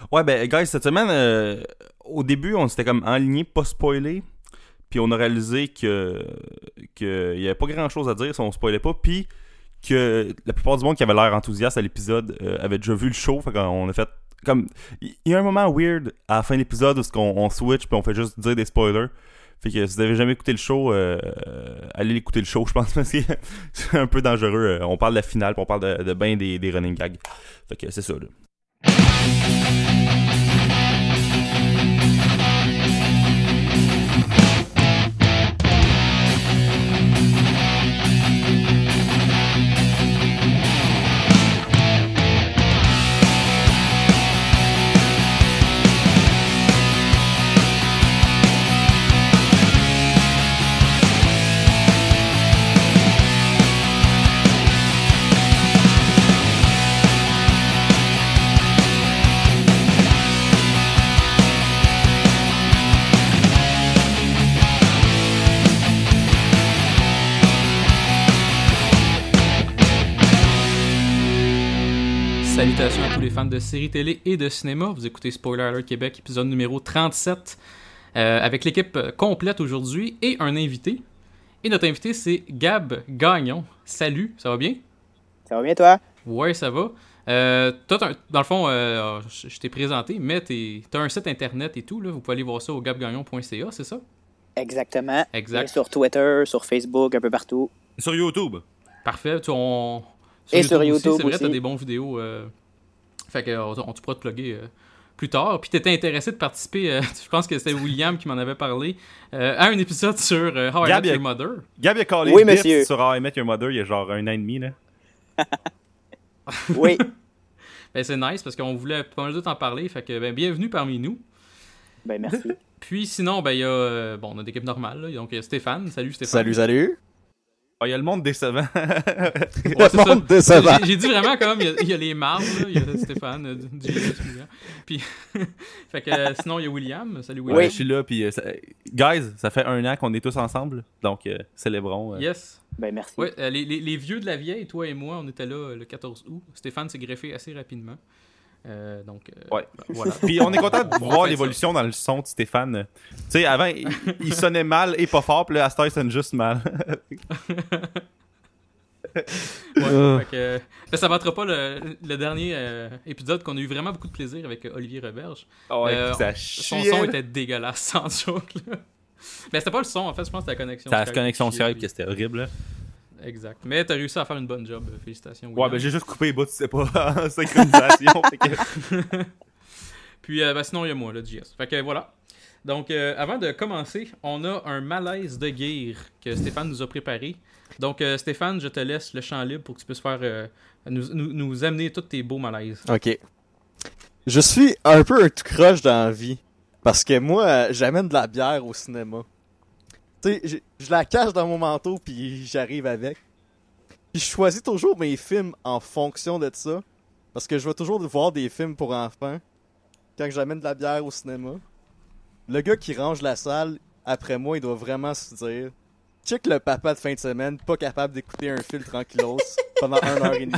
Ouais, ben, guys, cette semaine, au début, on s'était comme enligné, pas spoiler. Puis on a réalisé que il y avait pas grand chose à dire si on spoilait pas. Puis que la plupart du monde qui avait l'air enthousiaste à l'épisode avait déjà vu le show. Fait qu'on a fait comme. Il y a un moment weird à la fin de l'épisode où on switch puis on fait juste dire des spoilers. Fait que si vous avez jamais écouté le show, allez l'écouter le show, je pense, parce que c'est un peu dangereux. On parle de la finale puis on parle de ben des running gags. Fait que c'est ça, là. Salutations à tous les fans de séries télé et de cinéma. Vous écoutez Spoiler Alert Québec, épisode numéro 37, avec l'équipe complète aujourd'hui et un invité. Et notre invité, c'est Gab Gagnon. Salut, ça va bien? Ça va bien, toi? Ouais, ça va. Toi, dans le fond, je t'ai présenté, mais t'as un site internet et tout, là. Vous pouvez aller voir ça au gabgagnon.ca, c'est ça? Exactement. Exact. Et sur Twitter, sur Facebook, un peu partout. Sur YouTube. Parfait. Sur YouTube c'est vrai, aussi. t'as des bons vidéos. Fait que tu pourras te plugger plus tard. Puis t'étais intéressé de participer, je pense que c'était William qui m'en avait parlé, à un épisode sur How I Met Your Mother. Gab a callé oui, monsieur. sur How I Met Your Mother il y a genre 1 an et demi, là. Oui. Ben c'est nice parce qu'on voulait pas mal de t'en parler. Fait que bienvenue parmi nous. Ben merci. Puis sinon, il y a on a d'équipe normale, là. Donc il y a Stéphane. Salut Stéphane. Salut. Il y a le monde décevant. Ouais, c'est monde décevant. J'ai dit vraiment comme il y a les mardes, là. Il y a Stéphane, William. Puis fait que sinon il y a William. Salut William. Ouais, je suis là, puis guys, ça fait 1 an qu'on est tous ensemble, donc célébrons. Yes. Ben merci. Ouais, les vieux de la vieille, toi et moi, on était là le 14 août. Stéphane s'est greffé assez rapidement. Ouais. Voilà. Puis on est content de voir l'évolution dans le son de Stéphane. Tu sais, avant, il sonnait mal et pas fort, puis là, à cette heure, il sonne juste mal. Ouais, fait que, ça battra pas le dernier épisode qu'on a eu vraiment beaucoup de plaisir avec Olivier Roberge. Son son était dégueulasse, sans joke. Là. Mais c'était pas le son, en fait, je pense que c'était la connexion. C'était la connexion Skype que c'était horrible. Là. Exact. Mais t'as réussi à faire une bonne job. Félicitations. Ouais, William. ben j'ai juste coupé les bouts, c'est pas en synchronisation. Puis sinon, il y a moi, là, JS. Fait que voilà. Donc, avant de commencer, on a un malaise de guerre que Stéphane nous a préparé. Donc, Stéphane, je te laisse le champ libre pour que tu puisses faire nous amener tous tes beaux malaises. Ok. Je suis un peu un tout croche dans la vie. Parce que moi, j'amène de la bière au cinéma. Tu sais, je la cache dans mon manteau puis j'arrive avec. Puis je choisis toujours mes films en fonction de ça. Parce que je vais toujours voir des films pour enfants quand j'amène de la bière au cinéma. Le gars qui range la salle, après moi, il doit vraiment se dire check le papa de fin de semaine, pas capable d'écouter un film tranquillos pendant 1h30.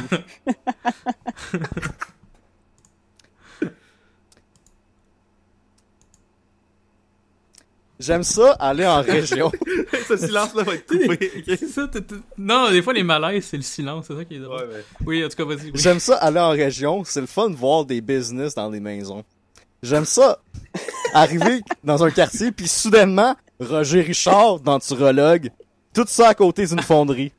J'aime ça, aller en région. Ce silence-là va être coupé. C'est ça, non, des fois, les malaises, c'est le silence. C'est ça qui est drôle. Ouais, mais... Oui, en tout cas, vas-y. Oui. J'aime ça, aller en région. C'est le fun de voir des business dans les maisons. J'aime ça, arriver dans un quartier, puis soudainement, Roger Richard, dans Turologue, tout ça à côté d'une fonderie.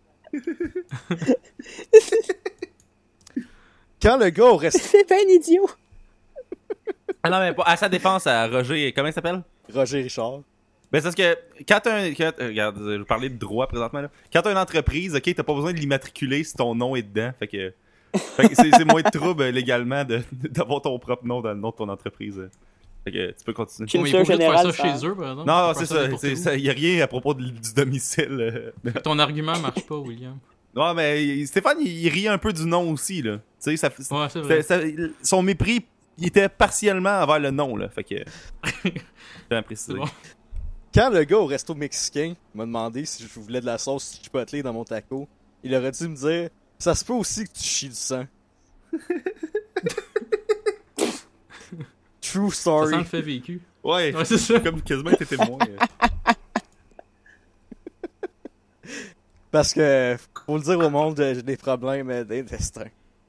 Quand le gars au restaurant... C'est pas un idiot. Ah non, mais à sa défense, à Roger, comment il s'appelle? Roger Richard. Ben, c'est parce que quand regarde, je vais parler de droit présentement, là. Quand t'as une entreprise, ok, t'as pas besoin de l'immatriculer si ton nom est dedans. Fait que c'est moins de trouble légalement d'avoir ton propre nom dans le nom de ton entreprise. Fait que tu peux continuer. Chez Mais le ils sont obligés de faire général, ça ça... chez eux, par exemple. Non, Ils c'est font n'importe ça. où. Il y a rien à propos du domicile. Ton argument marche pas, William. Non, mais Stéphane, il rit un peu du nom aussi, là. Tu sais, Ouais, c'est vrai. son mépris, il était partiellement envers le nom, là. Fait que... J'ai précisé. C'est bon. Quand le gars au resto mexicain m'a demandé si je voulais de la sauce chipotle dans mon taco, il aurait dû me dire « Ça se peut aussi que tu chies du sang. » True Ça story. sent le fait vécu. Ouais, Ouais, c'est ça. comme quasiment été témoin. Parce que, faut le dire au monde, j'ai des problèmes d'intestin.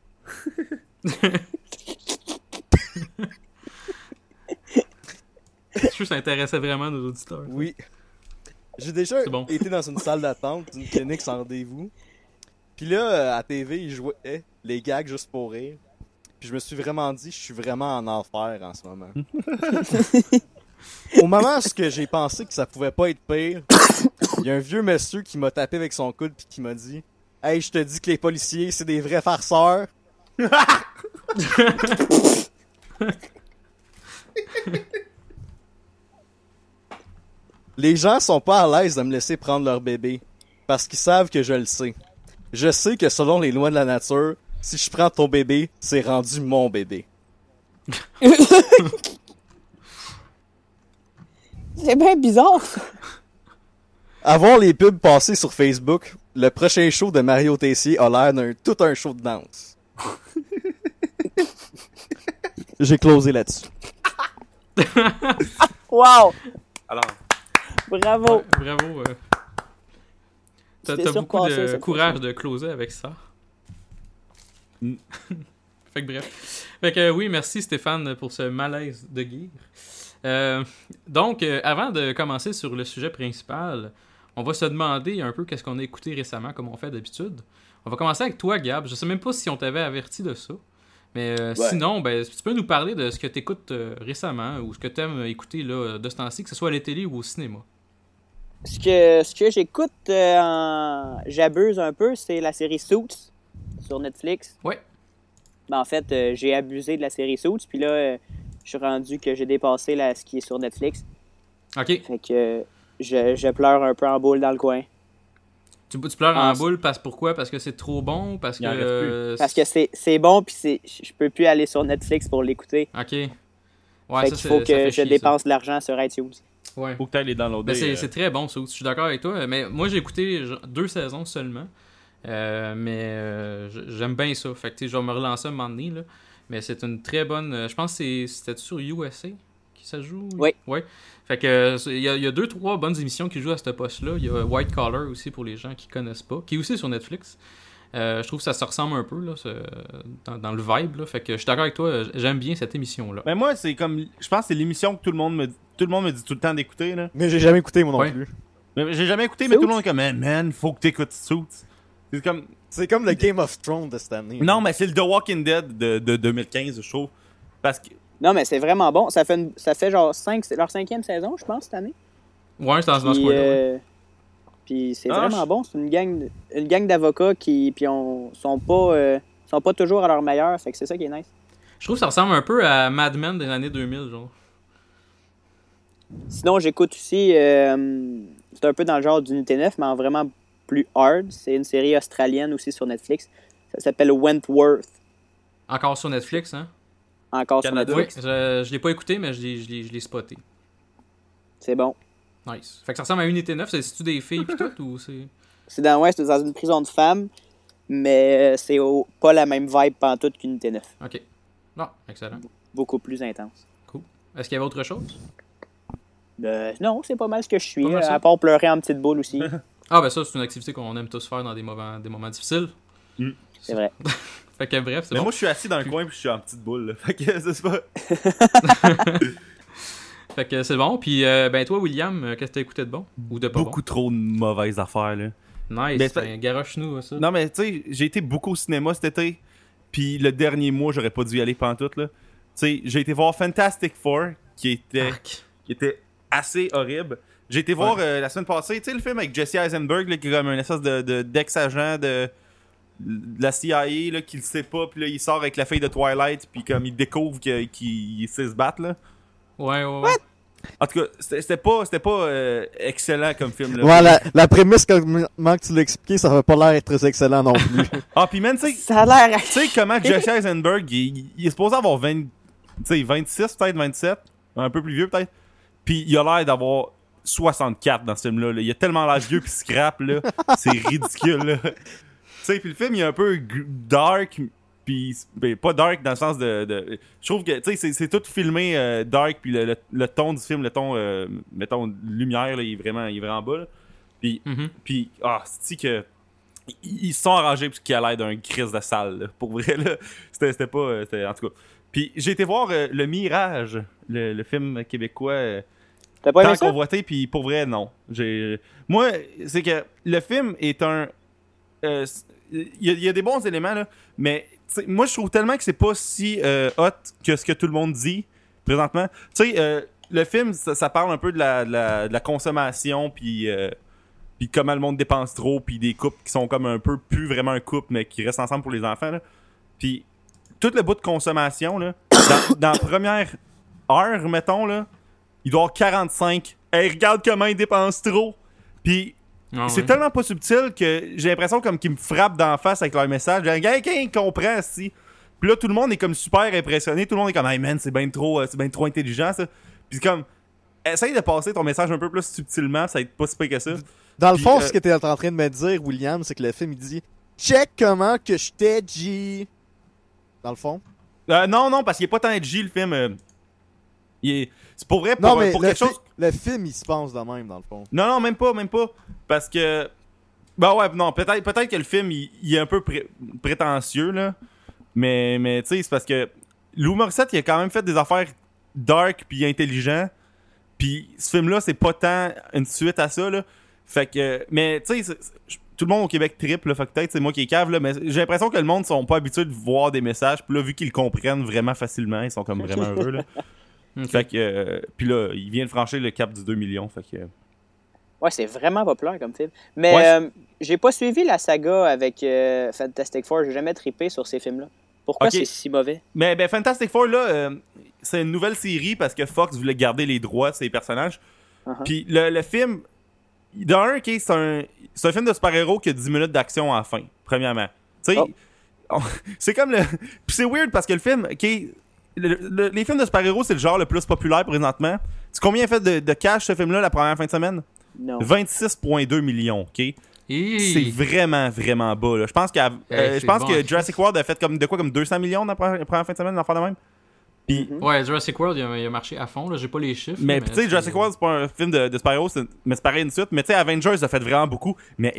Je suis sûr que ça intéressait vraiment nos auditeurs. Oui. J'ai déjà C'est bon. été dans une salle d'attente d'une clinique sans rendez-vous. Puis là, à TV, ils jouaient les gags juste pour rire. Puis je me suis vraiment dit, je suis vraiment en enfer en ce moment. Au moment où j'ai pensé que ça pouvait pas être pire, il y a un vieux monsieur qui m'a tapé avec son coude puis qui m'a dit « Hey, je te dis que les policiers, c'est des vrais farceurs. » Les gens sont pas à l'aise de me laisser prendre leur bébé parce qu'ils savent que je le sais. Je sais que selon les lois de la nature, si je prends ton bébé, c'est rendu mon bébé. C'est bien bizarre. Avoir les pubs passées sur Facebook, le prochain show de Mario Tessier a l'air d'un tout un show de danse. J'ai closé là-dessus. Wow! Alors, Bravo! Ouais, bravo. C'était T'as beaucoup surpassé, de cette courage fois-ci. de closer avec ça. Mm. Fait que bref. Fait que oui, merci Stéphane pour ce malaise de gear. Donc, avant de commencer sur le sujet principal, on va se demander un peu qu'est-ce qu'on a écouté récemment, comme on fait d'habitude. On va commencer avec toi, Gab. Je sais même pas si on t'avait averti de ça. Mais sinon, ben, tu peux nous parler de ce que tu écoutes récemment ou ce que tu aimes écouter là, de ce temps-ci, que ce soit à la télé ou au cinéma. Ce que j'écoute, j'abuse un peu, c'est la série Suits sur Netflix. Ouais. Ben, en fait, j'ai abusé de la série Suits, puis là, je suis rendu que j'ai dépassé ce qui est sur Netflix. Ok. Fait que je pleure un peu en boule dans le coin. Tu pleures Ah, en boule pourquoi? Parce que c'est trop bon? Parce Il en reste que. Parce que c'est bon, puis je peux plus aller sur Netflix pour l'écouter. Ok. Ouais, Fait ça, qu'il faut ça que fait je chier, dépense de l'argent sur iTunes. ça. Ouais. faut que t'ailles les downloader. Ben, c'est très bon, ça. Je suis d'accord avec toi. Mais moi, j'ai écouté 2 saisons seulement. Mais j'aime bien ça. Fait que tu sais, je vais me relancer un moment donné. Là. Mais c'est une très bonne. Je pense que c'était sur USA qui ça joue. Oui. Ouais. Fait que il y a 2-3 bonnes émissions qui jouent à ce poste-là. Il y a White Collar aussi pour les gens qui connaissent pas, qui est aussi sur Netflix. Je trouve que ça se ressemble un peu là, dans le vibe. Là. Fait que je suis d'accord avec toi. J'aime bien cette émission-là. Mais moi, c'est comme. Je pense que c'est l'émission que tout le monde me dit tout le temps d'écouter, là. Mais j'ai jamais écouté, moi non Ouais. plus. Mais j'ai jamais écouté, mais Suits? tout le monde est comme, man, faut que t'écoutes Suits. C'est comme. C'est comme le Game of Thrones de cette année. Non, mais c'est le The Walking Dead de 2015, je trouve. Parce que. Non, mais c'est vraiment bon. Ça fait genre c'est leur 5e saison, je pense, cette année. Ouais, c'est dans ce Puis, coin-là. Ouais. puis c'est Ah, vraiment bon. C'est une gang d'avocats qui sont pas toujours à leur meilleur. Fait que c'est ça qui est nice. Je trouve que ça ressemble un peu à Mad Men des années 2000, genre. Sinon, j'écoute aussi, c'est un peu dans le genre d'Unité 9, mais en vraiment plus hard. C'est une série australienne aussi sur Netflix. Ça s'appelle Wentworth. Encore sur Netflix, hein? Encore Canada. sur Oui, Netflix. je l'ai pas écouté, mais je l'ai spoté. C'est bon. Nice. Fait que ça ressemble à Unité 9, c'est-tu des filles pis tout, ou c'est... C'est dans une prison de femmes, mais c'est pas la même vibe pantoute qu'Unité 9. Ok. Non, excellent. Beaucoup plus intense. Cool. Est-ce qu'il y avait autre chose? Non, c'est pas mal ce que je suis. Pas mal ça. À part pleurer en petite boule aussi. Ah, ben ça, c'est une activité qu'on aime tous faire dans des moments difficiles. C'est vrai. Fait que bref, c'est Mais bon. moi, je suis assis dans un coin puis je suis en petite boule, là. Fait que c'est pas. Fait que c'est bon. Puis, ben toi, William, qu'est-ce que t'as écouté de bon? Ou de pas Beaucoup trop de mauvaises affaires, là. bon? Nice. Ben, c'est- Ben, garoche-nous, ça. Non, mais tu sais, j'ai été beaucoup au cinéma cet été. Puis le dernier mois, j'aurais pas dû y aller pantoute, là. Tu sais, j'ai été voir Fantastic Four, qui était assez horrible. J'ai été voir la semaine passée, tu sais, le film avec Jesse Eisenberg, là, qui est comme un espèce d'ex-agent de la CIA, là, qui le sait pas, puis là, il sort avec la fille de Twilight, puis comme il découvre qu'il sait se battre, là. Ouais. En tout cas, c'était pas excellent comme film, là. Ouais, la prémisse, comment que tu l'as expliqué, ça va pas l'air très excellent non plus. Ah, puis man, tu sais, Ça a l'air... tu sais comment Jesse Eisenberg, il est supposé avoir 20, tu sais, 26, peut-être 27, un peu plus vieux peut-être. Puis il a l'air d'avoir 64 dans ce film-là. Là. Il a tellement l'air vieux pis scrap, là. C'est ridicule, là. Tu sais, puis le film, il est un peu dark, Puis, ben, pas dark dans le sens de je trouve que, tu sais, c'est tout filmé dark, puis le ton du film, le ton, mettons, lumière, là, il est vraiment bas, là. Puis, c'est-tu que ils se sont arrangés pour qu'il a l'air d'un crise de salle, là. Pour vrai, là. C'était pas... en tout cas. Puis, j'ai été voir Le Mirage, le film québécois... T'as pas aimé tant ça? convoité, puis pour vrai, non. Moi, c'est que le film est un... Il y a des bons éléments, là, mais moi, je trouve tellement que c'est pas si hot que ce que tout le monde dit présentement. Tu sais, le film, ça parle un peu de la consommation, puis comment le monde dépense trop, puis des couples qui sont comme un peu plus vraiment un couple, mais qui restent ensemble pour les enfants. Là. Puis tout le bout de consommation, là, dans la première heure, mettons, là, il doit y avoir 45. Hey, regarde comment ils dépensent trop. Puis c'est tellement pas subtil que j'ai l'impression comme qu'ils me frappent d'en face avec leur message. Quelqu'un comprend, si. Puis là, tout le monde est comme super impressionné. Tout le monde est comme, hey man, c'est bien trop intelligent, ça. Puis c'est comme, essaye de passer ton message un peu plus subtilement, ça va être pas si pire que ça. Dans le Puis, fond, ce que t'es en train de me dire, William, c'est que le film, il dit « Check comment que je t'ai G. » Dans le fond. Non, parce qu'il est pas tant edgy, le film. C'est pour vrai, Non, mais pour quelque chose... le film, il se pense de même, dans le fond. Non, même pas. Parce que... Ben ouais, non, peut-être que le film, il est un peu prétentieux, là. Mais tu sais, c'est parce que Lou Morissette, il a quand même fait des affaires dark puis intelligent. Puis ce film-là, c'est pas tant une suite à ça, là. Fait que... Mais tu sais, tout le monde au Québec triple, là. Fait que peut-être c'est moi qui est cave, là. Mais j'ai l'impression que le monde sont pas habitués de voir des messages. Puis là, vu qu'ils le comprennent vraiment facilement, ils sont comme vraiment heureux, là. Okay. Fait que... puis là, il vient de franchir le cap du 2 millions, fait que... Ouais, c'est vraiment populaire comme film. Mais Ouais, j'ai pas suivi la saga avec Fantastic Four. J'ai jamais trippé sur ces films-là. Pourquoi Ok. c'est si mauvais? Mais ben, Fantastic Four, là, c'est une nouvelle série parce que Fox voulait garder les droits de ses personnages. Uh-huh. Puis le film, d'un, okay, c'est un film de super-héros qui a 10 minutes d'action à la fin, premièrement. Tu sais, c'est comme le... Puis c'est weird parce que le film, ok, les films de super-héros, c'est le genre le plus populaire présentement. Tu sais combien il a fait de cash ce film-là la première fin de semaine? Non. 26,2 millions, ok? C'est vraiment, vraiment bas. Là. Je pense, que Jurassic World a fait comme 200 millions dans la première fin de semaine, l'enfant de même. Puis, Ouais, Jurassic World, il a marché à fond. Là. J'ai pas les chiffres. mais tu sais, Jurassic World, c'est pas un film de super-héros, mais c'est pareil une suite. Mais tu sais, Avengers a fait vraiment beaucoup. Mais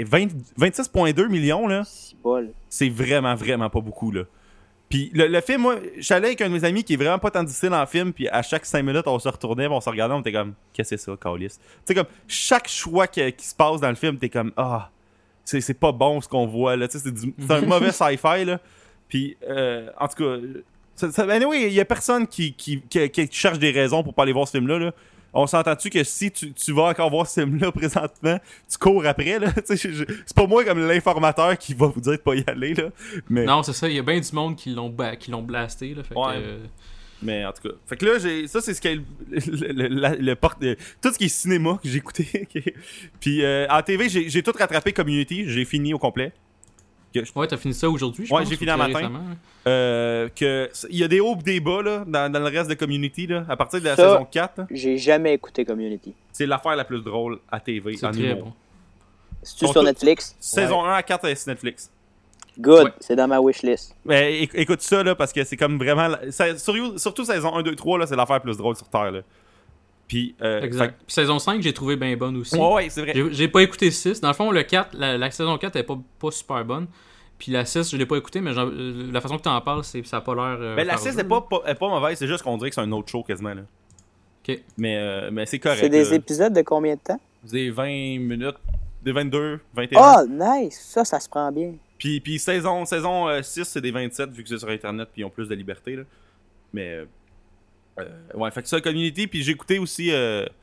26,2 millions, là, C'est bol. c'est vraiment, vraiment pas beaucoup, là. Puis le film, moi, je suis allé avec un de mes amis qui est vraiment pas tant difficile dans le film, puis à chaque 5 minutes, on se retournait, on se regardait, on était comme, qu'est-ce que c'est ça, câlisse? Tu sais, comme, chaque choix qui se passe dans le film, t'es comme, c'est pas bon ce qu'on voit, là. Tu sais, c'est un mauvais sci-fi, là. Puis, en tout cas, anyway, il y a personne qui cherche des raisons pour pas aller voir ce film-là, là. On s'entend-tu que si tu vas encore voir ce film-là présentement, tu cours après, là? C'est pas moi comme l'informateur qui va vous dire de pas y aller, là. Mais... Non, c'est ça. Il y a bien du monde qui l'ont blasté. Là, fait Ouais. que, Mais en tout cas. Fait que là, ça, c'est ce qu'est tout ce qui est cinéma que j'ai écouté. Okay. Puis en TV, j'ai tout rattrapé Community. J'ai fini au complet. Ouais, t'as fini ça aujourd'hui, je Ouais, pense. j'ai fini ou un matin. récemment, hein. Il y a des hauts et des bas là, dans le reste de Community. Là, à partir de la Ça, saison 4, là, J'ai jamais écouté Community. c'est l'affaire la plus drôle à TV. C'est en très humour. bon. C'est-tu Sont sur tous- Netflix? Saison 1 à 4 est sur Netflix. Good, Ouais. c'est dans ma wishlist. Mais écoute ça là, parce que c'est comme vraiment. Surtout saison 1, 2, 3, là, c'est l'affaire la plus drôle sur Terre. Là. Puis, Exact. Puis saison 5, j'ai trouvé bien bonne aussi. Ouais, c'est vrai. J'ai pas écouté 6. Dans le fond, le 4, la saison 4 est pas super bonne. Puis la 6, je l'ai pas écouté, mais la façon que t'en parles, ça a pas l'air. Ben, la 6 farageux, est pas mauvaise, c'est juste qu'on dirait que c'est un autre show quasiment. Là. Ok. Mais c'est correct. C'est des là. épisodes de combien de temps? Des 20 minutes, des 22, 21. Oh, nice! Ça se prend bien. Puis saison 6, c'est des 27 vu que c'est sur Internet puis ils ont plus de liberté. Là. Mais ouais, fait que ça, Community. Puis j'ai écouté aussi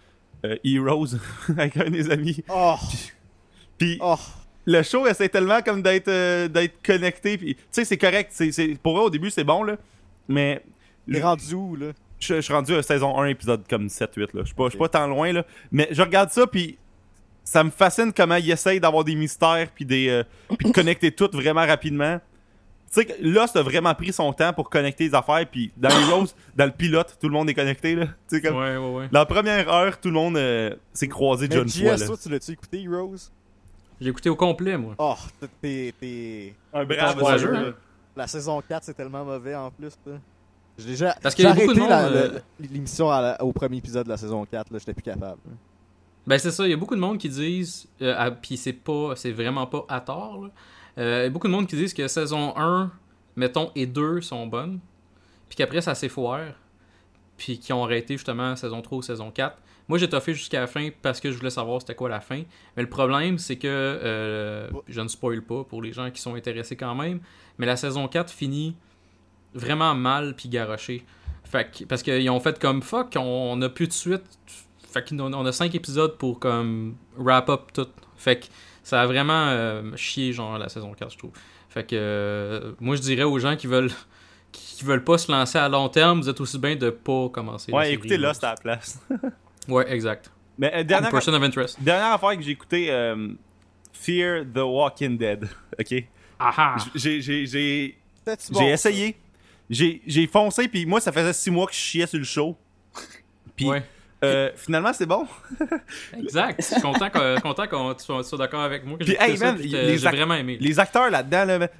Heroes avec un des amis. Oh! Puis Oh! le show essaie tellement comme d'être connecté. Puis tu sais, c'est correct. Pour eux, au début, c'est bon, là. Mais T'es rendu où, là? je suis rendu à saison 1, épisode comme 7-8. Là. Je suis pas tant loin. Là. Mais je regarde ça, puis ça me fascine comment ils essayent d'avoir des mystères, puis de connecter tout vraiment rapidement. Tu sais, que Lost a vraiment pris son temps pour connecter les affaires, puis dans Heroes, dans le pilote, tout le monde est connecté. Là. Tu sais, comme, Ouais. dans la première heure, tout le monde s'est croisé déjà Mais une fois. JS, Là. toi, tu l'as-tu écouté, Heroes? J'ai écouté au complet, moi. Oh, t'es... Un brave brave jeu, jeu. hein? La saison 4, c'est tellement mauvais en plus. Là. J'ai déjà Parce qu'il y a beaucoup de monde, l'émission au premier épisode de la saison 4, là, j'étais plus capable. Là. Ben c'est ça, il y a beaucoup de monde qui disent, puis c'est vraiment pas à tort, là. Il y a beaucoup de monde qui disent que saison 1, mettons, et 2 sont bonnes, puis qu'après ça s'effoire, puis qui ont arrêté justement saison 3 ou saison 4. Moi j'ai toffé jusqu'à la fin parce que je voulais savoir c'était quoi la fin. Mais le problème c'est que, je ne spoil pas pour les gens qui sont intéressés quand même, mais la saison 4 finit vraiment mal puis garoché. Parce qu'ils ont fait comme fuck, on a plus de suite. Fait qu'on a 5 épisodes pour comme wrap up tout. Fait que ça a vraiment chié genre la saison 4 je trouve. Fait que moi je dirais aux gens qui veulent pas se lancer à long terme, vous êtes aussi bien de pas commencer. Ouais, écoutez Lost à la place. Ouais, exact. Mais Person of interest. dernière affaire que j'ai écouté, Fear the Walking Dead. Ok. Ah J'ai Bon, essayé. J'ai foncé, puis moi ça faisait 6 mois que je chiais sur le show. Puis ouais. finalement c'est bon. Exact. Je suis content qu'on soit d'accord avec moi. Que Puis, hey, man, j'ai vraiment aimé. Les acteurs là-dedans, là,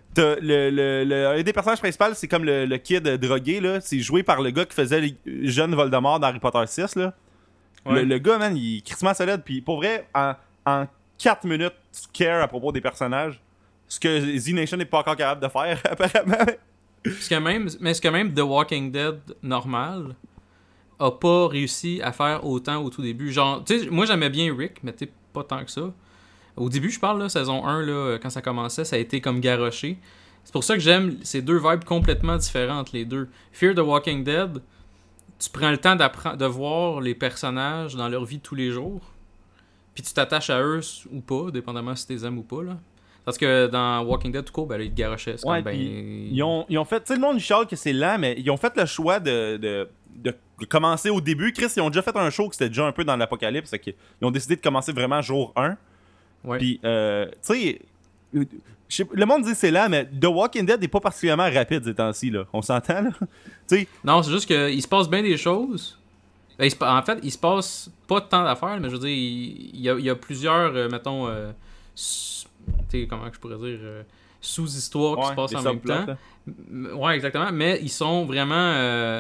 un des personnages principaux, c'est comme le kid drogué, là. C'est joué par le gars qui faisait les jeunes Voldemort dans Harry Potter 6, là. Ouais. Le gars, man, il est crissement solide. Puis pour vrai, en 4 minutes, tu cares à propos des personnages. Ce que Z-Nation n'est pas encore capable de faire, apparemment. Parce que même The Walking Dead normal a pas réussi à faire autant au tout début. Genre, tu sais, moi j'aimais bien Rick, mais t'es pas tant que ça. Au début, je parle, là, saison 1, là, quand ça commençait, ça a été comme garoché. C'est pour ça que j'aime ces deux vibes complètement différentes, les deux. Fear the Walking Dead, tu prends le temps de voir les personnages dans leur vie de tous les jours, puis tu t'attaches à eux ou pas, dépendamment si tu les aimes ou pas, là. Parce que dans Walking Dead, tout court, ben, ils te garochaient. C'est Ouais, comme, ben... ils ont fait, tu sais, le monde du chiale que c'est lent, mais ils ont fait le choix de commencer au début. Chris, ils ont déjà fait un show qui était déjà un peu dans l'apocalypse. Ils ont décidé de commencer vraiment jour 1. Ouais. Puis, tu sais, le monde dit c'est lent, mais The Walking Dead n'est pas particulièrement rapide ces temps-ci, là. On s'entend, là? Tu sais, Non, c'est juste qu'il se passe bien des choses. Ben, en fait, il se passe pas tant d'affaires, mais je veux dire, il y a plusieurs, mettons, tu sais, comment je pourrais dire, sous-histoires qui se passent en même temps. Ouais, exactement, mais ils sont vraiment...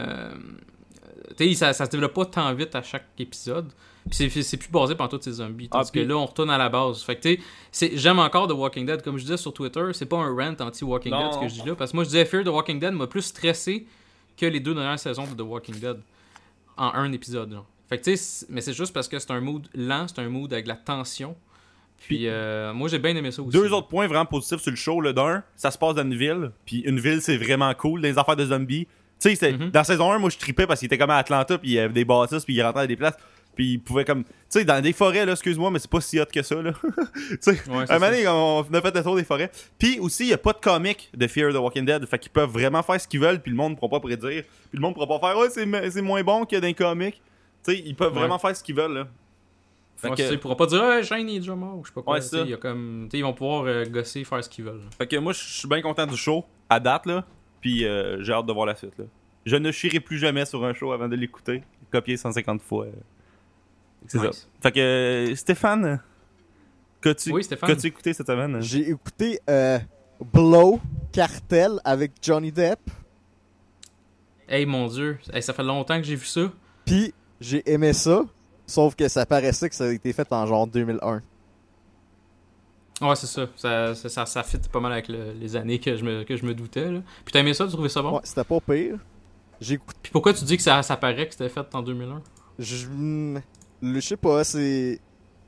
tu sais, ça se développe pas tant vite à chaque épisode. Puis c'est plus basé par tous ces zombies. Tandis que là, on retourne à la base. Fait que tu sais, j'aime encore The Walking Dead. Comme je disais sur Twitter, c'est pas un rant anti-Walking Dead ce que je dis là. Parce que moi, je disais Fear the Walking Dead m'a plus stressé que les 2 dernières saisons de The Walking Dead. En un épisode, genre. Fait que tu sais, mais c'est juste parce que c'est un mood lent, c'est un mood avec la tension. Puis moi, j'ai bien aimé ça aussi. 2 autres points vraiment positifs sur le show. Le d'un, ça se passe dans une ville. Puis une ville, c'est vraiment cool. Les affaires de zombies. Tu sais, dans saison 1, moi, je tripais parce qu'il était comme à Atlanta. Puis il y avait des bâtisses. Puis il rentrait à des places. Puis il pouvait comme... Tu sais, dans des forêts, là, excuse-moi, mais c'est pas si hot que ça, là. Tu sais, ouais, à un moment donné, on a fait le tour des forêts. Puis aussi, il y a pas de comic de Fear the Walking Dead. Fait qu'ils peuvent vraiment faire ce qu'ils veulent. Puis le monde ne pourra pas prédire. Puis le monde ne pourra pas faire « Ouais, c'est moins bon que dans les comics. » Tu sais, ils peuvent vraiment faire ce qu'ils veulent, là. Fait que... Ils pourront pas dire « Shane est déjà mort » ou je sais pas quoi. Ouais, c'est ça. Y a comme... ils vont pouvoir gosser, faire ce qu'ils veulent. Fait que moi, je suis bien content du show, à date, là. Puis j'ai hâte de voir la suite, là. Je ne chierai plus jamais sur un show avant de l'écouter. Copier 150 fois. C'est nice. ça. Fait que Stéphane, qu'as-tu écouté cette semaine? J'ai écouté Blow, Cartel avec Johnny Depp. Hey mon dieu, hey, ça fait longtemps que j'ai vu ça. Puis j'ai aimé ça, sauf que ça paraissait que ça a été fait en genre 2001. Ouais, c'est ça. Ça fit pas mal avec les années que je me doutais. Là. Puis t'as aimé ça? Tu trouvais ça bon? Ouais, c'était pas pire. Puis pourquoi tu dis que ça paraît que c'était fait en 2001? Je sais pas, c'est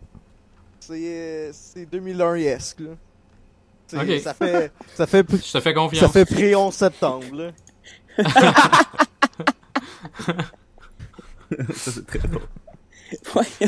2001-esque, là. Okay. Ça fait Je te fais confiance. Ça fait pré-11 septembre, là. Ça, c'est très drôle. Ouais.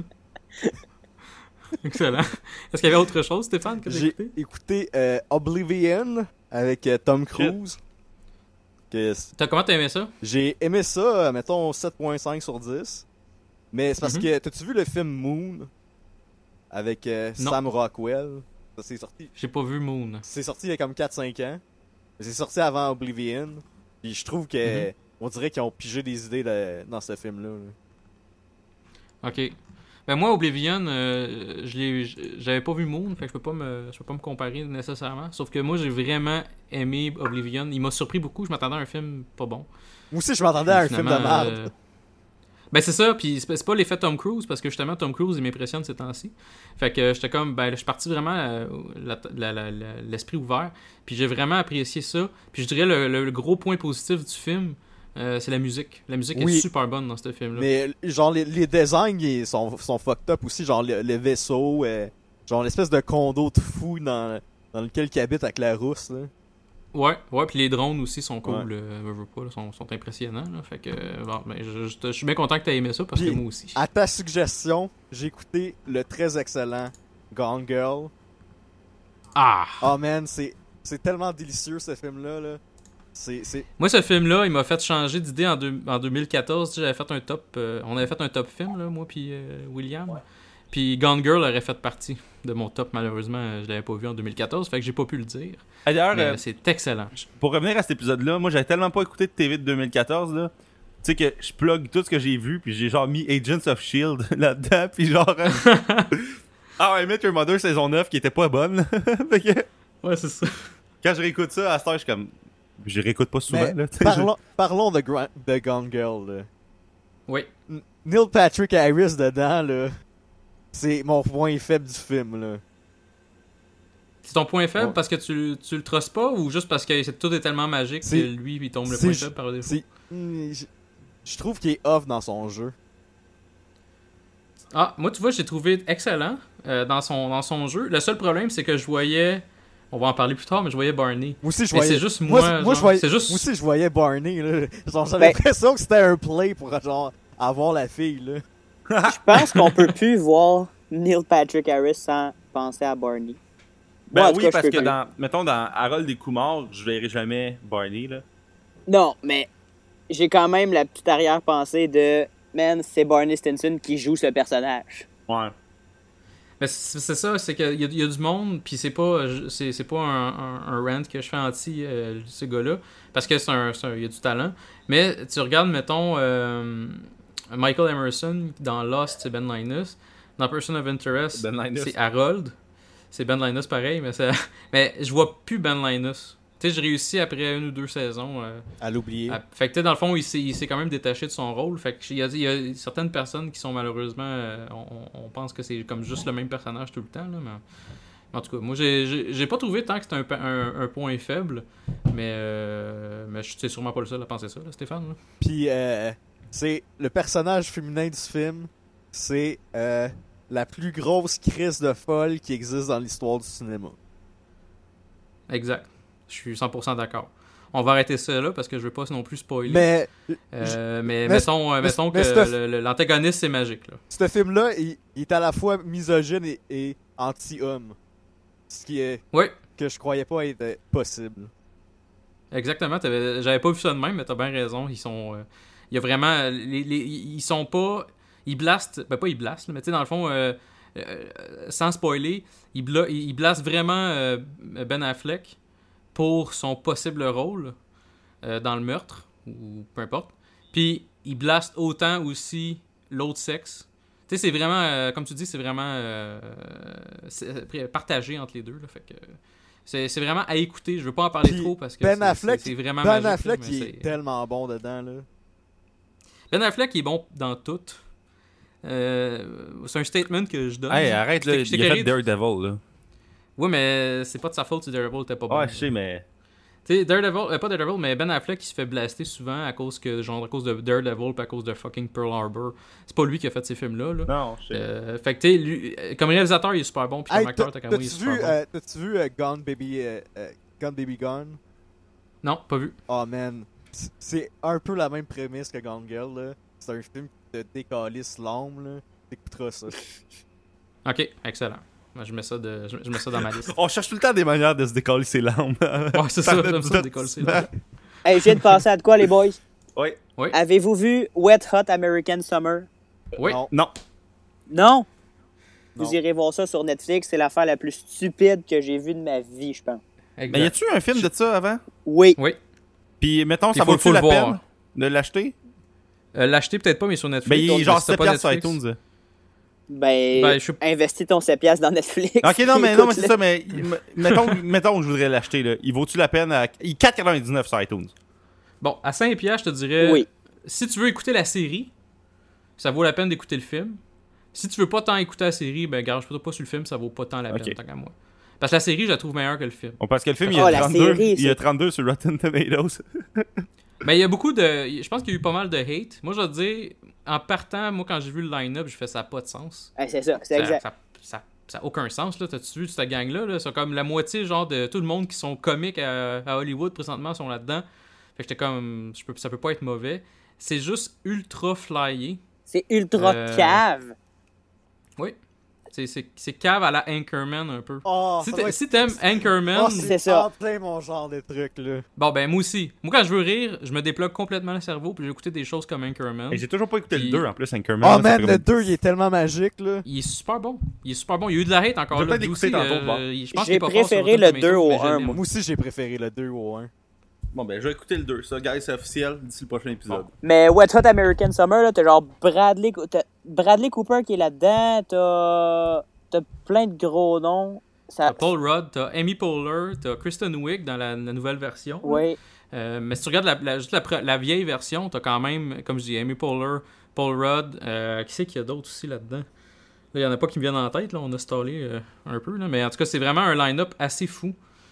Excellent. Est-ce qu'il y avait autre chose, Stéphane, que J'ai écouté Oblivion avec Tom Cruise. Comment t'as aimé ça? J'ai aimé ça, mettons 7.5 sur 10. Mais c'est parce que, t'as-tu vu le film Moon? Avec Sam Rockwell? Ça, c'est sorti. J'ai pas vu Moon. C'est sorti il y a comme 4-5 ans. C'est sorti avant Oblivion. Puis je trouve que on dirait qu'ils ont pigé des idées dans ce film-là. Ok. Ben moi, Oblivion, j'avais pas vu Moon, fait que je peux pas me comparer nécessairement. Sauf que moi, j'ai vraiment aimé Oblivion. Il m'a surpris beaucoup, je m'attendais à un film pas bon. Moi aussi, je m'attendais à un film de Finalement, merde. Ben c'est ça, puis c'est pas l'effet Tom Cruise, parce que justement Tom Cruise il m'impressionne ces temps-ci. Fait que j'étais comme, ben je suis parti vraiment l'esprit ouvert, puis j'ai vraiment apprécié ça. Puis je dirais le gros point positif du film, c'est la musique. La musique Oui. est super bonne dans ce film-là. Mais genre, les designs sont fucked up aussi. Genre, le vaisseau, genre l'espèce de condo de fou dans lequel il habite avec la rousse. Là. Ouais, puis les drones aussi sont cool, Ouais. veux pas, là, sont impressionnants. Là, fait que, bon, ben, je suis bien content que t'aies aimé ça, parce Puis, que moi aussi. À ta suggestion, j'ai écouté le très excellent Gone Girl. Ah! Oh man, c'est tellement délicieux ce film-là. Là. C'est... Moi, ce film-là, il m'a fait changer d'idée en 2014. Tu sais, j'avais fait un top. On avait fait un top film, là, moi puis William. Ouais. Puis Gone Girl aurait fait partie de mon top. Malheureusement, je l'avais pas vu en 2014, fait que j'ai pas pu le dire. D'ailleurs, Mais c'est excellent. pour revenir à cet épisode-là, moi j'avais tellement pas écouté de TV de 2014 là. Tu sais que je plug tout ce que j'ai vu, puis j'ai genre mis Agents of Shield là-dedans, puis genre I Met Your Mother saison 9 qui était pas bonne. Là. Fait que Ouais, c'est ça. quand je réécoute ça, à cette heure, je suis comme je réécoute pas souvent Mais là. tu sais, parlons de Gone Girl. Là. Oui. Neil Patrick Harris dedans, là, c'est mon point faible du film. Là. C'est ton point faible Ouais. parce que tu le trustes pas, ou juste parce que tout est tellement magique que C'est- lui, il tombe le c'est point ju- faible par défaut? Je trouve qu'il est off dans son jeu. Ah, moi, tu vois, j'ai trouvé excellent dans son jeu. Le seul problème, c'est que je voyais... On va en parler plus tard, mais je voyais Barney. Moi aussi, je Mais voyais. c'est juste moi, moi, genre, je voyais, c'est juste- moi aussi, je voyais Barney. Là. Genre, j'avais Ben- l'impression que c'était un play pour genre avoir la fille. Là. Je pense qu'on peut plus voir Neil Patrick Harris sans penser à Barney. Ben Moi, en tout oui, cas, je parce peux que plus. mettons dans Harold et Kumar, je verrai jamais Barney là. Non, mais j'ai quand même la petite arrière-pensée de man, c'est Barney Stinson qui joue ce personnage. Ouais. Mais c'est ça, c'est qu'il y a du monde, puis c'est pas un rant que je fais anti ce gars-là, parce que il y a du talent. Mais tu regardes, mettons, Michael Emerson dans Lost, c'est Ben Linus. Dans Person of Interest, Ben Linus. c'est Harold. C'est Ben Linus pareil, mais je vois plus Ben Linus. Tu sais, j'ai réussi après 1 ou 2 saisons. À l'oublier. Fait que tu sais, dans le fond, il s'est quand même détaché de son rôle. Fait que il y a certaines personnes qui sont malheureusement... on pense que c'est comme juste le même personnage tout le temps. Là, mais... En tout cas, moi, j'ai pas trouvé tant que c'était un point faible. Mais c'est sûrement pas le seul à penser ça, là, Stéphane. Là. Puis, c'est le personnage féminin du film, c'est la plus grosse crise de folle qui existe dans l'histoire du cinéma. Exact. Je suis 100% d'accord. On va arrêter ça là parce que je veux pas non plus spoiler. Mais Mais mettons que l'antagoniste, c'est magique. Là. ce film-là, il est à la fois misogyne et anti-homme. Ce qui est Oui, que je croyais pas être possible. exactement. J'avais pas vu ça de même, mais t'as bien raison. Ils sont... il y a vraiment... ils sont pas... Ils blastent... Ben pas ils blastent, mais tu sais, dans le fond... sans spoiler, ils blastent vraiment Ben Affleck pour son possible rôle dans le meurtre, ou peu importe. Puis, ils blastent autant aussi l'autre sexe. Tu sais, c'est vraiment, comme tu dis, c'est vraiment partagé entre les deux. Là, fait que c'est vraiment à écouter. Je veux pas en parler Puis trop parce que Ben Affleck, c'est vraiment Ben magique. Affleck, là, il mais est tellement bon dedans, là. Ben Affleck, il est bon dans tout. C'est un statement que je donne. Hey, arrête là, J'étais il a fait carré- Daredevil là. Oui, mais c'est pas de sa faute si Daredevil était pas bon. Ouais, je sais mais Tu sais, Daredevil, pas Daredevil, mais Ben Affleck qui se fait blaster souvent à cause de Daredevil puis à cause de fucking Pearl Harbor. C'est pas lui qui a fait ces films-là. Là. non, je sais. Fait que tu sais, lui, comme réalisateur, il est super bon, puis comme Hey, acteur, t'as il est super bon. t'as-tu vu Gone Baby Gone? Non, pas vu. Oh man, c'est un peu la même prémisse que Gone Girl, là. C'est un film qui te décalisse l'âme, là. T'écouteras ça. Ok, excellent. Moi, je mets ça dans ma liste. On cherche tout le temps des manières de se décoller ses lampes. Ouais, c'est ça, j'aime ça, décoller ses lampes. Hey, je viens de penser à de quoi, les boys? Oui. Oui. Avez-vous vu Wet Hot American Summer? Oui. Non. Non. Non? Vous Non. irez voir ça sur Netflix. C'est l'affaire la plus stupide que j'ai vue de ma vie, je pense. Exact. Mais y a-tu un film de ça avant? Oui. Oui. Puis mettons, Puis ça faut vaut-tu le la voir. peine de l'acheter? L'acheter peut-être pas, mais sur Netflix. Ben il est Donc, genre si t'as 7$ pas sur Netflix- iTunes. Ben, je- investis ton 7$ dans Netflix. Ok, non, mais Écoute-le. c'est ça, mais mettons que je voudrais l'acheter, là. Il vaut-tu la peine à. Il est 4,99 sur iTunes. Bon, à 5$, je te dirais, Oui. si tu veux écouter la série, ça vaut la peine d'écouter le film. Si tu veux pas tant écouter la série, ben gage-toi pas sur le film, ça vaut pas tant la peine, Ok. tant qu'à moi. Parce que la série, je la trouve meilleure que le film. Bon, parce que le film, Oh, la série, il y a c'est- 32 sur Rotten Tomatoes. Mais il y a beaucoup de... Je pense qu'il y a eu pas mal de hate. Moi, je vais te dire, en partant, moi, quand j'ai vu le line-up, je fais ça n'a pas de sens. Ouais, c'est ça, c'est exact. Ça a aucun sens, là. T'as-tu vu cette gang-là, là? C'est comme la moitié, genre, de tout le monde qui sont comiques à Hollywood, présentement, sont là-dedans. Fait que j'étais comme... ça peut pas être mauvais. C'est juste ultra flyé. C'est ultra cave. Oui. C'est cave à la Anchorman, un peu. Oh, Si t'aimes Anchorman... Oh, c'est c'est ça. en plein mon genre de truc, là. Bon, ben, moi aussi. Moi, quand je veux rire, je me débloque complètement le cerveau, puis j'ai écouté des choses comme Anchorman. Et j'ai toujours pas écouté Puis- le 2 en plus, Anchorman. Oh là, ça man, fait le comme- 2, il est tellement magique, là. Il est super bon. Il est super bon. Il y a eu de la hate encore Je vais là. peut-être Lui l'écouter aussi, tantôt, bon. je pense J'ai qu'il est pas fort sur préféré Rotten le Tomatoes, 2 au mais je 1, l'aime. moi. Moi aussi, j'ai préféré le 2 au 1. Bon, ben, je vais écouter le 2. Ça, guys, c'est officiel d'ici le prochain épisode. Bon. Mais Wet Hot American Summer, là, t'as genre t'as Bradley Cooper qui est là-dedans, t'as plein de gros noms. T'as Ça... Paul Rudd, t'as Amy Poehler, t'as Kristen Wiig dans la nouvelle version. Oui. Mais si tu regardes juste la vieille version, t'as quand même, comme je dis, Amy Poehler, Paul Rudd. Qui c'est qu'il y a d'autres aussi là-dedans? Là, il y en a pas qui me viennent en tête. Là, on a stallé un peu. Là, mais en tout cas, c'est vraiment un line-up assez fou.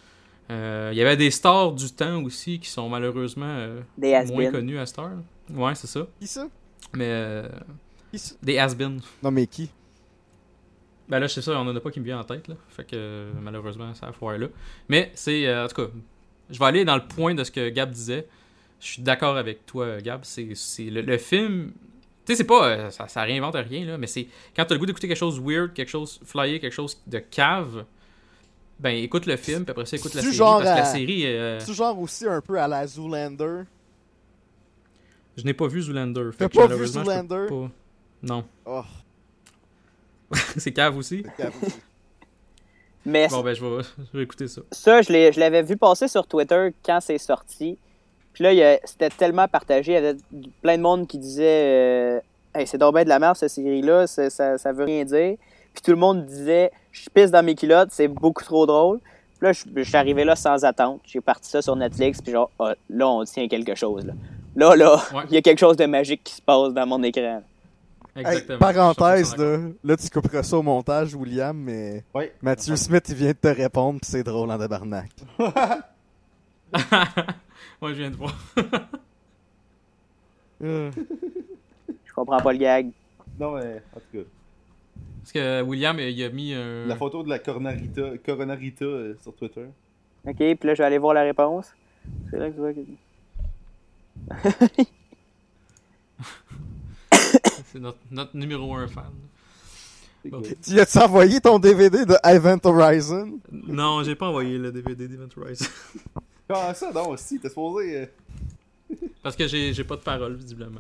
Il y avait des stars du temps aussi qui sont malheureusement Des moins has-been. connus à cette heure. Ouais, c'est ça. Qui ça? Mais Qui ça? des has-been. Non, mais qui? Ben là, je sais ça, on en a pas qui me vient en tête, là. Fait que, malheureusement, ça va foirer là. Mais c'est, en tout cas, je vais aller dans le point de ce que Gab disait. Je suis d'accord avec toi, Gab. C'est le film... Tu sais, c'est pas... ça réinvente rien, là, mais c'est... Quand t'as le goût d'écouter quelque chose weird, quelque chose flyé, quelque chose de cave, ben, écoute le film, puis après ça, écoute la C'est-tu série. genre Parce que la à- série... C'est genre aussi un peu à la Zoolander. Je n'ai pas vu Zoolander. T'as Fait que pas vu malheureusement, je peux Zoolander? pas... Non. Oh, C'est cave aussi. c'est capoté. Mais Bon, ben, je vais écouter ça. ça, je l'avais vu passer sur Twitter quand c'est sorti. Puis là, c'était tellement partagé. Il y avait plein de monde qui disait hey, c'est donc bien de la merde, cette série-là. Ça veut rien dire. Puis tout le monde disait je pisse dans mes culottes, c'est beaucoup trop drôle. Puis là, je suis arrivé là sans attente. J'ai parti ça sur Netflix. Puis genre, ah, là, on tient quelque chose. Là, Ouais. il y a quelque chose de magique qui se passe dans mon écran. Hey, Exactement. parenthèse, Je suis 100% d'accord. là, tu couperas ça au montage, William, mais Ouais. Matthew Smith, il vient de te répondre, pis c'est drôle en tabarnak. Ouais, je viens de voir. Je comprends pas le gag. Non, mais en tout cas. Parce que William, il a mis un... La photo de la Coronarita sur Twitter. OK, puis là, je vais aller voir la réponse. C'est là que tu vois que... C'est notre numéro 1 fan. Bon. Tu as-tu envoyé ton DVD de Event Horizon? Non, j'ai pas envoyé le DVD d'Event Horizon. Ah, ça, non, aussi, t'es supposé. Parce que j'ai pas de parole, visiblement.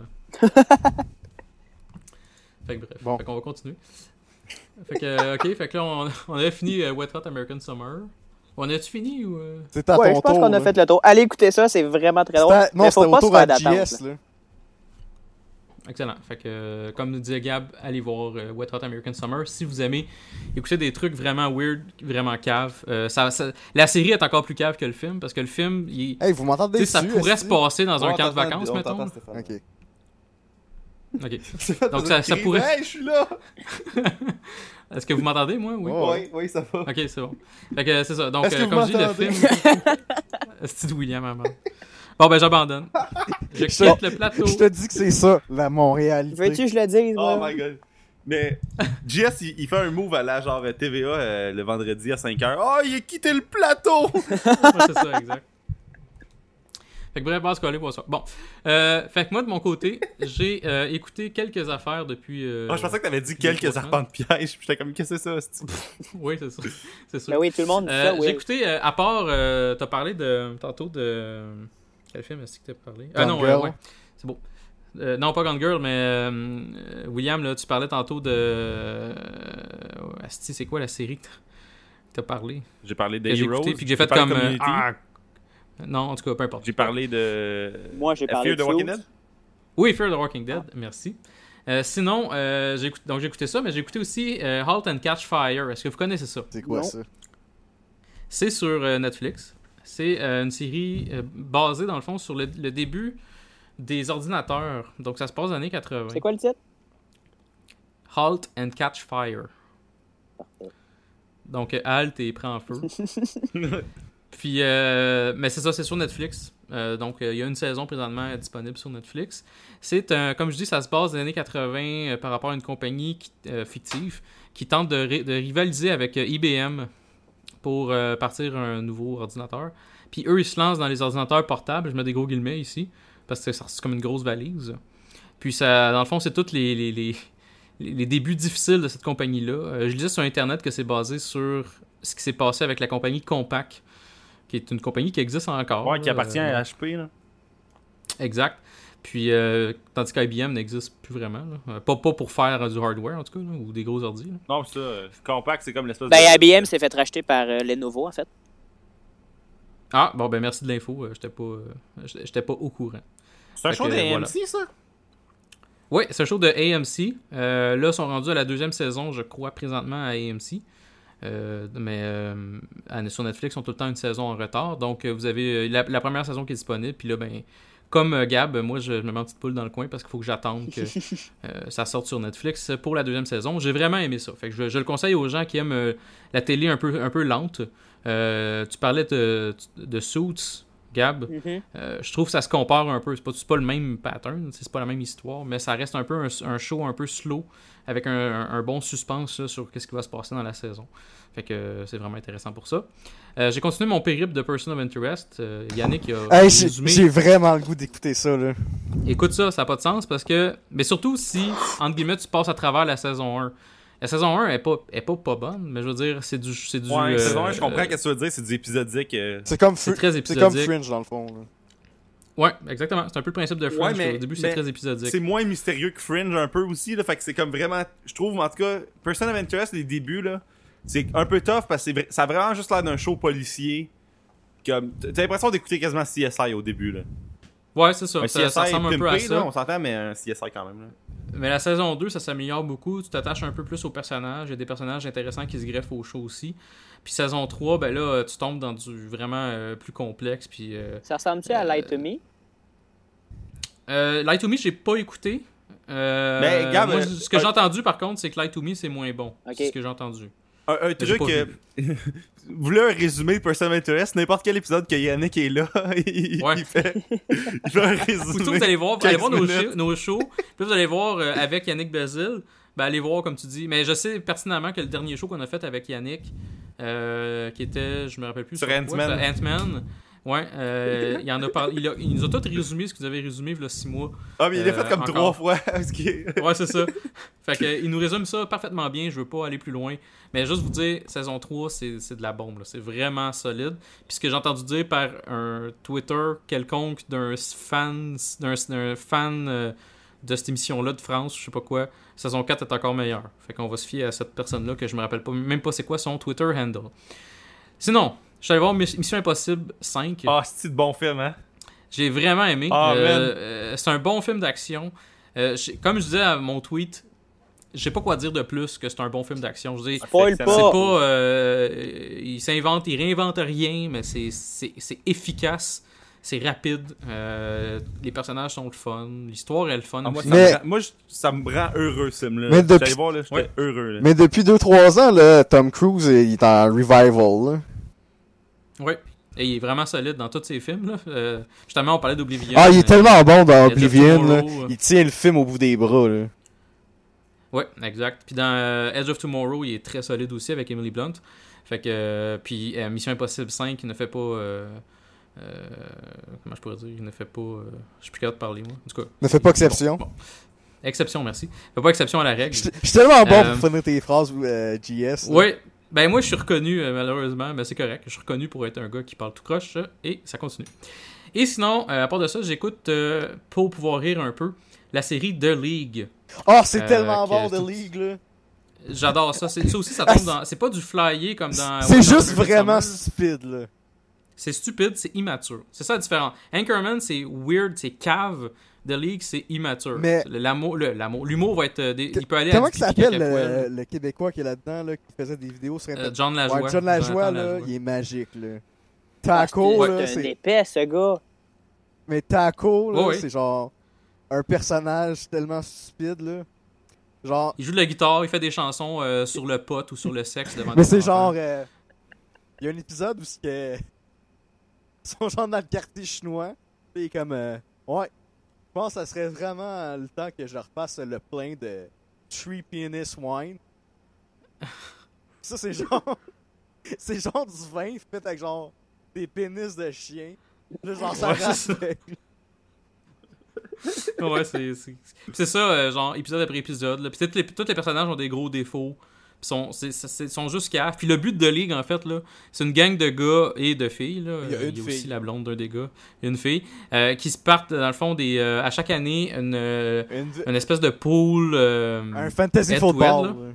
Fait que bref. Bon. Fait qu'on va continuer. Fait que, ok, fait que là, on avait fini Wet Hot American Summer. On a-tu fini ou... C'est à Ouais, ton je pense tour. qu'on a là. fait le tour. Allez écouter ça, c'est vraiment très drôle. C'était- Non, Mais c'était faut pas au se tour faire à d'attente. JS, là. là. Excellent. Fait que, comme nous disait Gab, allez voir Wet Hot American Summer. Si vous aimez écouter des trucs vraiment weird, vraiment cave. La série est encore plus cave que le film, parce que le film, Hey, vous m'entendez tu sais, ça dessus, pourrait esti? se passer dans un On camp de t'entend- vacances, on mettons. t'entend, Stéphane. Ok. Ok. Stéphane, Donc, t'as ça crié, pourrait- Hey, je suis là! Est-ce que vous m'entendez, moi? Oui. Oh. Oui, ça va. Ok, c'est bon. Fait que c'est ça. Donc, Est-ce que vous comme je dis, le m'entendez? film. C'est William Hamon. Bon, ben, j'abandonne. Je Je- quitte le plateau. Je te dis que c'est ça, la Montréalité. Veux-tu que je le dise, Oh moi? my god. Mais JS, il fait un move à la genre TVA le vendredi à 5h. Oh, il a quitté le plateau! Ouais, c'est ça, exact. Fait que bref, parce qu'on allait voir ça. Bon. Fait que moi, de mon côté, j'ai écouté quelques affaires depuis. Ah, je pensais que t'avais dit depuis quelques 3 arpents de piège. Puis j'étais comme, qu'est-ce que c'est ça, hostie? Oui, c'est ça. C'est sûr. Ben oui, tout le monde dit ça, J'ai oui. écouté, à part, t'as parlé tantôt de... Quel film est-ce que t'as parlé? Ah Gone non, Girl. ouais, c'est beau. Non, pas Gone Girl, mais William, là, tu parlais tantôt de... Asti, c'est quoi la série que t'as parlé? J'ai parlé de Que j'ai Heroes. écouté, puis que j'ai fait parlé comme... de Community. Non, en tout cas, peu importe. J'ai parlé de... Moi, j'ai parlé Fear de the Walking Suits. Dead? Oui, Fear the Walking Dead, merci. Sinon, j'ai écouté ça, mais j'ai écouté aussi Halt and Catch Fire. Est-ce que vous connaissez ça? C'est quoi Non. ça? C'est sur Netflix. C'est une série basée, dans le fond, sur le début des ordinateurs. Donc, ça se passe dans les années 80. C'est quoi le titre? Halt and Catch Fire. Parfait. Donc, halt et prend feu. Puis, mais c'est ça, c'est sur Netflix. Donc, il y a une saison présentement disponible sur Netflix. C'est comme je dis, ça se base dans les années 80 par rapport à une compagnie fictive qui tente de rivaliser avec IBM pour partir un nouveau ordinateur. Puis eux, ils se lancent dans les ordinateurs portables. Je mets des gros guillemets ici, parce que c'est comme une grosse valise. Puis, ça, dans le fond, c'est tous les débuts difficiles de cette compagnie-là. Je lisais sur Internet que c'est basé sur ce qui s'est passé avec la compagnie Compaq, qui est une compagnie qui existe encore. Ouais, qui appartient à HP, là. Exact. Puis, tandis qu'IBM n'existe plus vraiment. Là. Pas pour faire du hardware, en tout cas, là, ou des gros ordi. Là. Non, ça, Compaq, c'est comme l'espèce Ben, de... IBM s'est fait racheter par Lenovo, en fait. Ah, bon, ben merci de l'info. J'étais pas au courant. C'est un Fait show que, d'AMC, ça? Oui, c'est un show de AMC. Là, ils sont rendus à la 2e saison, je crois, présentement à AMC. Mais sur Netflix, ils ont tout le temps une saison en retard. Donc, vous avez la première saison qui est disponible. Puis là, ben, comme Gab, moi, je me mets en petite poule dans le coin parce qu'il faut que j'attende que ça sorte sur Netflix pour la 2e saison. J'ai vraiment aimé ça. Fait que je le conseille aux gens qui aiment la télé un peu lente. Tu parlais de Suits, Gab. Mhm. Je trouve que ça se compare un peu. C'est pas le même pattern, c'est pas la même histoire, mais ça reste un peu un show un peu slow avec un bon suspense là, sur ce qui va se passer dans la saison. Fait que c'est vraiment intéressant pour ça. J'ai continué mon périple de Person of Interest. Yannick a résumé. J'ai vraiment le goût d'écouter ça, là. Écoute ça n'a pas de sens parce que... Mais surtout si, entre guillemets, tu passes à travers la saison 1. La saison 1 est pas bonne, mais je veux dire, c'est du Ouais, la saison 1, je comprends ce que tu veux dire, c'est du épisodique. C'est comme, c'est très c'est épisodique. comme Fringe, dans le fond, là. Ouais, exactement. C'est un peu le principe de Fringe. Ouais, mais- Au début, c'est mais très épisodique. C'est moins mystérieux que Fringe un peu aussi, là, fait que c'est comme vraiment... Je trouve, en tout cas, Person of Interest, les débuts, là, c'est un peu tough parce que ça a vraiment juste l'air d'un show policier. Comme, t'as l'impression d'écouter quasiment CSI au début, là. Ouais, c'est ça. Un Ça CSI ressemble un peu à pimpé, ça. là, on s'entend, mais un CSI quand même, là. Mais la saison 2, ça s'améliore beaucoup. Tu t'attaches un peu plus aux personnages. Il y a des personnages intéressants qui se greffent au show aussi. Puis saison 3, ben là, tu tombes dans du vraiment plus complexe. Puis, Ça ressemble-tu à Light to Me? Light to Me, j'ai pas écouté. Mais, Gab, moi, ce que j'ai entendu, par contre, c'est que Light to Me, c'est moins bon. Ok. C'est ce que j'ai entendu. Un J'ai truc, pas vous voulez un résumé de Person of Interest, n'importe quel épisode que Yannick est là, il Ouais. fait un Ou résumé. tout, vous allez voir 15 nos, minutes. nos shows. Puis vous allez voir avec Yannick Bazil. Ben, allez voir, comme tu dis. Mais je sais pertinemment que le dernier show qu'on a fait avec Yannick, qui était, je me rappelle plus. Sur quoi, Ant-Man. c'était Ant-Man. Ouais, il en a parlé. Il nous a tout résumé ce que vous avez résumé il y a 6 mois. Ah, mais il l'a fait comme encore. 3 fois. Parce que... Ouais, c'est ça. Fait que, il nous résume ça parfaitement bien. Je veux pas aller plus loin. Mais juste vous dire, saison 3, c'est de la bombe. Là. C'est vraiment solide. Puis ce que j'ai entendu dire par un Twitter quelconque d'un fan de cette émission-là de France, je sais pas quoi, saison 4 est encore meilleure. Fait qu'on va se fier à cette personne-là que je me rappelle pas, même pas c'est quoi son Twitter handle. Sinon, je suis allé voir Mission Impossible 5. Ah, c'est de bon film, hein? J'ai vraiment aimé. Ah, c'est un bon film d'action. Comme je disais à mon tweet, je sais pas quoi dire de plus que c'est un bon film d'action. Je dis, Spoil c'est c'est pas! pas. Il réinvente rien, mais c'est efficace. C'est rapide. Les personnages sont le fun. L'histoire est le fun. Ah, moi, aussi. ça me rend heureux, ce film-là. Mais depuis- J'allais voir, là, j'étais Ouais. heureux, là. Mais depuis 2-3 ans, là, Tom Cruise, il est en revival, là. Oui. Et il est vraiment solide dans tous ses films. Là. Justement, on parlait d'Oblivion. Ah, il est tellement bon dans Edge of Oblivion, là. Tomorrow. Il tient le film au bout des bras, là. Ouais, exact. Puis dans Edge of Tomorrow, il est très solide aussi avec Emily Blunt. Fait que puis Mission Impossible 5, il ne fait pas comment je pourrais dire, il ne fait pas je suis plus capable de parler moi. En tout cas, Ne fais pas exception. Bon. Exception, merci. Fais pas exception à la règle. Je suis tellement bon Euh, pour finir tes phrases, JS. là. Ouais. Ben moi je suis reconnu malheureusement, mais c'est correct. Je suis reconnu pour être un gars qui parle tout croche et ça continue. Et sinon, à part de ça, j'écoute pour pouvoir rire un peu la série The League. Oh, c'est tellement que bon, tout- The League, là. J'adore ça. Ça aussi, ça tombe dans. C'est pas du flyer comme dans. C'est One juste Hundred vraiment Summers. stupide, là. C'est stupide, c'est immature. C'est ça la différence. Anchorman, c'est weird, c'est cave, The League, c'est immature. Mais- L'humour va être... il peut aller à Comment du il pipi s'appelle caca poil. le Québécois qui est là-dedans, là, qui faisait des vidéos sur Internet? John Lajoie. Ouais, John Lajoie, Jonathan là, Lajoie. il est magique, là. Ah, Taco, c'est là, un c'est... épais, ce gars. Mais Taco, là, Oh, oui. c'est genre un personnage tellement stupide, là. Genre... Il joue de la guitare, il fait des chansons sur le pot ou sur le sexe devant Mais des c'est enfants. genre... Il y a un épisode où c'est que... Ils sont genre dans le quartier chinois, pis il est comme... Ouais, je pense que ça serait vraiment le temps que je repasse le plein de Three Penis Wine. Ça, c'est genre... C'est genre du vin fait avec genre des pénis de chien. Là, genre, ça Ouais, c'est ça. rappelle. Ouais, c'est ça, genre, épisode après épisode. Là. Puis tous les personnages ont des gros défauts. Puis sont juste caves. Puis le but de League, en fait, là, c'est une gang de gars et de filles. Là. Il y a une aussi fille. la blonde d'un des gars. Il y a une fille. Qui se partent, dans le fond, à chaque année, une espèce de pool. Un fantasy head-to-head, football. là.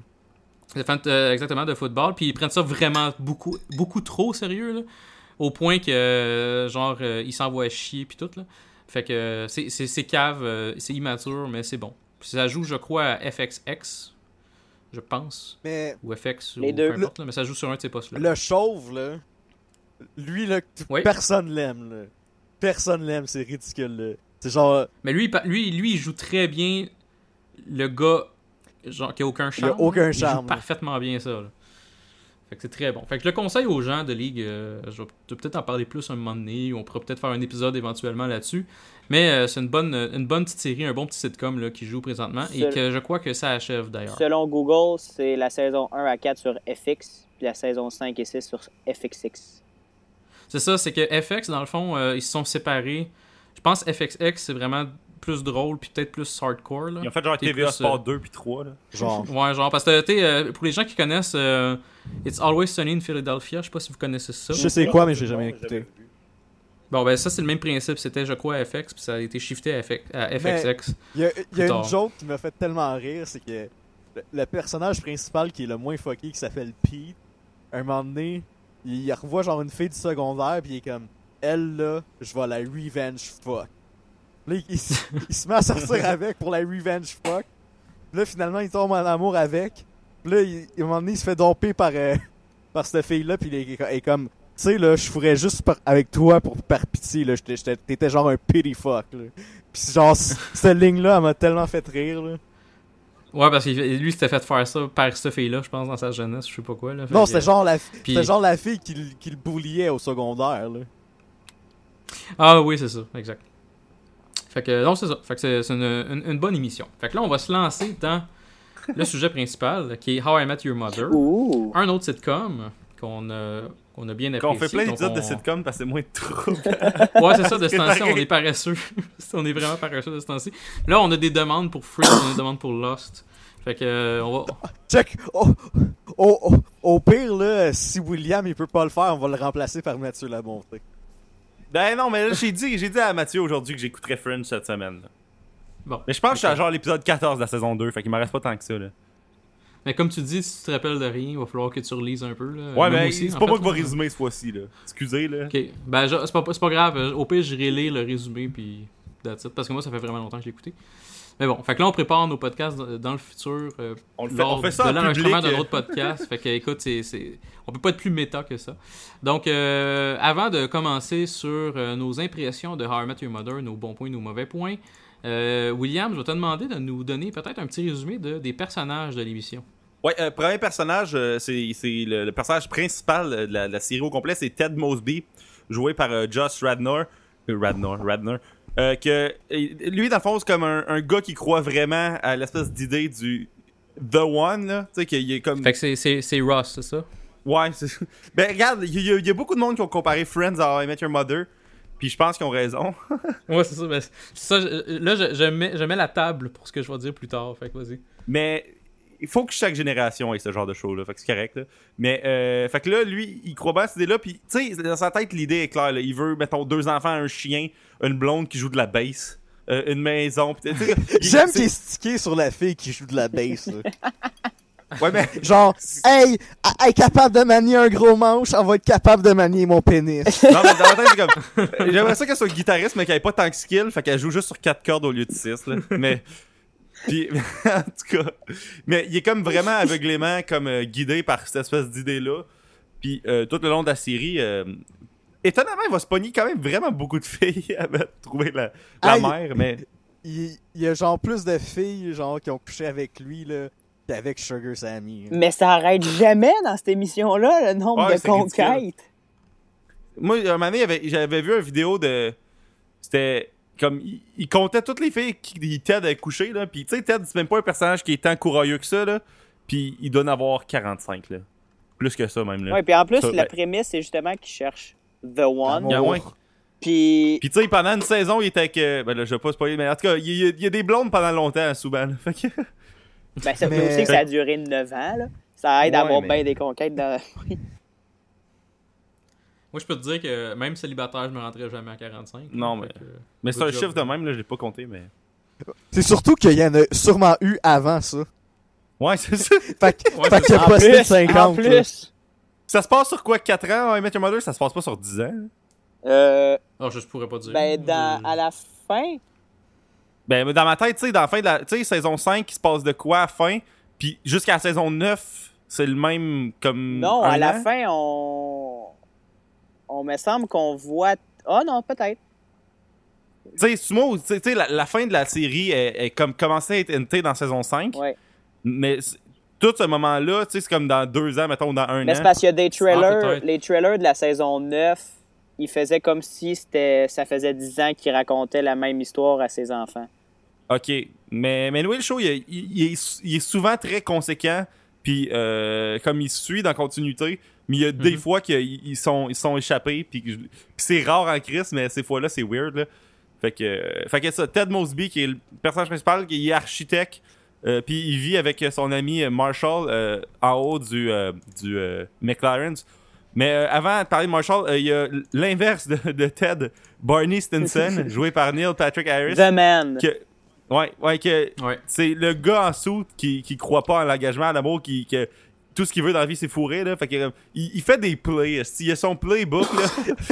là. Exactement, de football. Puis ils prennent ça vraiment beaucoup, beaucoup trop sérieux, là. Au point que, genre, ils s'envoient chier, puis tout, là. Fait que c'est cave, c'est immature, mais c'est bon. Puis ça joue, je crois, à FXX, je pense. Mais Ou FX, Les ou deux. peu importe, là, mais ça joue sur un de ces postes-là. le chauve, là, lui, là, Oui. personne l'aime, là. Personne l'aime, c'est ridicule, là. C'est genre, Mais lui, il joue très bien le gars genre, qui a aucun charme. Il a aucun là. charme, Il joue là. parfaitement bien ça, là. Fait que c'est très bon. Fait que je le conseille aux gens de League, je vais peut-être en parler plus un moment donné, ou on pourra peut-être faire un épisode éventuellement là-dessus. Mais c'est une bonne petite série, un bon petit sitcom là, qui joue présentement, et que je crois que ça achève d'ailleurs. Selon Google, c'est la saison 1 à 4 sur FX, puis la saison 5 et 6 sur FXX. C'est ça, c'est que FX, dans le fond, ils se sont séparés. Je pense que FXX, c'est vraiment plus drôle, puis peut-être plus hardcore. Là. Ils ont fait genre T'es TVA plus, Sport 2 puis 3, là. genre. Ouais, genre, parce que, tu sais, pour les gens qui connaissent It's Always Sunny in Philadelphia, je sais pas si vous connaissez ça. Je sais quoi, mais j'ai jamais écouté. Bon, ben ça, c'est le même principe. C'était, je crois, FX, puis ça a été shifté à FXX. Il y a Plus une tard. joke qui m'a fait tellement rire, c'est que le personnage principal qui est le moins fucké, qui s'appelle Pete, un moment donné, il revoit genre une fille du secondaire, puis il est comme, elle là, je vais la revenge fuck. Là, il se met à sortir avec pour la revenge fuck. Là, finalement, il tombe en amour avec. Puis là, à un moment donné, il se fait domper par cette fille-là, puis il est comme, tu sais, là, je ferais juste avec toi par pitié, là. T'étais genre un pity fuck, là. Puis genre, cette ligne-là, elle m'a tellement fait rire, là. Ouais, parce que lui, s'était fait faire ça par cette fille-là, je pense, dans sa jeunesse, je sais pas quoi. Là. Fait Non, que, c'était genre puis- c'était genre la fille qui le bulliait au secondaire, là. Ah oui, c'est ça, exact. Fait que, non, c'est ça. Fait que c'est une bonne émission. Fait que là, on va se lancer dans le sujet principal, qui est How I Met Your Mother. Ouh! Un autre sitcom qu'on a bien apprécié. Quand on fait plein donc d'épisodes de on- sitcom parce que c'est moins de trouble. Ouais, c'est ça, de ce C'est temps-ci, pareil. on est paresseux. On est vraiment paresseux de ce temps-ci. Là, on a des demandes pour Friends, on a des demandes pour Lost. Fait que, on va... Check! Au pire, là, si William il peut pas le faire, on va le remplacer par Mathieu Labonté. Ben non, mais là, j'ai dit à Mathieu aujourd'hui que j'écouterais Friends cette semaine. Là. Bon. Mais je pense que je suis à genre l'épisode 14 de la saison 2, fait qu'il m'en reste pas tant que ça, là. Mais comme tu dis, si tu te rappelles de rien, il va falloir que tu relises un peu. Là. Ouais, Même mais aussi, c'est en pas fait, moi qui va là. résumer cette fois-ci, là. Excusez, là. Ok, ben c'est pas grave. Au pire, j'irai lire le résumé, puis that's it, parce que moi, ça fait vraiment longtemps que je l'ai écouté. Mais bon, fait que là, on prépare nos podcasts dans le futur. On lors fait ça de en l'enregistrement public. d'un autre podcast. Fait que, écoute, on peut pas être plus méta que ça. Donc, avant de commencer sur nos impressions de How I Met Your Mother, nos bons points, nos mauvais points, William, je vais te demander de nous donner peut-être un petit résumé des personnages de l'émission. Ouais, premier personnage, c'est le personnage principal de la série au complet, c'est Ted Mosby, joué par Josh Radnor. Lui, dans le fond, c'est comme un gars qui croit vraiment à l'espèce d'idée du The One, là. Tu sais, qu'il est comme. Fait que c'est Ross, c'est ça? Ouais, c'est. Ben, regarde, il y a beaucoup de monde qui ont comparé Friends à How I Met Your Mother, puis je pense qu'ils ont raison. Ouais, c'est ça. Ben, je mets la table pour ce que je vais dire plus tard. Fait que vas-y. Mais il faut que chaque génération ait ce genre de show-là, fait que c'est correct, là. Mais, fait que là, lui, il croit bien à cette idée-là, puis, tu sais, dans sa tête, l'idée est claire, là. Il veut, mettons, 2 enfants, un chien, une blonde qui joue de la bass, une maison, pis, tu sais, J'aime c'est- qu'il est stické sur la fille qui joue de la bass, là. Ouais, mais. Genre, hey, elle est capable de manier un gros manche, elle va être capable de manier mon pénis. Non, mais dans ma tête, c'est comme. J'aimerais ça qu'elle soit guitariste, mais qu'elle ait pas tant de skill, fait qu'elle joue juste sur 4 cordes au lieu de 6, là. Mais. Puis, en tout cas. Mais il est comme vraiment aveuglément comme guidé par cette espèce d'idée-là. Puis, tout le long de la série. Étonnamment, il va se pogner quand même vraiment beaucoup de filles avant de trouver la mère, mais. Il y a genre plus de filles genre qui ont couché avec lui là qu'avec Sugar Sammy. Mais ça arrête jamais dans cette émission-là, le nombre Ouais, de c'est ridicule. conquêtes. Moi, un moment donné, j'avais vu une vidéo de. C'était. Comme. Il comptait toutes les filles qui Ted avait couché, là. Puis, tu sais, Ted, c'est même pas un personnage qui est tant courageux que ça, là. Puis, il doit en avoir 45, là. Plus que ça, même, là. Ouais, puis en plus, Ça, la ben- prémisse, c'est justement qu'il cherche The One. Il y a moins. Puis Puis, tu sais, pendant une saison, il était avec. Ben là, je vais pas spoiler, mais en tout cas, il y a des blondes pendant longtemps à Souban. Fait que. ben, ça fait Mais- aussi que ça a duré 9 ans. Là. Ça aide à Ouais, avoir mais- bien des conquêtes dans. Moi, je peux te dire que même célibataire, je me rentrais jamais à 45. Non, Fait mais- que, Mais c'est good un job. chiffre de même, là, je l'ai pas compté, mais. C'est surtout qu'il y en a sûrement eu avant ça. Ouais, c'est ça. Fait que, Ouais, fait c'est qu'il a En posté plus, 50. en là. plus. Ça se passe sur quoi, 4 ans? I Met Your Mother, ça se passe pas sur 10 ans? Ah, je pourrais pas dire. Ben, à la fin, Ben, mais dans ma tête, tu sais, dans la fin de la. Tu sais, saison 5, il se passe de quoi à la fin? Puis jusqu'à la saison 9, c'est le même comme. non, un à la an? fin, on me semble qu'on voit. Ah non, peut-être. Tu sais, Sumo, tu sais, la fin de la série est comme commencé à être NT dans saison 5. Ouais. Mais tout ce moment-là, tu sais, c'est comme dans 2 ans, mettons, dans 1 Mais c'est an. parce qu'il y a des trailers. peut-être. Les trailers de la saison 9, ils faisaient comme si ça faisait 10 ans qu'ils racontaient la même histoire à ses enfants. Ok. Mais Louis, le show, il est souvent très conséquent. Puis, comme il suit dans la continuité. Mais il y a des fois qu'ils sont échappés. Puis c'est rare en crise, mais ces fois-là, c'est weird, là. Fait que ça, Ted Mosby, qui est le personnage principal, qui est architecte, puis il vit avec son ami Marshall en haut du McLaren's. Mais avant de parler de Marshall, il y a l'inverse de Ted, Barney Stinson, joué par Neil Patrick Harris. The Man. Ouais, Ouais. c'est le gars en soute qui croit pas en l'engagement, à l'amour, que tout ce qu'il veut dans la vie, c'est fourrer, là. Fait que, il fait des plays. Il a son playbook, là.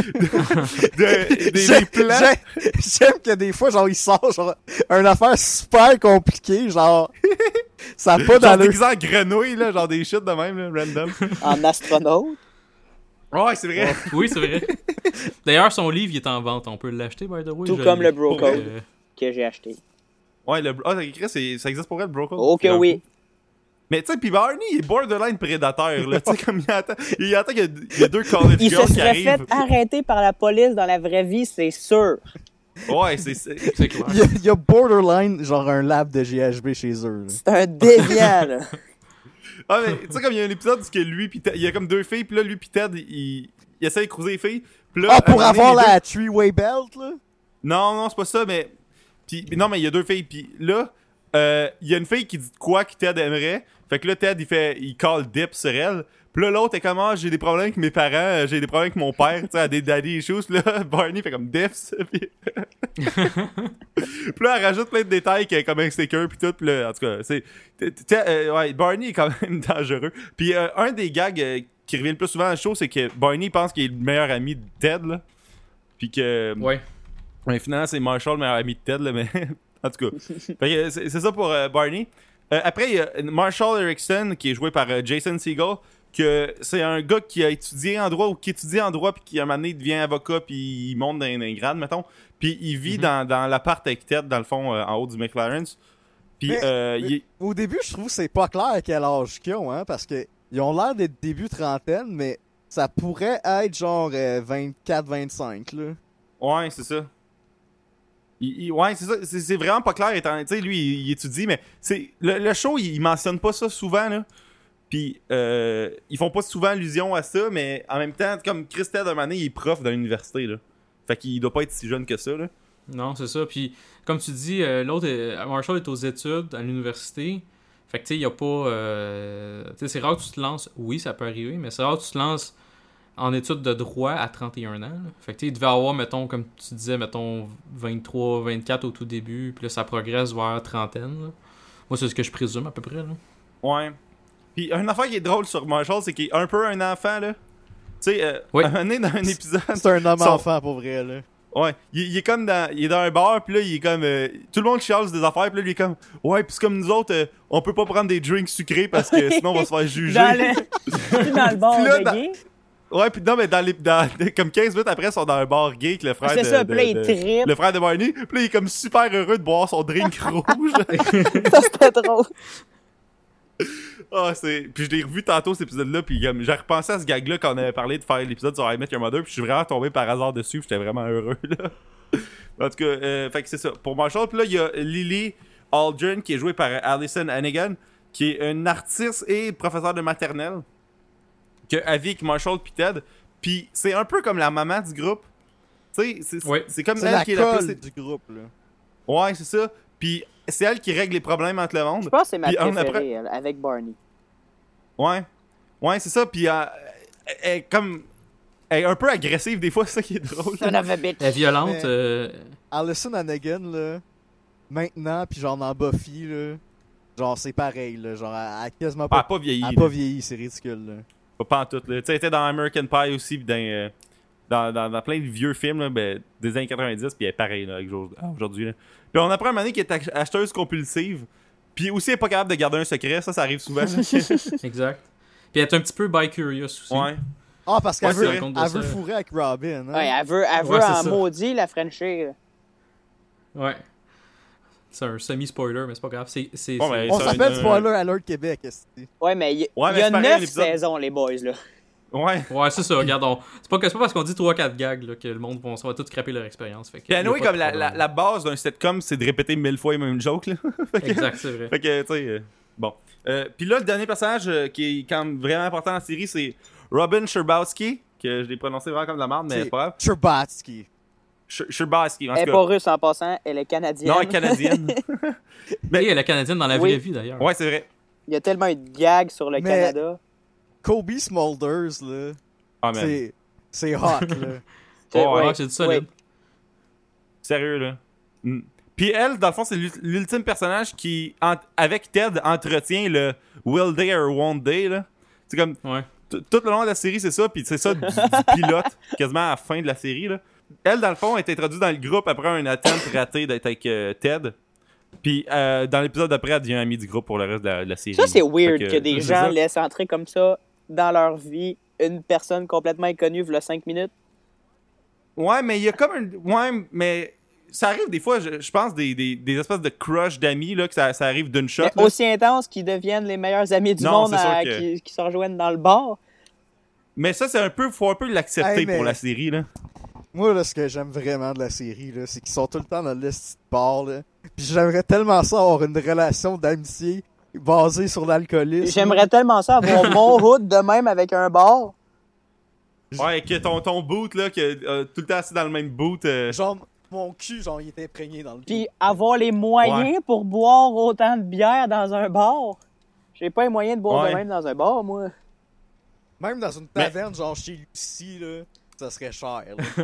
des plans. J'aime que des fois, genre, il sort genre, une affaire super compliquée, genre, ça a pas Genre d'allure. déguisé en grenouille, là. Genre des shit de même, là, random. En astronaute. Ouais, c'est vrai. Oui, c'est vrai. D'ailleurs, son livre, il est en vente. On peut l'acheter, by the way. Tout je comme l'ai le Bro pas, Code. Que j'ai acheté. Ouais, t'as écrit, ça existe pour elle, le Bro Code? Oh que oui. Mais tu sais, pis Barney, il est borderline prédateur, là. Tu sais, comme il attend qu'il y a 2 college Il se girls qui serait arrivent. fait arrêter par la police dans la vraie vie, c'est sûr. Ouais, c'est. C'est clair. Il y a borderline, genre, un lab de GHB chez eux. là. C'est un déviant, là. Ah, mais tu sais, comme il y a un épisode où que lui, pis il y a comme 2 filles, pis là, lui, pis Ted, il essaie de cruiser les filles. Pis là, Ah, à un pour moment donné, avoir les la three-way belt, là? Non, c'est pas ça, mais. Non, mais il y a 2 filles. Puis là, il y a une fille qui dit quoi que Ted aimerait. Fait que là, Ted, il call dip sur elle. Puis là, l'autre est comme, ah, j'ai des problèmes avec mes parents, j'ai des problèmes avec mon père, tu sais, à des daddy issues. Là, Barney fait comme dips. Puis là, elle rajoute plein de détails qui est comme insécure, puis tout. Puis là, en tout cas, ouais, Barney est quand même dangereux. Puis un des gags qui revient le plus souvent dans le show, c'est que Barney pense qu'il est le meilleur ami de Ted, là. Puis que. Ouais. Mais finalement, c'est Marshall, le meilleur ami de Ted, là, mais en tout cas. Fait que c'est ça pour Barney. Après, il y a Marshall Erickson, qui est joué par Jason Segel, que c'est un gars qui a étudié en droit, ou qui étudie en droit, puis qui, à un moment donné, devient avocat, puis il monte dans un grade, mettons. Puis il vit dans l'appart avec Ted, dans le fond, en haut du McLaren's. Puis Au début, je trouve que c'est pas clair à quel âge qu'ils ont, hein, parce que ils ont l'air d'être début trentaine, mais ça pourrait être genre 24-25, là. Ouais, c'est ça. Ouais, c'est ça. C'est vraiment pas clair. Tu sais, lui, il étudie, mais c'est le show, il mentionne pas ça souvent, là. Puis, ils font pas souvent allusion à ça, mais en même temps, comme Christelle, d'un moment donné, il est prof dans l'université, là. Fait qu'il doit pas être si jeune que ça, là. Non, c'est ça. Puis, comme tu dis, Marshall est aux études à l'université. Fait que, tu sais, il y a pas... tu sais, c'est rare que tu te lances... Oui, ça peut arriver, mais c'est rare que tu te lances en études de droit à 31 ans. Là. Fait que, tu sais, il devait avoir, mettons, comme tu disais, mettons, 23, 24 au tout début. Puis là, ça progresse vers trentaine. Là. Moi, c'est ce que je présume, à peu près. Là. Ouais. Puis une affaire qui est drôle sur Marshall, c'est qu'il est un peu un enfant, là. Tu sais, Oui. un moment donné, dans un épisode... C'est un homme son- enfant, pour vrai, là. Ouais, il est comme dans... Il est dans un bar, puis là, il est comme... tout le monde chiale sur des affaires, puis là, lui, il est comme... Ouais, puis c'est comme nous autres, on peut pas prendre des drinks sucrés parce que sinon, on va se faire juger. Dans le, dans le bar Puis là, de dans- gay. Ouais, puis non, mais comme 15 minutes après, ils sont dans un bar gay avec le frère C'est de... ça, puis là, il trippe. le frère de Barney, puis là, il est comme super heureux de boire son drink rouge. Ça, c'était drôle. Ah, Puis je l'ai revu tantôt cet épisode-là, puis comme j'ai repensé à ce gag-là quand on avait parlé de faire l'épisode sur I Met Your Mother, puis je suis vraiment tombé par hasard dessus, puis j'étais vraiment heureux, là. En tout cas, fait que c'est ça. Pour Marshall, puis là, il y a Lily Aldrin, qui est jouée par Alison Hannigan, qui est une artiste et professeure de maternelle, que avec Marshall puis Ted, puis c'est un peu comme la maman du groupe. Tu sais, Oui. c'est comme C'est elle la qui est la colle plus... du groupe, là. Ouais, c'est ça. Puis c'est elle qui règle les problèmes entre le monde. Je pense que c'est ma Puis on préférée, elle, avec Barney. Ouais. Ouais, c'est ça. Puis elle est comme... Elle est un peu agressive des fois, c'est ça qui est drôle. Son of a bitch. La violente, Mais- Alison Hannigan, là, maintenant, puis genre dans Buffy, là, genre c'est pareil, là, genre elle a quasiment Elle a pas, pas vieilli. elle a là. pas vieilli, c'est ridicule, là. Pas en tout. Tu sais, elle était dans American Pie aussi, puis dans plein de vieux films là, ben, des années 90, puis elle est pareille là, avec aujourd'hui. Là. Puis on apprend un moment donné qu'elle est acheteuse compulsive, puis aussi elle est pas capable de garder un secret, ça arrive souvent. exact. Puis elle est un petit peu bi-curious aussi. Ouais. Ah, parce qu'elle Ouais, c'est veut, vrai. compte de elle ça. veut fourrer avec Robin, hein. Ouais, elle veut Ouais, c'est en ça. maudit la Frenchie. là. Ouais. C'est un semi-spoiler, mais c'est pas grave. Bon, ben, On ça, s'appelle un- Spoiler Alert Québec, est-ce que Ouais, mais il Ouais, mais y a c'est pareil, 9 l'épisode. saisons, les boys, là. Ouais. Ouais, c'est ça, regarde. C'est pas parce qu'on dit 3-4 gags là, que le monde va tout scraper leur expérience. Fait que Puis y a anyway, pas de comme problème. la base d'un sitcom, c'est de répéter 1000 fois les mêmes jokes. Là. Exact, c'est vrai. Fait que, tu sais, bon. Puis là, le dernier personnage qui est quand même vraiment important dans la série, c'est Robin Scherbatsky, que je l'ai prononcé vraiment comme de la merde, mais C'est c'est pas grave. Cherbatsky. Scherbatsky, en Elle tout est cas. pas russe en passant, elle est canadienne. Non, elle est canadienne. Mais elle est canadienne dans la Oui. vraie vie d'ailleurs. Ouais, c'est vrai. Il y a tellement eu de gags sur le Mais- Canada. Kobe Smulders, là, Ah, man. c'est hot, là. C'est- Ouais, Ouais, c'est du solide. Sérieux, là. Mm. Puis elle, dans le fond, c'est l'ultime personnage qui, avec Ted, entretient le Will Day or Won't Day, là. C'est comme... Ouais. Tout le long de la série, c'est ça, puis c'est ça du pilote, quasiment à la fin de la série, là. Elle, dans le fond, est introduite dans le groupe après un attempt raté d'être avec Ted. Puis dans l'épisode d'après, elle devient amie du groupe pour le reste de la série. Ça, c'est weird Fait que des c'est gens ça. laissent entrer comme ça dans leur vie une personne complètement inconnue, v'là 5 minutes. Ouais, mais il y a comme un... Ouais, mais ça arrive des fois, je pense, des espèces de crush d'amis, là, que ça arrive d'une shot. Mais là. aussi intense qu'ils deviennent les meilleurs amis du Non, monde c'est sûr que- qui se rejoignent dans le bar. Mais ça, c'est un peu... Faut un peu l'accepter Hey, mais- pour la série, là. Moi, là, ce que j'aime vraiment de la série, là, c'est qu'ils sont tout le temps dans le petit bar, là. Puis j'aimerais tellement ça avoir une relation d'amitié basée sur l'alcoolisme. J'aimerais tellement ça avoir mon hood de même avec un bar. Ouais, que ton boot, là, que tout le temps assis dans le même boot... Genre, mon cul, genre, il est imprégné dans le Puis avoir les moyens pour boire autant de bière dans un bar. J'ai pas les moyens de boire Ouais. de même dans un bar, moi. Même dans une taverne, genre chez Lucie, là, ça serait cher, là.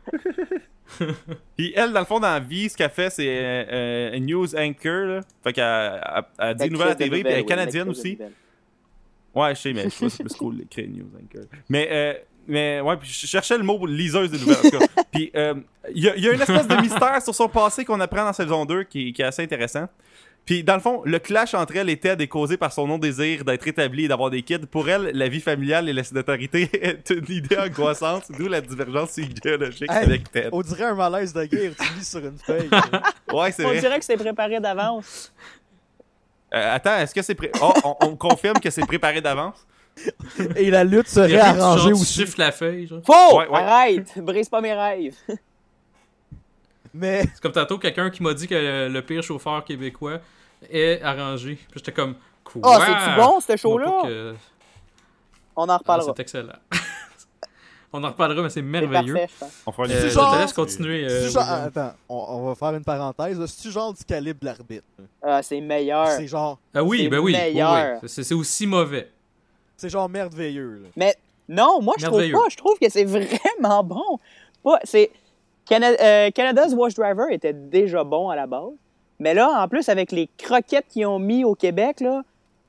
Puis elle, dans le fond, dans la vie, ce qu'elle fait, c'est une news anchor, là. Fait qu'elle elle dit une nouvelle à la TV, puis elle est canadienne aussi. Ouais, je sais, mais je sais pas si c'est cool d'écrire news anchor. Mais ouais, puis je cherchais le mot liseuse de nouvelles, en tout cas. Puis il y a une espèce de mystère sur son passé qu'on apprend dans saison 2 qui est assez intéressant. Puis dans le fond, le clash entre elle et Ted est causé par son non-désir d'être établi et d'avoir des kids. Pour elle, la vie familiale et la sédentarité est une idée angoissante, d'où la divergence idéologique Hey, avec Ted. On dirait un malaise de guerre, tu lis sur une feuille. Ouais, c'est On vrai. dirait que c'est préparé d'avance. Attends, est-ce que c'est on confirme que c'est préparé d'avance? Et la lutte Il serait y a plus de arrangée genre, tu aussi. chiffres la feuille, genre. Faux! Ouais, ouais. Arrête! Brise pas mes rêves. Mais C'est comme tantôt quelqu'un qui m'a dit que le pire chauffeur québécois est arrangé. Puis j'étais comme, quoi? Ah, c'est-tu bon, ce Moi, show-là? pas que- On en Ah, reparlera. c'est excellent. On en reparlera, mais c'est C'est merveilleux. parfait, je pense. On fera une Je C'est te genre- laisse continuer. c'est genre... William. Attends, on va faire une parenthèse. là. C'est-tu genre du calibre de l'arbitre? là? Ah, c'est meilleur. C'est genre... Ah oui, c'est ben oui. meilleur. oui. C'est aussi mauvais. C'est genre merveilleux, là. Mais non, moi, je trouve Merveilleux. pas. Je trouve que c'est vraiment bon. C'est... Canada's Wash Driver était déjà bon à la base. Mais là, en plus, avec les croquettes qu'ils ont mis au Québec, là,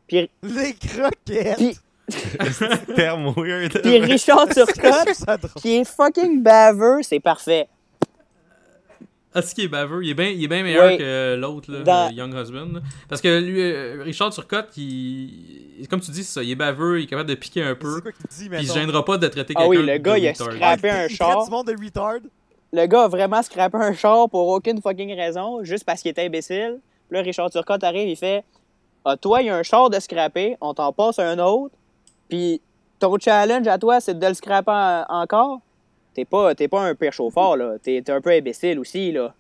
Puis, Les croquettes! puis, Terme weird. puis Richard Je trouve Turcotte, ça drôle. qui est fucking baveux, c'est parfait. Ah, c'est qu'il est baveux. Il est bien meilleur Oui. que l'autre, là, Dans- le Young Husband. Là. Parce que lui, Richard Turcotte, comme tu dis, c'est ça, il est baveux, il est capable de piquer un peu. C'est quoi qu'il dit, Puis il se mettons? gênera pas de traiter Ah quelqu'un oui, le gars, de il a retard. scrappé un Il char. traite du monde de retard. Le gars a vraiment scrappé un char pour aucune fucking raison, juste parce qu'il était imbécile. Puis là, Richard Turcotte arrive, il fait ah, toi, il y a un char de scrapper, on t'en passe un autre, puis ton challenge à toi, c'est de le scraper encore. T'es pas un pire chauffeur, là. T'es un peu imbécile aussi, là.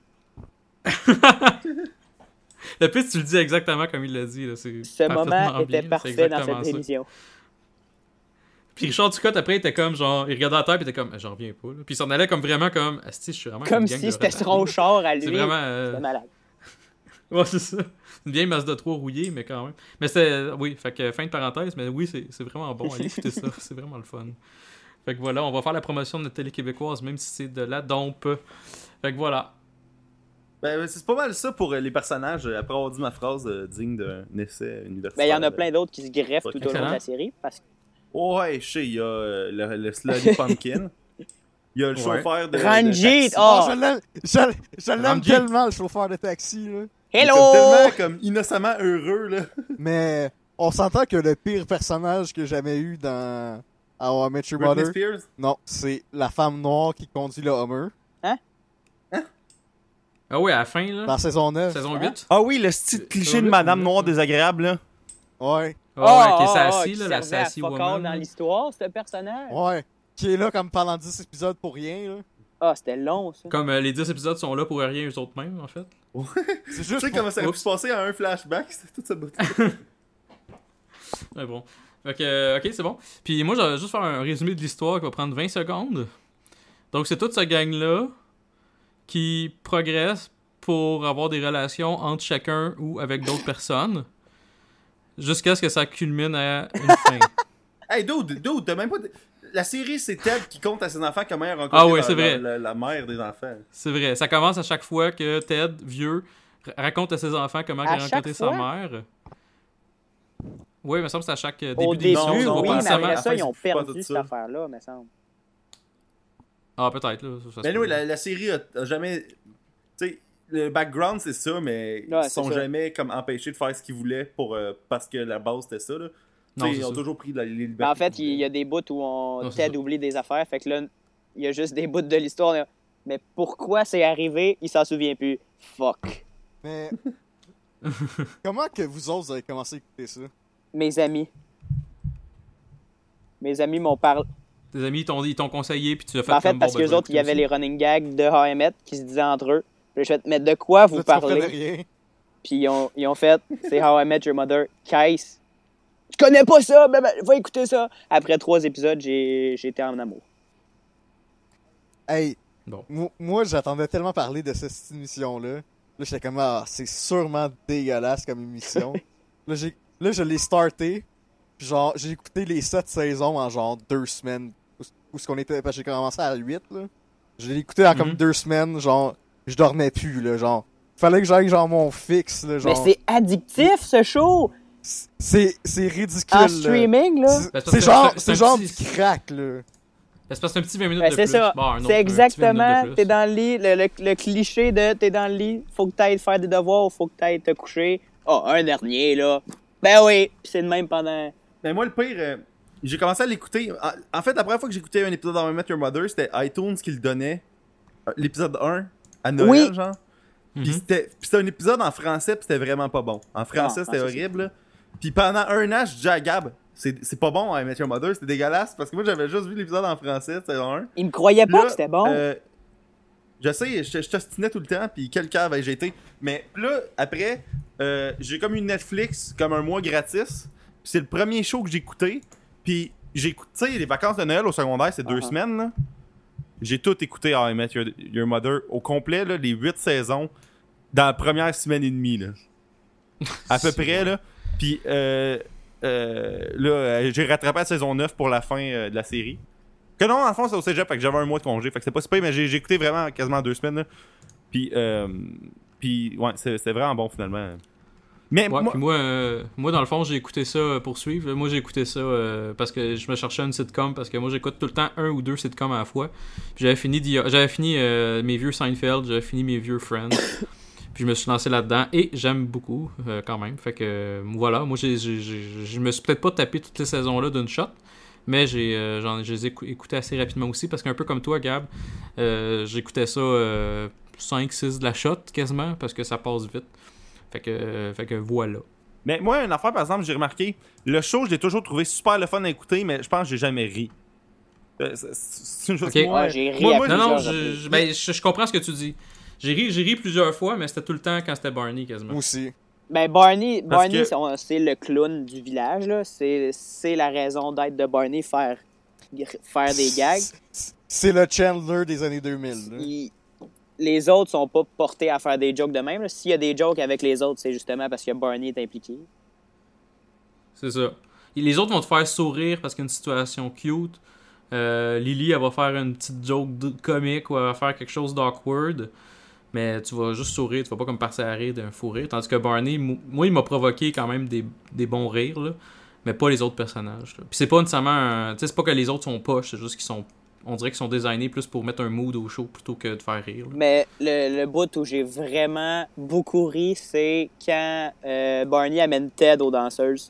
Le pire, tu le dis exactement comme il l'a dit. Là. Ce moment était parfait dans cette émission. Puis Richard Turcotte, après, il était comme genre, il regardait la terre, puis il était comme, j'en reviens pas. Là. Puis il s'en allait comme vraiment comme, asti, je suis vraiment Comme une gang si de c'était retardés, son là. char à lui. C'est vraiment. C'était malade. Ouais, c'est ça. Une vieille Mazda 3 rouillée, mais quand même. Mais c'est. Oui, fait que fin de parenthèse, mais oui, c'est vraiment bon. Allez écouter ça, c'est vraiment le fun. Fait que voilà, on va faire la promotion de notre télé québécoise, même si c'est de la dompe. Fait que voilà. Ben, c'est pas mal ça pour les personnages, après avoir dit ma phrase digne d'un essai universitaire. Ben, il y en a plein d'autres qui se greffent tout au long de Excellent. la série. Parce que Ouais, je sais, il y a le Slutty Pumpkin. Il y a le Ouais. chauffeur de Ranjit, taxi. oh! Je l'aime Ramji. tellement, le chauffeur de taxi, là. Il est Hello! comme tellement comme innocemment heureux, là. Mais on s'entend que le pire personnage que j'ai jamais eu dans How I Met Your Britney Mother, Spears. non, c'est la femme noire qui conduit le Hummer Ah oui, à la fin, là. dans saison 9. Saison 8. Ah oui, le style cliché Ça, de là, Madame là, Noire ça. désagréable, là. Ouais, Ah ouais, qui est sassy, qui là, la servait à sassy fuck all woman. dans l'histoire, ce personnage. ouais. Qui est là comme pendant 10 épisodes pour rien, là. Ah, c'était long, ça. Comme les 10 épisodes sont là pour rien eux autres mêmes, en fait. C'est Tu juste sais pour... comment ça aurait pu Oups. se passer à un flashback, c'est tout ça. Ouais, bon. Fait que, ok, c'est bon. Puis moi, je vais juste faire un résumé de l'histoire qui va prendre 20 secondes. Donc, c'est toute cette gang-là qui progresse pour avoir des relations entre chacun ou avec d'autres personnes jusqu'à ce que ça culmine à une fin. Hey, dude, t'as même pas. La série, c'est Ted qui compte à ses enfants comment il a rencontré Ah ouais, c'est vrai. la mère des enfants. C'est vrai. Ça commence à chaque fois que Ted, vieux, raconte à ses enfants comment il a À chaque rencontré sa fois? mère. Oui, il me semble que c'est à chaque début Au d'émission. début, non, on oui, va mais pas après nécessairement- ça, ils ont Enfin, c'est pas perdu tout cette ça. affaire-là, me semble. Ah, peut-être, là. Ça se Mais peut. oui, la série a jamais. Tu sais, le background, c'est ça, mais Ouais, ils sont c'est ça. jamais comme empêchés de faire ce qu'ils voulaient parce que la base c'était ça, là. Non, Tu sais, c'est ils ont ça. toujours pris les libertés. Ben, en fait, qu'ils il y a des bouts où Non, c'est Ted ça. oublie des affaires. Fait que là, il y a juste des bouts de l'histoire. Là. Mais pourquoi c'est arrivé, il s'en souvient plus. Fuck. Mais... comment que vous autres avez commencé à écouter ça? Mes amis. Mes amis m'ont parlé. Tes amis, ils t'ont conseillé, puis tu as fait Ben, en fait, comme, parce bon, que ben, les je vais autres, il y avait écouter les running gags de How I Met qui se disaient entre eux. Puis j'ai fait, mais de quoi vous Là, tu comprenais parlez? rien. Puis ils ont fait, c'est How I Met Your Mother. Qu'est-ce? Je connais pas ça, ben, va écouter ça. Après 3 épisodes, j'ai été en amour. Hey, Bon. moi j'attendais tellement parler de cette émission-là. Là, j'étais comme, ah, c'est sûrement dégueulasse comme émission. là, je l'ai starté. Puis genre, j'ai écouté les 7 saisons en genre 2 semaines. Où ce qu'on était, parce que j'ai commencé à 8, là. Je l'ai écouté en comme Mhm. 2 semaines, genre, je dormais plus, là, genre. Fallait que j'aille genre mon fixe, là, genre. Mais c'est addictif, ce show! C'est ridicule, En là. streaming, là. Ben, c'est C'est parce genre, que c'est un genre petit- du crack, là. Ben, c'est parce que c'est un petit 20 minutes Ben, de c'est plus. ça. Bon, un autre, C'est un petit 20 minutes exactement, de plus. t'es dans le lit, le cliché de t'es dans le lit, faut que t'ailles faire des devoirs, faut que t'ailles te coucher. Oh, un dernier, là. Ben oui, pis c'est le même pendant... Mais moi, le pire, j'ai commencé à l'écouter. En fait, la première fois que j'écoutais un épisode d'How I Met Your Mother, c'était iTunes qui le donnait. L'épisode 1 à Noël, Oui. genre. Mhm. Puis c'était un épisode en français, puis c'était vraiment pas bon. En français, Non, c'était français, horrible. Là. Puis pendant un an, je disais à Gab, c'est pas bon, How I Met Your Mother, c'était dégueulasse. Parce que moi, j'avais juste vu l'épisode en français, saison 1. Il me croyait pas Là, que c'était bon. Je sais, je t'ostinais tout le temps, puis quel cave j'ai été. Mais là, après, j'ai comme une Netflix, comme un mois gratis. Puis c'est le premier show que j'ai écouté. Puis j'ai écouté, tu sais, les vacances de Noël au secondaire, c'est 2 Uh-huh. semaines, là. J'ai tout écouté How I Met Your Mother au complet, là, les 8 saisons, dans la première semaine et demie, là. À peu près, là. Puis j'ai rattrapé la saison 9 pour la fin de la série. Que non, en fond, c'est au cégep, fait que j'avais un mois de congé. Fait que c'était pas super, mais j'ai écouté vraiment quasiment 2 semaines, là. Puis ouais, c'était vraiment bon, finalement. Mais Ouais, moi, puis moi, dans le fond, j'ai écouté ça pour suivre. Moi, j'ai écouté ça parce que je me cherchais une sitcom, parce que moi, j'écoute tout le temps un ou deux sitcoms à la fois. Puis j'avais fini mes vieux Seinfeld, j'avais fini mes vieux Friends. Puis je me suis lancé là-dedans et j'aime beaucoup quand même. Fait que voilà, moi, je me suis peut-être pas tapé toutes les saisons-là d'une shot, mais je les ai écoutés assez rapidement aussi, parce qu'un peu comme toi, Gab, j'écoutais ça 5-6 de la shot quasiment, parce que ça passe vite. Fait que voilà. mais moi, une affaire, par exemple, j'ai remarqué, le show, je l'ai toujours trouvé super le fun à écouter, mais je pense que j'ai jamais ri. C'est une chose Ok. moi, Ouais, j'ai ri moi, à moi, Non, plusieurs reprises. je comprends ce que tu dis. J'ai ri plusieurs fois, mais c'était tout le temps quand c'était Barney quasiment. Moi aussi. Ben, Barney que- c'est le clown du village, là. C'est la raison d'être de Barney, faire des gags. C'est le Chandler des années 2000. Là. Les autres sont pas portés à faire des jokes de même, là. S'il y a des jokes avec les autres, c'est justement parce que Barney est impliqué. C'est ça. Et les autres vont te faire sourire parce qu'il y a une situation cute. Lily, elle va faire une petite joke comique ou elle va faire quelque chose d'awkward. Mais tu vas juste sourire, tu vas pas comme passer à rire d'un fou rire. Tandis que Barney, moi, il m'a provoqué quand même des bons rires, là, mais pas les autres personnages. Là. Puis c'est pas nécessairement. Tu sais, c'est pas que les autres sont poches, c'est juste qu'ils sont. On dirait qu'ils sont designés plus pour mettre un mood au show plutôt que de faire rire. Là. Mais le bout où j'ai vraiment beaucoup ri, c'est quand Barney amène Ted aux danseuses.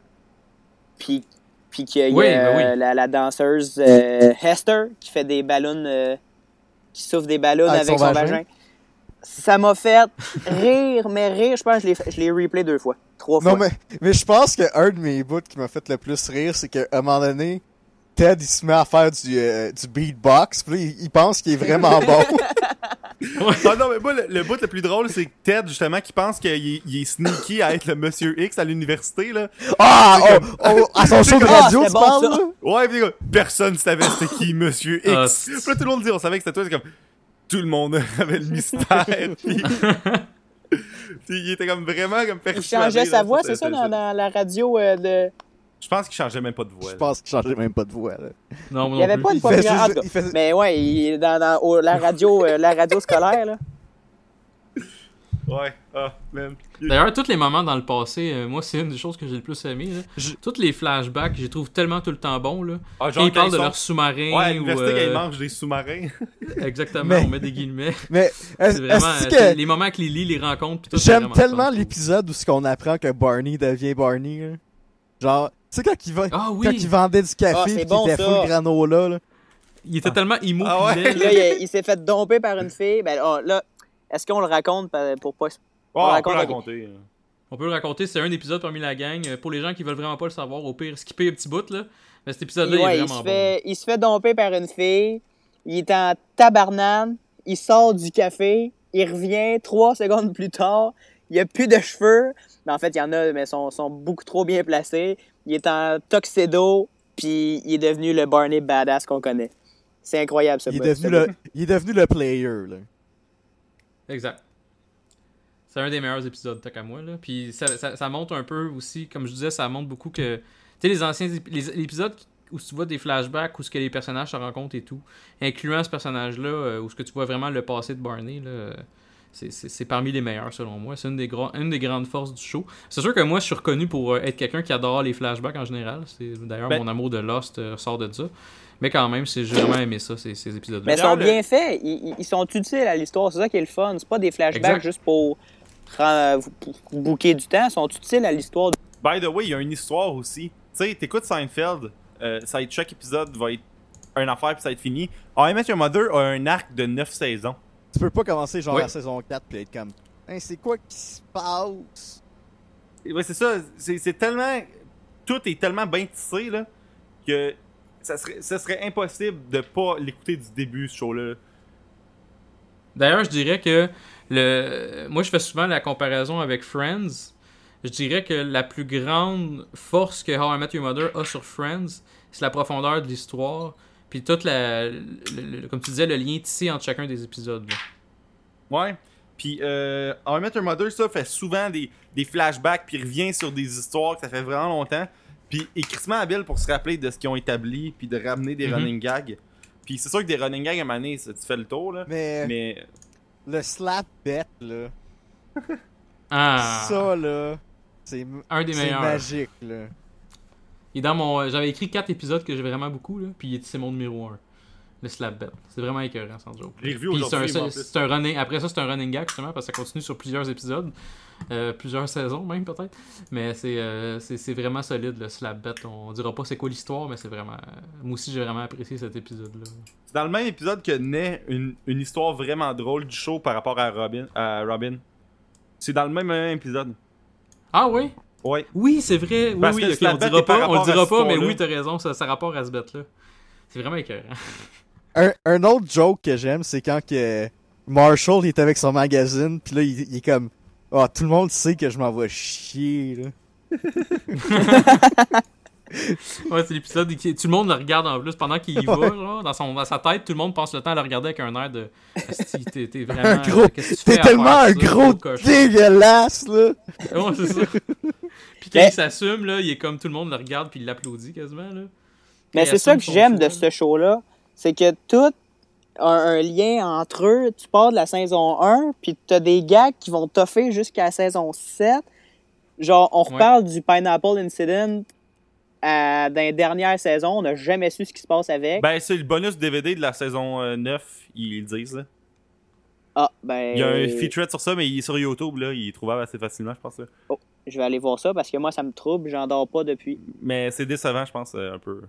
Puis qu'il y a Oui, ben oui. la danseuse Hester qui fait des ballons, qui souffle des ballons Avec avec son son vagin. vagin. Ça m'a fait rire, mais rire, je pense que je l'ai replay 2 fois. 3 fois. Non, mais je pense qu'un de mes bouts qui m'a fait le plus rire, c'est qu'à un moment donné, Ted, il se met à faire du beatbox, puis là, il pense qu'il est vraiment bon. Ah non, mais moi, le bout le plus drôle, c'est Ted, justement, qui pense qu'il est sneaky à être le Monsieur X à l'université, là. Ah! À son show de radio, c'était tu bon, parles, ça. là? Ouais, pis personne savait c'était qui Monsieur X. Ah, Puis là, tout le monde dit, on savait que c'était toi, c'est comme... Tout le monde avait le mystère, puis il était comme vraiment comme Il persuadé. changeait sa là, voix, c'est ça, dans la radio de... Je pense qu'il changeait même pas de voix. Je là. pense qu'il changeait même pas de voix, là. Non, moi Il y avait non pas plus. de première... en tout cas. Mais ouais, il est dans la radio scolaire, là. Ouais, ah, man. D'ailleurs, tous les moments dans le passé, moi, c'est une des choses que j'ai le plus aimé. Là. Tous les flashbacks, je les trouve tellement tout le temps bons. Là. Ah, Quand genre, ils parlent de sont- leur sous-marin. Ouais, à ou, l'université, quand ils mangent des sous-marins. Exactement, Mais- on met des guillemets. Mais, C'est vraiment est-ce c'est que les moments que Lily les rencontre. Puis tout, c'est j'aime vraiment tellement fun, je trouve. l'épisode où ce qu'on apprend que Barney devient Barney, là. Genre, tu sais, quand Ah quand oui, il vendait du café Ah, pis c'est qu'il bon, était ça. full granola, là. il était tellement emo Ah ouais? pis laid, Puis là. là, il s'est fait domper par une fille. Ben là, est-ce qu'on le raconte pour pas... Oh, on peut raconte- le raconter. On peut le raconter, c'est un épisode parmi la gang. Pour les gens qui veulent vraiment pas le savoir, au pire, skipper un petit bout. Là. Mais cet épisode-là, il est vraiment bon. Il se fait domper par une fille. Il est en tabarnane. Il sort du café. Il revient 3 secondes plus tard. Il a plus de cheveux. Mais en fait, il y en a, mais sont beaucoup trop bien placés. Il est en tuxedo. Puis il est devenu le Barney badass qu'on connaît. C'est incroyable, ça. Il est devenu le player, là. Exact. C'est un des meilleurs épisodes, tant qu'à moi. Là. Puis ça montre un peu aussi, comme je disais, ça montre beaucoup que... Tu sais, les anciens épisodes où tu vois des flashbacks, où ce que les personnages se rencontrent et tout, incluant ce personnage-là, où ce que tu vois vraiment le passé de Barney, là, c'est parmi les meilleurs, selon moi. C'est une des grandes forces du show. C'est sûr que moi, je suis reconnu pour être quelqu'un qui adore les flashbacks en général. D'ailleurs, mon amour de Lost ressort de ça. Mais quand même, j'ai vraiment aimé ça, ces épisodes-là. Mais ils sont bien faits. Ils sont utiles à l'histoire. C'est ça qui est le fun. C'est pas des flashbacks Exact. juste pour booker du temps. Ils sont utiles à l'histoire. By the way, il y a une histoire aussi. Tu sais, t'écoutes Seinfeld, chaque épisode va être une affaire puis ça va être fini. How I Met Your Mother a un arc de 9 saisons. Tu peux pas commencer genre Oui. la saison 4 pis être comme hein, c'est quoi qui se passe? Ouais, c'est ça. C'est tellement... Tout est tellement bien tissé, là, que ça serait impossible de pas l'écouter du début, ce show-là. D'ailleurs, je dirais que moi, je fais souvent la comparaison avec Friends. Je dirais que la plus grande force que How I Met Your Mother a sur Friends, c'est la profondeur de l'histoire, puis toute comme tu disais, le lien tissé entre chacun des épisodes. Là. Ouais. Puis How I Met Your Mother, ça fait souvent des flashbacks, puis revient sur des histoires que ça fait vraiment longtemps. Puis est crissement habile pour se rappeler de ce qu'ils ont établi, puis de ramener des running gags. Puis c'est sûr que des running gags à un moment donné, ça, tu fais le tour, là. Mais Mais le slap bet, là. Ah! Ça, là, c'est Un des c'est meilleurs. magique, là. Il est dans mon... J'avais écrit 4 épisodes que j'ai vraiment beaucoup, là, puis c'est mon numéro 1. Le slap bet. C'est vraiment écœurant, sans joke. Je l'ai revu Puis aujourd'hui, moi, en c'est plus. un running... Après ça, c'est un running gag, justement, parce que ça continue sur plusieurs épisodes. Plusieurs saisons, même, peut-être. Mais c'est vraiment solide, le slap bet. On dira pas c'est quoi l'histoire, mais c'est vraiment... Moi aussi, j'ai vraiment apprécié cet épisode-là. C'est dans le même épisode que naît une histoire vraiment drôle du show par rapport à Robin. C'est dans le même épisode. Ah oui? Ouais. Oui, c'est vrai. Oui, Parce oui, que le ok, on le slap bet dira est par pas, on le rapport à dira cette pas, mais histoire-là. oui, t'as raison, ça rapporte à ce bet-là. C'est vraiment écœurant. Un autre joke que j'aime, c'est quand que Marshall il est avec son magazine, pis là, il est comme... Ah, tout le monde sait que je m'en vais chier, là. Ouais, c'est l'épisode où tout le monde le regarde en plus pendant qu'il y va, genre, dans sa tête, tout le monde passe le temps à le regarder avec un air de Asti, t'es vraiment Un gros... qu'est-ce que tu fais T'es à tellement faire un ça, gros cochon? dégueulasse, là. Ouais, c'est ça. Puis quand Mais- il s'assume, là, il est comme tout le monde le regarde puis il l'applaudit quasiment, là. Mais Il c'est ça assume que son j'aime de choix, ce show-là. C'est que tout a un lien entre eux. Tu pars de la saison 1, puis t'as des gags qui vont toffer jusqu'à la saison 7. Genre, on reparle du Pineapple Incident dans les dernières saisons. On n'a jamais su ce qui se passe avec. Ben, c'est le bonus DVD de la saison 9, ils le disent, là. Ah, ben... Il y a un featurette sur ça, mais il est sur YouTube, là. Il est trouvable assez facilement, je pense. Là. Je vais aller voir ça parce que moi, ça me trouble. J'en dors pas depuis. Mais c'est décevant, je pense, un peu.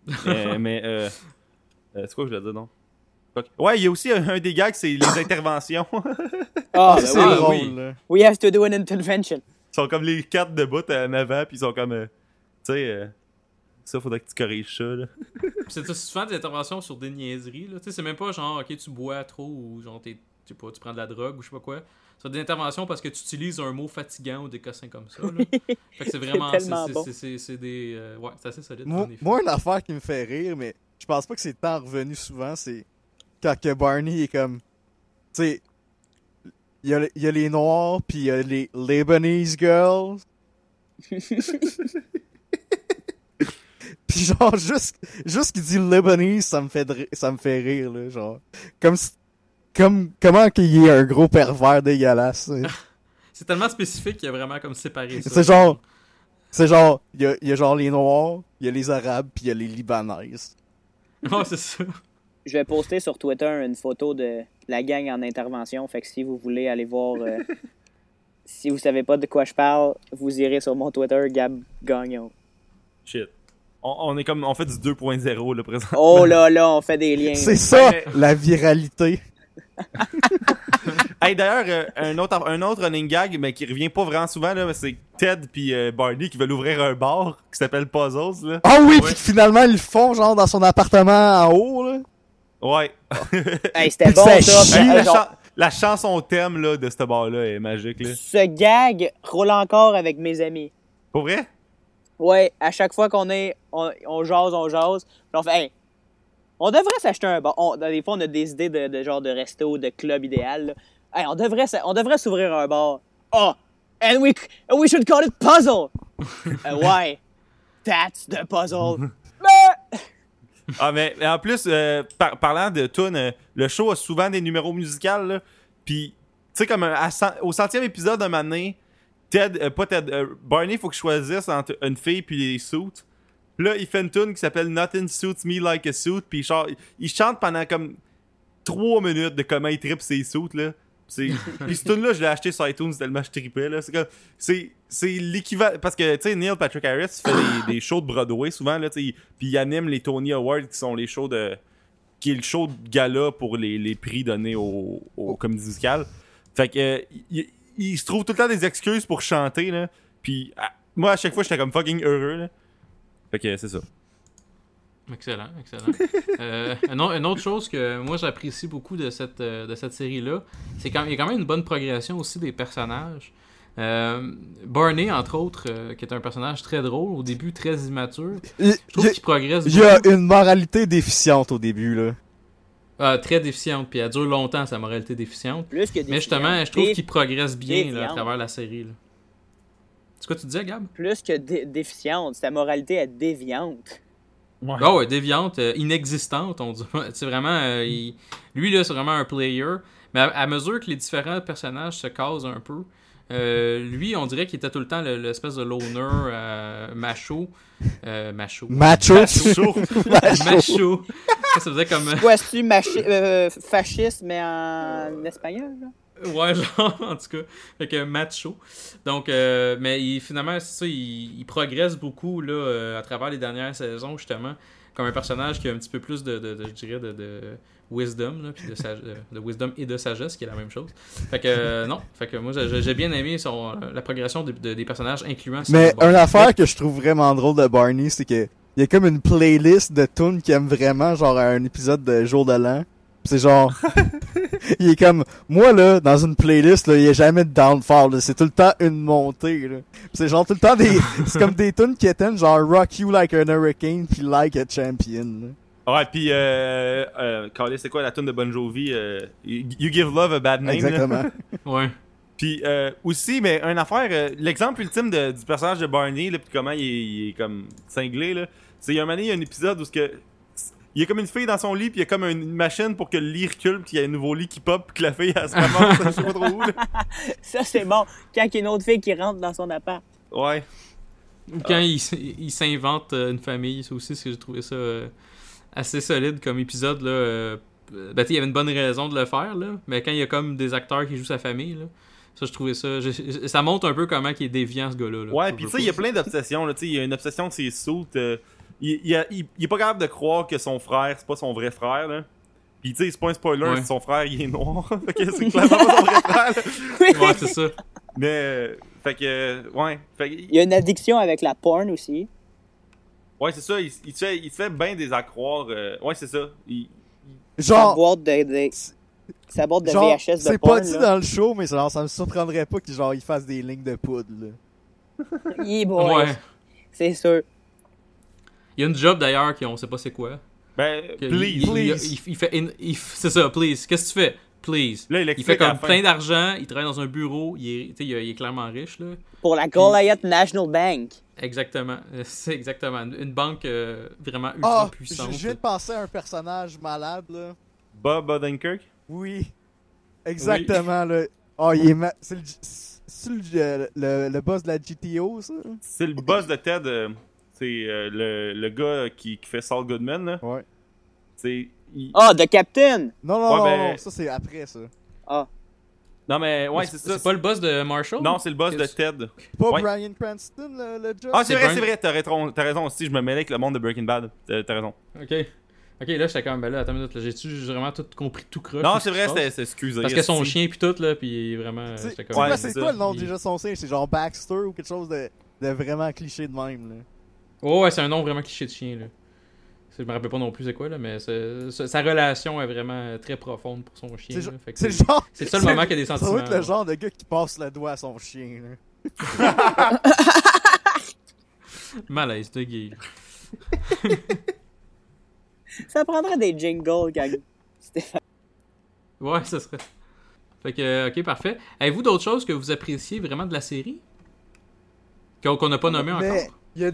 C'est quoi que je voulais dire, non? Ouais, il y a aussi un des gags, c'est les interventions. Ah, ben c'est oui. drôle, oui. là. We have to do an intervention. Ils sont comme les quatre de bout en avant, puis ils sont comme... tu sais, ça, faudrait que tu corriges ça, là. Puis c'est souvent des interventions sur des niaiseries, là. Tu sais, c'est même pas genre, ok, tu bois trop ou genre, je sais pas, tu prends de la drogue ou je sais pas quoi. C'est des interventions parce que tu utilises un mot fatigant ou des cossins comme ça, là. Fait que c'est vraiment... tellement bon. C'est des... ouais, c'est assez solide. Moi, en effet. moi, une affaire qui me fait rire, mais je pense pas que c'est tant revenu souvent, c'est quand que Barney est comme... Tu sais, il y a les Noirs, puis il y a les Lebanese girls. Puis genre, juste qu'il dit Lebanese, ça me fait rire, là, genre. Comment qu'il y ait un gros pervers dégueulasse, tu sais. C'est tellement spécifique qu'il y a vraiment comme séparé ça. C'est genre, il y a genre les Noirs, il y a les Arabes, puis il y a les Libanaises. Ouais, c'est ça. Je vais poster sur Twitter une photo de la gang en intervention. Fait que si vous voulez aller voir... si vous savez pas de quoi je parle, vous irez sur mon Twitter, Gab Gagnon. Shit. On est comme... On fait du 2.0, là, présent. Oh là là, on fait des liens. C'est ça, Ouais. la viralité. Hey, d'ailleurs, un autre running gag, mais qui revient pas vraiment souvent, là, mais c'est Ted puis Barney qui veulent ouvrir un bar qui s'appelle Puzzles, là. Ah oui, Ouais. puis finalement, ils le font, genre, dans son appartement en haut, là. Ouais. Hey, c'était bon Ça ça. chie. Hey, la, Genre, la chanson thème, là, de ce bar-là est magique, là. ce gag roule encore avec mes amis. Pour vrai? Ouais, à chaque fois qu'on est, on jase, puis on fait, hey, on devrait s'acheter un bar. Des fois, on a des idées de genre de resto, de club idéal. Là. Hey, on devrait s'ouvrir un bar. Oh, and we should call it Puzzle. Why? That's the puzzle. Ah, mais en plus, parlant de tunes, le show a souvent des numéros musicaux, là. Puis, tu sais, comme au 100e épisode d'un moment donné, Barney, faut qu'il choisisse entre une fille puis les suits. Puis là, il fait une tune qui s'appelle Nothing Suits Me Like a Suit. Puis il chante pendant comme 3 minutes de comment il trippe ses suits, là. Puis cette tune-là, je l'ai acheté sur iTunes tellement je tripais, là. C'est l'équivalent... Parce que, tu sais, Neil Patrick Harris fait des shows de Broadway, souvent, là, tu sais. Puis il anime les Tony Awards, qui sont les shows de... qui est le show de gala pour les prix donnés aux comédies musicales. Fait que... il se trouve tout le temps des excuses pour chanter, là. Puis moi, à chaque fois, j'étais comme fucking heureux, là. Fait que c'est ça. Excellent. Une autre chose que moi j'apprécie beaucoup de cette série-là, c'est qu'il y a quand même une bonne progression aussi des personnages. Barney, entre autres, qui est un personnage très drôle, au début très immature, je trouve qu'il progresse Il y a une moralité déficiente au début, là. très déficiente, puis elle dure longtemps sa moralité déficiente. Plus que Mais justement, je trouve qu'il progresse bien là, à déviante. travers la série. Là. C'est quoi tu disais, Gab? Plus que déficiente, sa moralité est déviante. Ouais. Ah ouais, déviante, inexistante, on dit. C'est vraiment... lui, là, c'est vraiment un player. Mais à mesure que les différents personnages se casent un peu, Lui, on dirait qu'il était tout le temps l'espèce de loner macho. Macho. Macho. Macho. Ça faisait comme... Ouais, c'est-tu fasciste, mais en espagnol, là? Ouais, genre, en tout cas. Fait que macho. Donc, mais finalement, c'est ça, il progresse beaucoup là, à travers les dernières saisons, justement. Comme un personnage qui a un petit peu plus je dirais, de wisdom, là, puis de wisdom et de sagesse, qui est la même chose. Fait que, non. Fait que moi, j'ai bien aimé la progression des personnages, incluant... Mais une affaire que je trouve vraiment drôle de Barney, c'est que il y a comme une playlist de tunes qu'il aime vraiment, genre un épisode de Jour de l'An. Pis c'est genre... il est comme... Moi, là, dans une playlist, là, il y a jamais de downfall, là. C'est tout le temps une montée, là. Pis c'est genre tout le temps des... c'est comme des tunes qui éteignent, genre Rock You Like an Hurricane pis Like a Champion, là. Ouais, pis Carly, c'est quoi la tune de Bon Jovi? You Give Love a Bad Name. Exactement. Ouais. Puis aussi, mais une affaire, l'exemple ultime du personnage de Barney, là, pis comment il est comme cinglé, là, c'est il y a un moment donné, il y a un épisode où il y a comme une fille dans son lit, puis il y a comme une machine pour que le lit recule, puis il y a un nouveau lit qui pop, puis que la fille, elle se ramasse, je sais pas trop où, là. Ça, c'est bon. Quand il y a une autre fille qui rentre dans son appart. Ouais. Ou quand il s'invente une famille, ça aussi, j'ai trouvé ça assez solide comme épisode, là. Ben, il y avait une bonne raison de le faire, là, mais quand il y a comme des acteurs qui jouent sa famille, là, ça, je trouvais ça... ça montre un peu comment il est déviant, ce gars-là. Là. Ouais, pis tu sais, il y a plein d'obsessions, là, tu sais, il y a une obsession de ses suits, il est pas capable de croire que son frère, c'est pas son vrai frère, là. Pis tu sais, c'est pas un spoiler, Ouais. son frère, il est noir, fait que c'est clairement pas son vrai frère, là. Ouais, c'est ça. Mais, fait que, ouais, Il y a une addiction avec la porn aussi. ouais, c'est ça, il te fait bien des à croire, ouais, c'est ça, Sa Genre... boîte sa boîte de genre, VHS de c'est porn. pas dit là. dans le show, mais genre, ça me surprendrait pas qu'il genre, il fasse des lignes de poudre, là. Yeah, boy. Ouais. C'est sûr. Il y a une job, d'ailleurs, on sait pas c'est quoi. ben, Que please. Il fait... c'est ça, please. Qu'est-ce que tu fais? Please. Là, Il fait comme plein d'argent, il travaille dans un bureau, il est clairement riche, là. Pour la Goliath National Bank. Exactement. C'est exactement. Une banque vraiment ultra Ah, puissante. je viens de penser à un personnage malade, là. Bob Odenkirk. Oui. Exactement, là. Oh, il est c'est le boss de la GTO, ça? C'est le boss de Ted, c'est le gars qui fait Saul Goodman, là. Ouais. C'est... Ah, The Captain! Non, non, Ouais, non, ben- non, ça c'est après, ça. Ah. Non, mais, ouais, Mais c'est ça. C'est pas le boss de Marshall? Non, c'est le boss de Ted. Pas Ouais. Bryan Cranston, le job? Ah, c'est C'est vrai, t'as raison aussi, je me mêlais avec le monde de Breaking Bad. T'as raison. Ok. Ok, là, j'étais comme, ben là, attends une minute, là, j'ai-tu vraiment tout compris, tout croche? Non, tout ce c'est qui vrai, se passe? c'est excusé. Parce que son esti. chien pis tout, là, pis vraiment, C'est j'étais c'est comme... Ouais, quoi, c'est c'est ça. quoi le nom Il- déjà de son singe? C'est genre Baxter ou quelque chose de vraiment cliché de même, là. Oh, ouais, c'est un nom vraiment cliché de chien, là. Je me rappelle pas non plus c'est quoi, là, mais sa relation est vraiment très profonde pour son chien. C'est là. Fait que C'est le genre... c'est le seul moment qu'il y a des Ça sentiments. doit être le là. genre de gars qui passe le doigt à son chien, là. Malaise de gay. Ça prendrait des jingles quand Stéphane. Ouais, ça serait. Fait que, ok, parfait. Avez-vous d'autres choses que vous appréciez vraiment de la série? Qu'on n'a pas nommé Mais encore? il y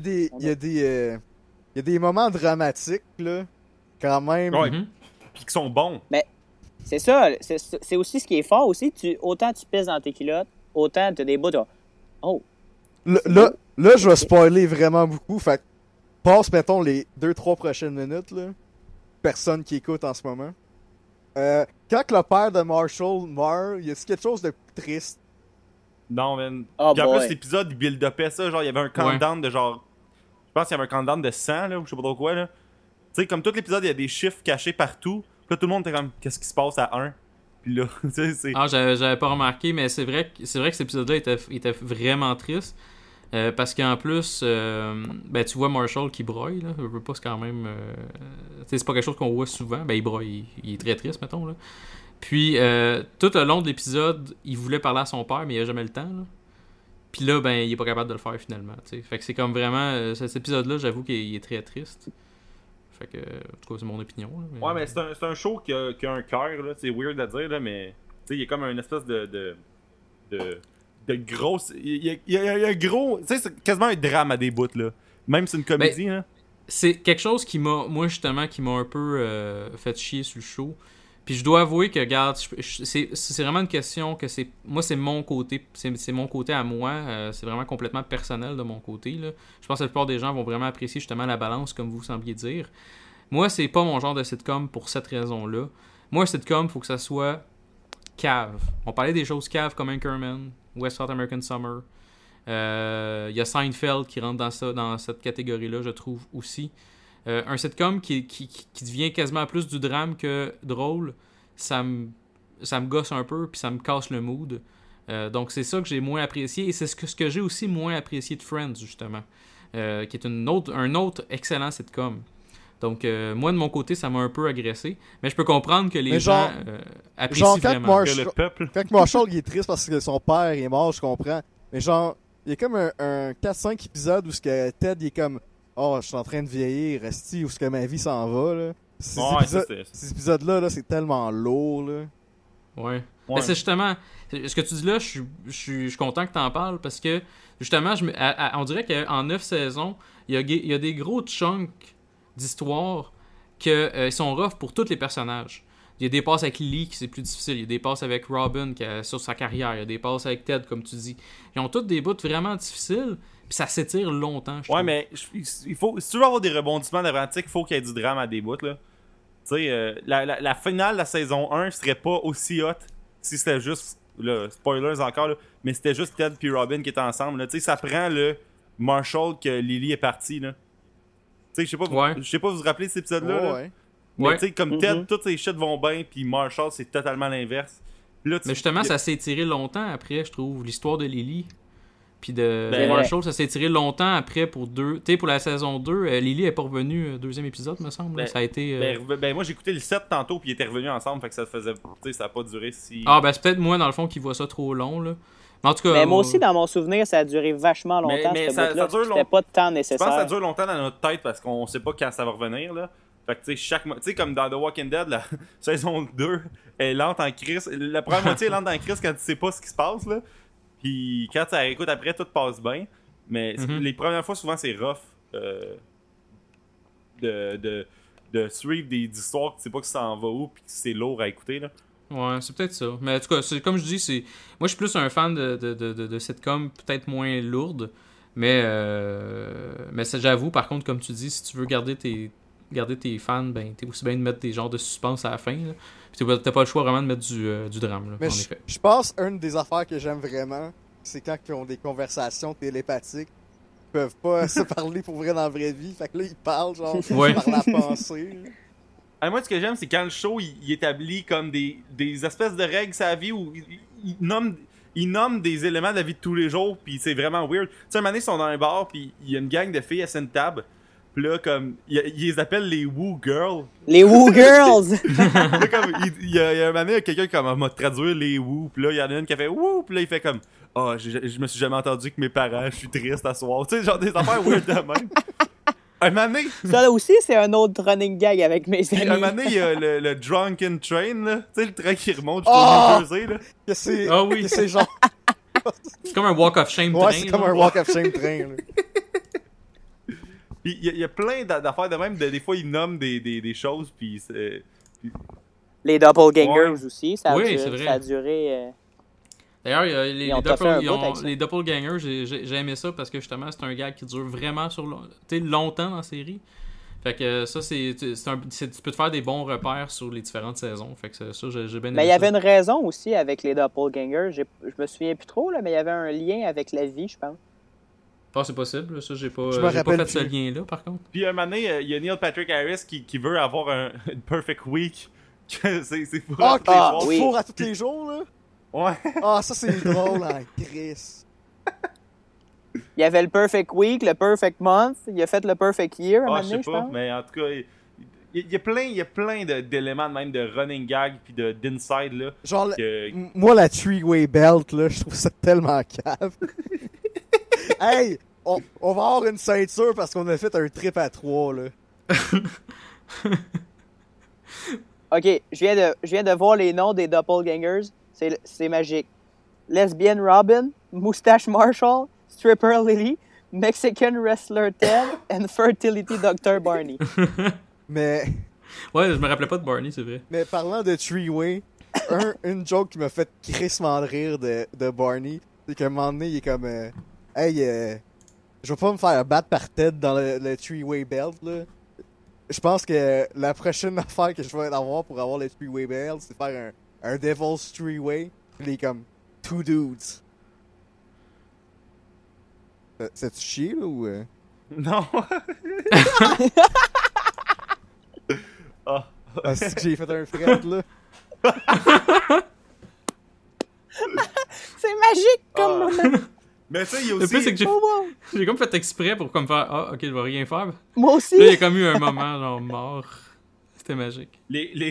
a des moments dramatiques, là, quand même. Ouais. Mhm. Pis qui sont bons. C'est ça, c'est aussi ce qui est fort aussi. Autant tu pisses dans tes culottes, autant t'as des bouts de... Oh, Là, je vais spoiler vraiment beaucoup, fait que passe, mettons, les 2-3 prochaines minutes, là. Personne qui écoute en ce moment. Quand le père de Marshall meurt, y a quelque chose de triste. Non, man. Oh Puis en boy. plus, l'épisode, il build-upait ça. Genre, il y avait un countdown de genre. Je pense qu'il y avait un countdown de 100, là, ou je sais pas trop quoi, là. Tu sais, comme tout l'épisode, il y a des chiffres cachés partout. Puis là, tout le monde était comme, qu'est-ce qui se passe à 1? Puis là, tu sais, c'est. Ah, j'avais pas remarqué, mais c'est vrai que cet épisode-là était vraiment triste. Parce qu'en plus, ben, tu vois Marshall qui broye, là. Je veux pas, c'est quand même. Tu sais, c'est pas quelque chose qu'on voit souvent. Ben, il broye, il est très triste, mettons, là. Puis, tout le long de l'épisode, il voulait parler à son père, mais il a jamais le temps, là. Puis là, ben, il est pas capable de le faire finalement, tu sais. Fait que c'est comme vraiment. Cet épisode-là, j'avoue qu'il est très triste. Fait que, en tout cas, c'est mon opinion, là. Ouais, mais c'est un show qui a un cœur, là. C'est weird à dire, là, mais. Tu sais, il y a comme une espèce de grosse. Il y a un gros. Tu sais, c'est quasiment un drame à des bouts, là. Même si c'est une comédie, là. C'est quelque chose qui m'a, moi justement, qui m'a un peu fait chier sur le show. Puis je dois avouer que, regarde, c'est vraiment une question que moi, c'est mon côté. C'est mon côté à moi. C'est vraiment complètement personnel de mon côté. Là. Je pense que la plupart des gens vont vraiment apprécier justement la balance, comme vous sembliez dire. Moi, c'est pas mon genre de sitcom pour cette raison-là. Moi, un sitcom, il faut que ça soit cave. On parlait des choses caves comme Anchorman, West South American Summer. Il y a Seinfeld qui rentre dans cette catégorie-là, je trouve aussi. Un sitcom qui devient quasiment plus du drame que drôle, ça me gosse un peu, puis ça me casse le mood. Donc c'est ça que j'ai moins apprécié, et c'est ce que j'ai aussi moins apprécié de Friends, justement, qui est un autre excellent sitcom. Donc moi, de mon côté, ça m'a un peu agressé, mais je peux comprendre que les gens apprécient vraiment. Que le peuple... Quand Marshall il est triste parce que son père est mort, je comprends. Mais genre, il y a comme un 4-5 épisodes où ce que Ted il est comme « Oh, je suis en train de vieillir, resti, où ce que ma vie s'en va, là. » Ces épisodes-là, là, c'est tellement lourd, là. Ouais. Mais c'est justement... Ce que tu dis là, je suis content que tu en parles, parce que, justement, on dirait qu'en 9 saisons, il y a des gros chunks d'histoire qui sont rough pour tous les personnages. Il y a des passes avec Lily qui c'est plus difficile. Il y a des passes avec Robin sur sa carrière. Il y a des passes avec Ted, comme tu dis. Ils ont tous des bouts vraiment difficiles. Puis ça s'étire longtemps, je trouve. Mais il faut, si tu veux avoir des rebondissements dramatiques, il faut qu'il y ait du drame à des bouts, là. Tu sais, la finale de la saison 1 serait pas aussi hot si c'était juste, là, spoilers encore, là, mais c'était juste Ted et Robin qui étaient ensemble. Tu sais, ça prend le Marshall que Lily est partie, là. Tu sais, je sais pas, vous vous rappelez cet épisode-là? Là? Ouais. Mais tu sais, comme Ted, toutes ces shit vont bien, puis Marshall, c'est totalement l'inverse. Là, mais justement, ça s'est étiré longtemps après, je trouve, l'histoire de Lily. Puis de Ben, Marshall, ça s'est étiré longtemps après pour la saison 2. Lily est pas revenue deuxième épisode, me semble. Ça a été... moi, j'ai écouté le 7 tantôt, puis ils étaient revenus ensemble, fait que ça faisait... Tu sais, ça a pas duré si... Ah, ben c'est peut-être moi, dans le fond, qui vois ça trop long, là. Mais en tout cas... Mais moi aussi, dans mon souvenir, ça a duré vachement longtemps, mais ce bout-là. dure C'était pas de temps Je nécessaire. pense que ça dure longtemps dans notre tête, parce qu'on sait pas quand ça va revenir, là. Fait que, tu sais, tu sais, comme dans The Walking Dead, la saison 2 est lente en crise. La première moitié est lente en crise quand tu sais pas ce qui se passe, là. Puis quand tu écoutes après, tout passe bien. Mais les premières fois, souvent, c'est rough de suivre des histoires que tu sais pas que ça en va où, puis que c'est lourd à écouter, là. Ouais, c'est peut-être ça. Mais en tout cas, comme je dis, moi je suis plus un fan de sitcom peut-être moins lourde. Mais j'avoue, par contre, comme tu dis, si tu veux garder tes fans, ben t'es aussi bien de mettre des genres de suspense à la fin. Là. Puis t'as pas le choix vraiment de mettre du drame, là, Mais en effet. Je pense une des affaires que j'aime vraiment, c'est quand ils ont des conversations télépathiques. Ils peuvent pas se parler pour vrai dans la vraie vie. Fait que là, ils parlent genre par la pensée. Moi, ce que j'aime, c'est quand le show il établit comme des espèces de règles sa vie où il nomme des éléments de la vie de tous les jours, puis c'est vraiment weird. Tu sais, un moment donné, ils sont dans un bar, puis il y a une gang de filles à une table. Puis là, comme, ils les appellent les Woo Girls. Les Woo Girls! Là, comme, il y a un moment donné, quelqu'un qui m'a traduire les Woo. Puis là, il y en a une qui a fait Woo. Puis là, il fait comme, je me suis jamais entendu que mes parents, je suis triste à soir. Tu sais, genre des affaires weird de même. Un moment donné. Ça là aussi, c'est un autre running gag avec mes amis. Un moment donné, il y a le Drunken Train, là. Tu sais, le train qui remonte jusqu'au New Jersey, là. Que c'est, oui. que c'est genre. C'est comme un walk of shame train. Ouais, c'est comme un walk of shame train, là. Puis il y a plein d'affaires de même. Des fois, ils nomment des choses, puis c'est... Les Doppelgangers aussi, ça c'est vrai. Ça a duré... D'ailleurs, Ils ont fait un bout avec ça. les Doppelgangers, j'ai aimé ça parce que justement, c'est un gag qui dure vraiment longtemps dans la série. Fait que ça, tu peux te faire des bons repères sur les différentes saisons. Fait que ça, j'ai bien aimé. Mais il y avait une raison aussi avec les Doppelgangers. Je me souviens plus trop, là, mais il y avait un lien avec la vie, je pense. Ah, c'est possible. Ça, j'ai pas Je me fait rappelle ce plus. lien-là, par contre. Puis un moment donné, il y a Neil Patrick Harris qui veut avoir une perfect week. c'est fou. oui. Four à tous les jours, là. Ouais. Ah, ça, c'est drôle, hein, Chris. Il y avait le Perfect Week, le Perfect Month. Il a fait le Perfect Year, à un moment Je donné, sais je pas, pense. mais en tout cas, il y a plein d'éléments, même de running gag puis d'inside, là. Genre, que- moi, la three-way belt, là, je trouve ça tellement cave. Hey, on va avoir une ceinture parce qu'on a fait un trip à 3, là. OK, je viens de voir les noms des Doppelgangers. C'est magique. Lesbian Robin, Moustache Marshall, Stripper Lily, Mexican Wrestler Ted, and Fertility Dr. Barney. Mais Ouais, je me rappelais pas de Barney, c'est vrai. Mais parlant de Three-Way, une joke qui m'a fait crissement de rire de Barney, c'est qu'à un moment donné, il est comme Hey, je vais pas me faire battre par Ted dans le Three-Way Belt, là. Je pense que la prochaine affaire que je vais avoir pour avoir le Three-Way Belt, c'est faire un Devil's Three-Way. Puis il est comme Two dudes. C'est-tu chier, là, ou... Non. Ah. Ah, c'est que j'ai fait un fret, là. C'est magique comme moment. Mais ça, il y a Le pire, c'est aussi. que Oh, wow. j'ai comme fait exprès pour comme faire ah, ok, je vais rien faire. Moi aussi. Là, il y a comme eu un moment, genre, mort. C'était magique.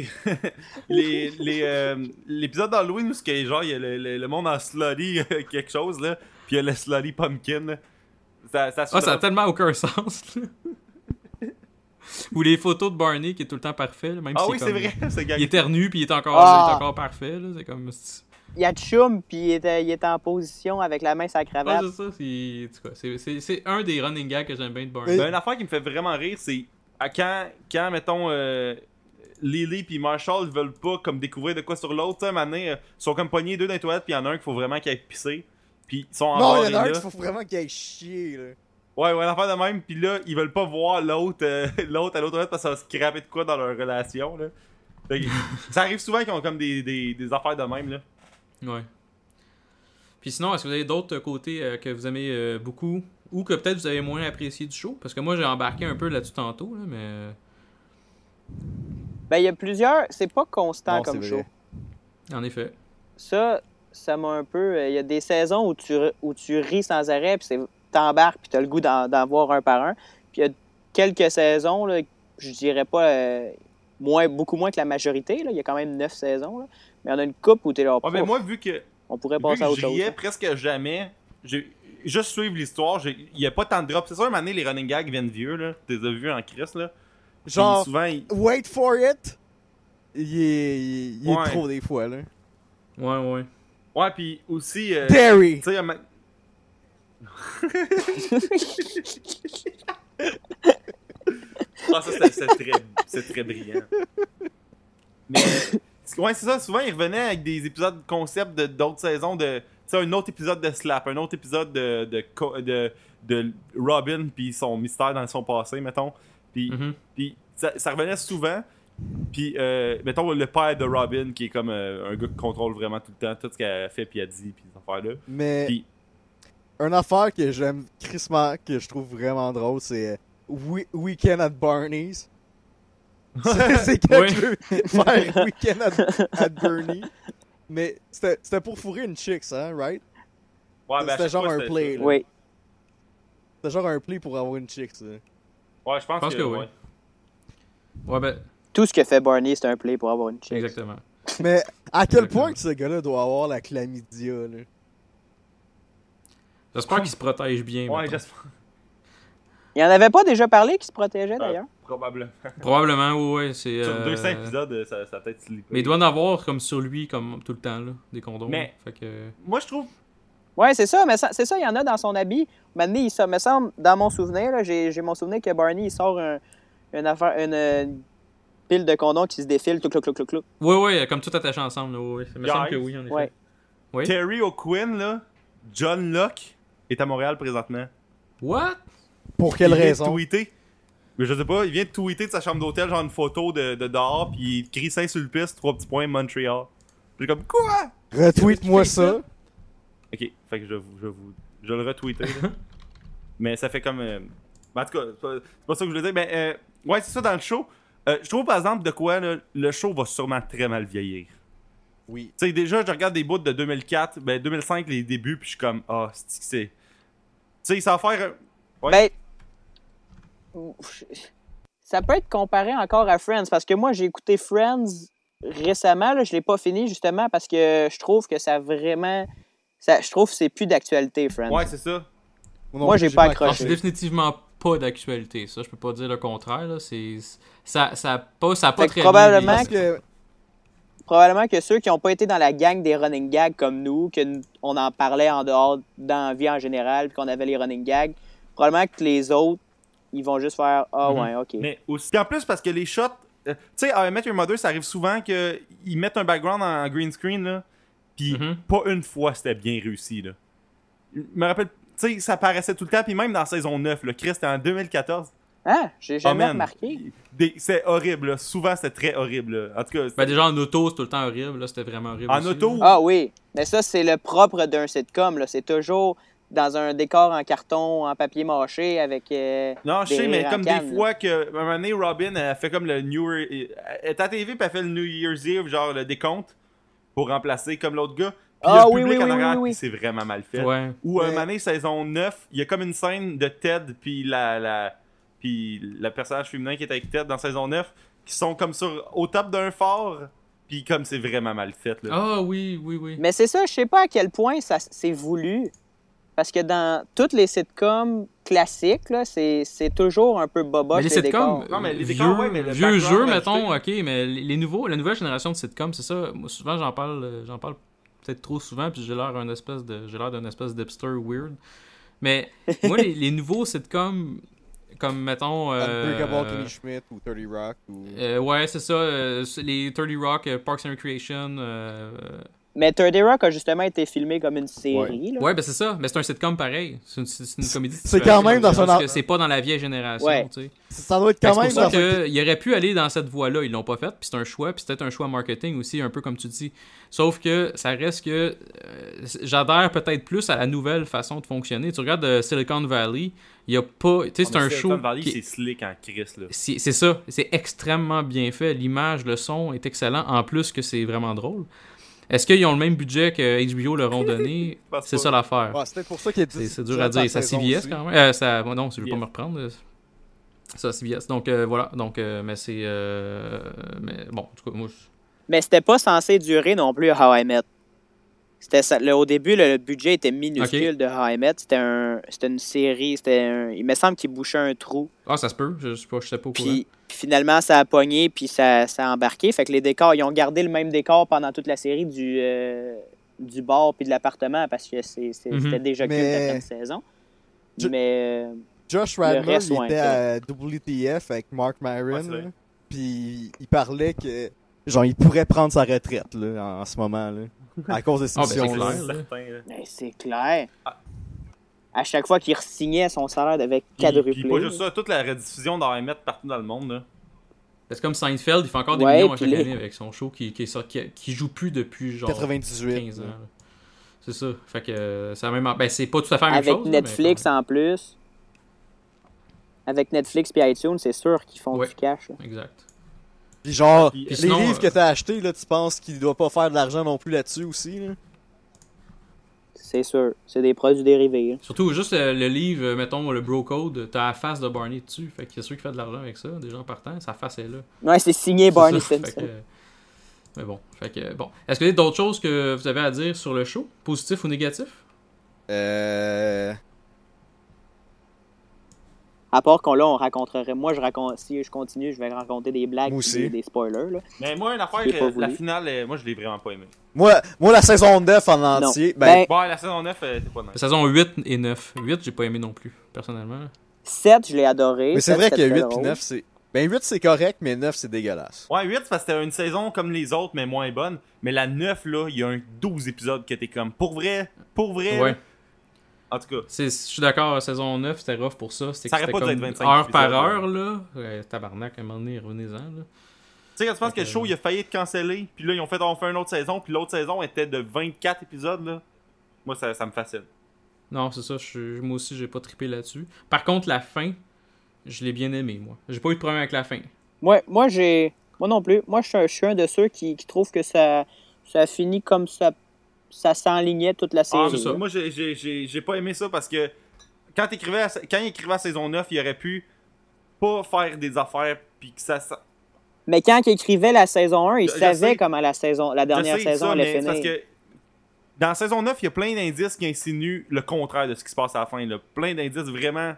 L'épisode d'Halloween où genre, il y a le monde en slutty quelque chose, là. Puis il y a le slutty pumpkin. Là. Ça a tellement aucun sens. Là. Ou les photos de Barney qui est tout le temps parfait. Là, même Ah si oui, c'est vrai. C'est Il éternue puis il est encore, Ah. il est encore parfait. Là. C'est comme. Il y a Chum, puis il était en position avec la main sur la Ouais, cravate. c'est ça. En tout cas, c'est un des running gags que j'aime bien de Barney. Mais- Ben, une affaire qui me fait vraiment rire, c'est quand mettons, Lily puis Marshall ils veulent pas comme découvrir de quoi sur l'autre. Un moment donné, ils sont comme pognés deux dans les toilettes, puis il y en a un qu'il faut vraiment qu'il aille pisser. Puis ils sont en Non, bord il y en a et un là. qu'il faut vraiment qu'il aille chier, là. Ouais, une affaire de même. Puis là, ils veulent pas voir l'autre l'autre à l'autre toilette parce que ça va se craper de quoi dans leur relation. Là. Fait que, ça arrive souvent qu'ils ont comme des affaires de même. Là. Ouais. Puis sinon, est-ce que vous avez d'autres côtés que vous aimez beaucoup ou que peut-être vous avez moins apprécié du show? Parce que moi, j'ai embarqué un peu là-dessus tantôt, là, mais. Ben, il y a plusieurs. C'est pas constant Non, comme c'est show. vrai. En effet. Ça m'a un peu. Il y a des saisons où tu ris sans arrêt, puis t'embarques, puis t'as le goût d'en voir un par un. Puis il y a quelques saisons, là, je dirais pas beaucoup moins que la majorité. Là. Il y a quand même 9 saisons. Là. Mais il y en a une coupe où t'es là. Ouais, mais moi, vu que On pourrait passer à autre je chose. riais là. presque jamais, juste suivre l'histoire, il y a pas tant de drops. C'est sûr, à un moment donné, les running gags viennent vieux. Là. Tu les as vus en crise. Là. Puis Genre, souvent, wait for it! Il est Ouais. trop des fois, là. Ouais. Ouais, puis aussi. Terry! Tu sais, ah, ça, c'est très brillant. Mais, ouais, c'est ça. Souvent, ils revenaient avec des épisodes concept d'autres saisons. Tu sais, un autre épisode de Slap, un autre épisode de Robin, puis son mystère dans son passé, mettons. Puis, Mhm. puis ça revenait souvent. Puis, mettons, le père de Robin, qui est comme un gars qui contrôle vraiment tout le temps, tout ce qu'elle a fait, puis a dit, puis ces affaires-là. Mais, Puis- une affaire que j'aime crissement, que je trouve vraiment drôle, c'est Weekend at Barney's. C'est quand Oui. je veux faire Weekend at Bernie. Mais c'était pour fourrer une chick, ça, hein, right? Ouais, ben, à C'était chaque genre fois, un c'était play, ça. là. Oui. C'était genre un play pour avoir une chick, ça. Ouais, je pense que oui. ouais. Ouais, ben, Tout ce que fait Barney, c'est un play pour avoir une chick. exactement. Mais à quel Exactement. point que ce gars-là doit avoir la chlamydia, là? J'espère qu'il se protège bien. Ouais, mettons. j'espère. Il en avait pas déjà parlé qui se protégeait d'ailleurs? Probablement. Probablement, ouais. C'est, Sur 200 épisodes, ça a peut-être slippé. Mais il doit en avoir comme sur lui, comme tout le temps, là, des condoms. Mais- Fait que. Moi, je trouve. Ouais, c'est ça, mais c'est ça, il y en a dans son habit. Maintenant, il me semble, dans mon souvenir, là, j'ai mon souvenir que Barney, il sort une pile de condoms qui se défile, tout clouc. Ouais, comme tout attaché ensemble, là, ouais. Ça me semble que oui, en effet. Ouais. Oui. Terry O'Quinn, là, John Locke, est à Montréal présentement. What? Pour quelle Il vient de raison? tweeter. Mais je sais pas, il vient de tweeter de sa chambre d'hôtel, genre une photo de dehors, puis il crie Saint-Sulpice, 3 petits points, Montréal. J'ai comme, quoi? Retweet-moi Qui fait ça. Ok, fait que je le retweeter, là. Mais ça fait comme. En tout cas, c'est pas ça que je voulais dire. Mais ouais, c'est ça dans le show. Je trouve par exemple de quoi là, le show va sûrement très mal vieillir. Oui. Tu sais, déjà, je regarde des bouts de 2004, 2005, les débuts, puis je suis comme, c'est. Tu sais, ça va faire. Ouais. Ben, ça peut être comparé encore à Friends, parce que moi, j'ai écouté Friends récemment, là, je l'ai pas fini justement parce que je trouve que ça vraiment... je trouve que c'est plus d'actualité, Friends. Ouais, c'est ça. Moi, j'ai pas Alors, accroché. c'est définitivement pas d'actualité, ça. Je peux pas dire le contraire, là. Ça a pas Fait que très probablement bien Parce vieilli. que Probablement que ceux qui n'ont pas été dans la gang des running gags comme nous, on en parlait en dehors, dans la vie en général, puis qu'on avait les running gags, probablement que les autres, ils vont juste faire « Ah Mhm. ouais, ok. » Mais aussi. Puis en plus, parce que les shots, Tu sais, à Met Your Mother, ça arrive souvent qu'ils mettent un background en green screen, là, pis pas une fois c'était bien réussi, là. Je me rappelle, tu sais, ça paraissait tout le temps, pis même dans saison 9, le Chris, c'était en 2014. Hein? J'ai jamais remarqué. C'est horrible, là. Souvent, c'était très horrible, là. En tout cas... Ben déjà, en auto, c'est tout le temps horrible, là. C'était vraiment horrible En aussi, auto... là. Ah oui, mais ça, c'est le propre d'un sitcom, là. C'est toujours dans un décor en carton, en papier mâché, avec Non, je des sais, mais rires en comme canne, des fois que, un moment donné, Robin, elle fait comme le New Year... Elle est à la TV, puis elle fait le New Year's Eve, genre le décompte, pour remplacer comme l'autre gars. Puis il y a le public en arrière, puis c'est vraiment mal fait. Ouais. Ou un moment donné, saison 9, il y a comme une scène de Ted, puis le personnage féminin qui est avec Ted dans saison 9, qui sont comme au top d'un phare, puis comme c'est vraiment mal fait, là. Ah oui, oui, oui. Mais c'est ça, je sais pas à quel point ça c'est voulu. Parce que dans toutes les sitcoms classiques, là, c'est toujours un peu boboche, Mais les sitcoms, Non, mais les vieux, décors, ouais, mais le vieux background jeux, mettons, rajouté. ok, mais la nouvelle génération de sitcoms, c'est ça. Moi, souvent, j'en parle peut-être trop souvent, puis j'ai l'air d'un espèce d'hipster weird. Mais moi, les nouveaux sitcoms, comme, mettons... Unbreakable Kimmy Schmidt ou 30 Rock. ouais, c'est ça. Les 30 Rock, Parks and Recreation... Mais 30 Rock a justement été filmé comme une série. Là. Ouais, ben c'est ça. Mais c'est un sitcom pareil. C'est une comédie. C'est quand même dans parce un... que c'est pas dans la vieille génération, Ouais. tu sais. Ça doit être quand même C'est pour dans ça qu'il aurait pu aller dans cette voie-là. Ils l'ont pas fait, puis c'est un choix, puis c'est peut-être un choix marketing aussi, un peu comme tu dis. Sauf que ça reste que j'adhère peut-être plus à la nouvelle façon de fonctionner. Tu regardes Silicon Valley, il y a pas... Tu sais, c'est un show... Silicon Valley, c'est slick en Chris, là. C'est ça. C'est extrêmement bien fait. L'image, le son est excellent, en plus que c'est vraiment drôle. Est-ce qu'ils ont le même budget que HBO leur ont donné? C'est ça l'affaire. Ouais, c'est peut-être pour ça qu'il est C'est dur à dire. Ça CBS quand même. Non, je veux pas me reprendre. Ça CBS. Donc voilà. Donc, mais c'est. Mais bon, en tout cas, moi. Mais c'était pas censé durer non plus How I Met. C'était ça, au début, le budget était minuscule de How I Met. C'était une série. Il me semble qu'il bouchait un trou. Ah, ça se peut. Je sais pas au courant. Puis finalement, ça a pogné, puis ça a embarqué. Fait que les décors, ils ont gardé le même décor pendant toute la série du bar puis de l'appartement parce que c'était déjà culte après une saison. Mais Josh Radnor, il était à WTF avec Mark Maron, puis il parlait que genre il pourrait prendre sa retraite là, en ce moment là, à cause de ces émissions-là. C'est clair. À chaque fois qu'il re-signait, son salaire devait quadrupler. Puis pas juste ça, toute la rediffusion d'en mettre partout dans le monde, là. C'est comme Seinfeld, il fait encore des millions à chaque année avec son show qui joue plus depuis genre 98 15 ans. Là. C'est ça. Fait que c'est même... Ben, c'est pas tout à fait la même chose. Avec Netflix en plus. Avec Netflix et iTunes, c'est sûr qu'ils font du cash. Là. Exact. Puis genre, puis les sinon, livres que t'as achetés, là, tu penses qu'il doit pas faire de l'argent non plus là-dessus aussi, là? C'est sûr. C'est des produits dérivés. Là. Surtout, juste le livre, mettons, le Bro Code, t'as la face de Barney dessus. Fait que c'est sûr qu'il fait de l'argent avec ça. Déjà en partant, sa face est là. Ouais, c'est signé Barney Stinson. Mais bon, bon. Est-ce qu'il y a d'autres choses que vous avez à dire sur le show? Positif ou négatif? À part qu'on on raconterait. Moi, si je continue, je vais raconter des blagues et des spoilers. Là. Mais moi, une affaire, la finale, moi, je l'ai vraiment pas aimé. Moi, la saison 9 en entier. La saison 9, c'est pas nice. La saison 8 et 9. 8, j'ai pas aimé non plus, personnellement. 7, je l'ai adoré. Mais c'est vrai que 8 et 9, c'est... Ben 8, c'est correct, mais 9, c'est dégueulasse. Ouais, 8, c'est parce que c'était une saison comme les autres, mais moins bonne. Mais la 9, là, il y a un 12 épisodes que t'es comme... Pour vrai. Ouais. En tout cas. Je suis d'accord, la saison 9, c'était rough pour ça. C'était aurait pas dû être 25 heure par épisodes, heure, là. Tabarnak, à un moment donné, revenez-en, là. Tu sais, quand tu penses que le show, il a failli être cancellé, puis là, ils ont fait, on fait une autre saison, puis l'autre saison était de 24 épisodes, là. Moi, ça me fascine. Non, c'est ça, moi aussi, j'ai pas trippé là-dessus. Par contre, la fin, je l'ai bien aimé, moi. J'ai pas eu de problème avec la fin. Moi non plus. Moi, je suis un de ceux qui trouve que ça finit comme ça s'enlignait toute la série. C'est ça. Moi, j'ai pas aimé ça parce que quand il écrivait la saison 9, il aurait pu pas faire des affaires, puis que ça... Mais quand il écrivait la saison 1, il savait comment la dernière saison allait finir. Parce que dans la saison 9, il y a plein d'indices qui insinuent le contraire de ce qui se passe à la fin. Là. Plein d'indices vraiment...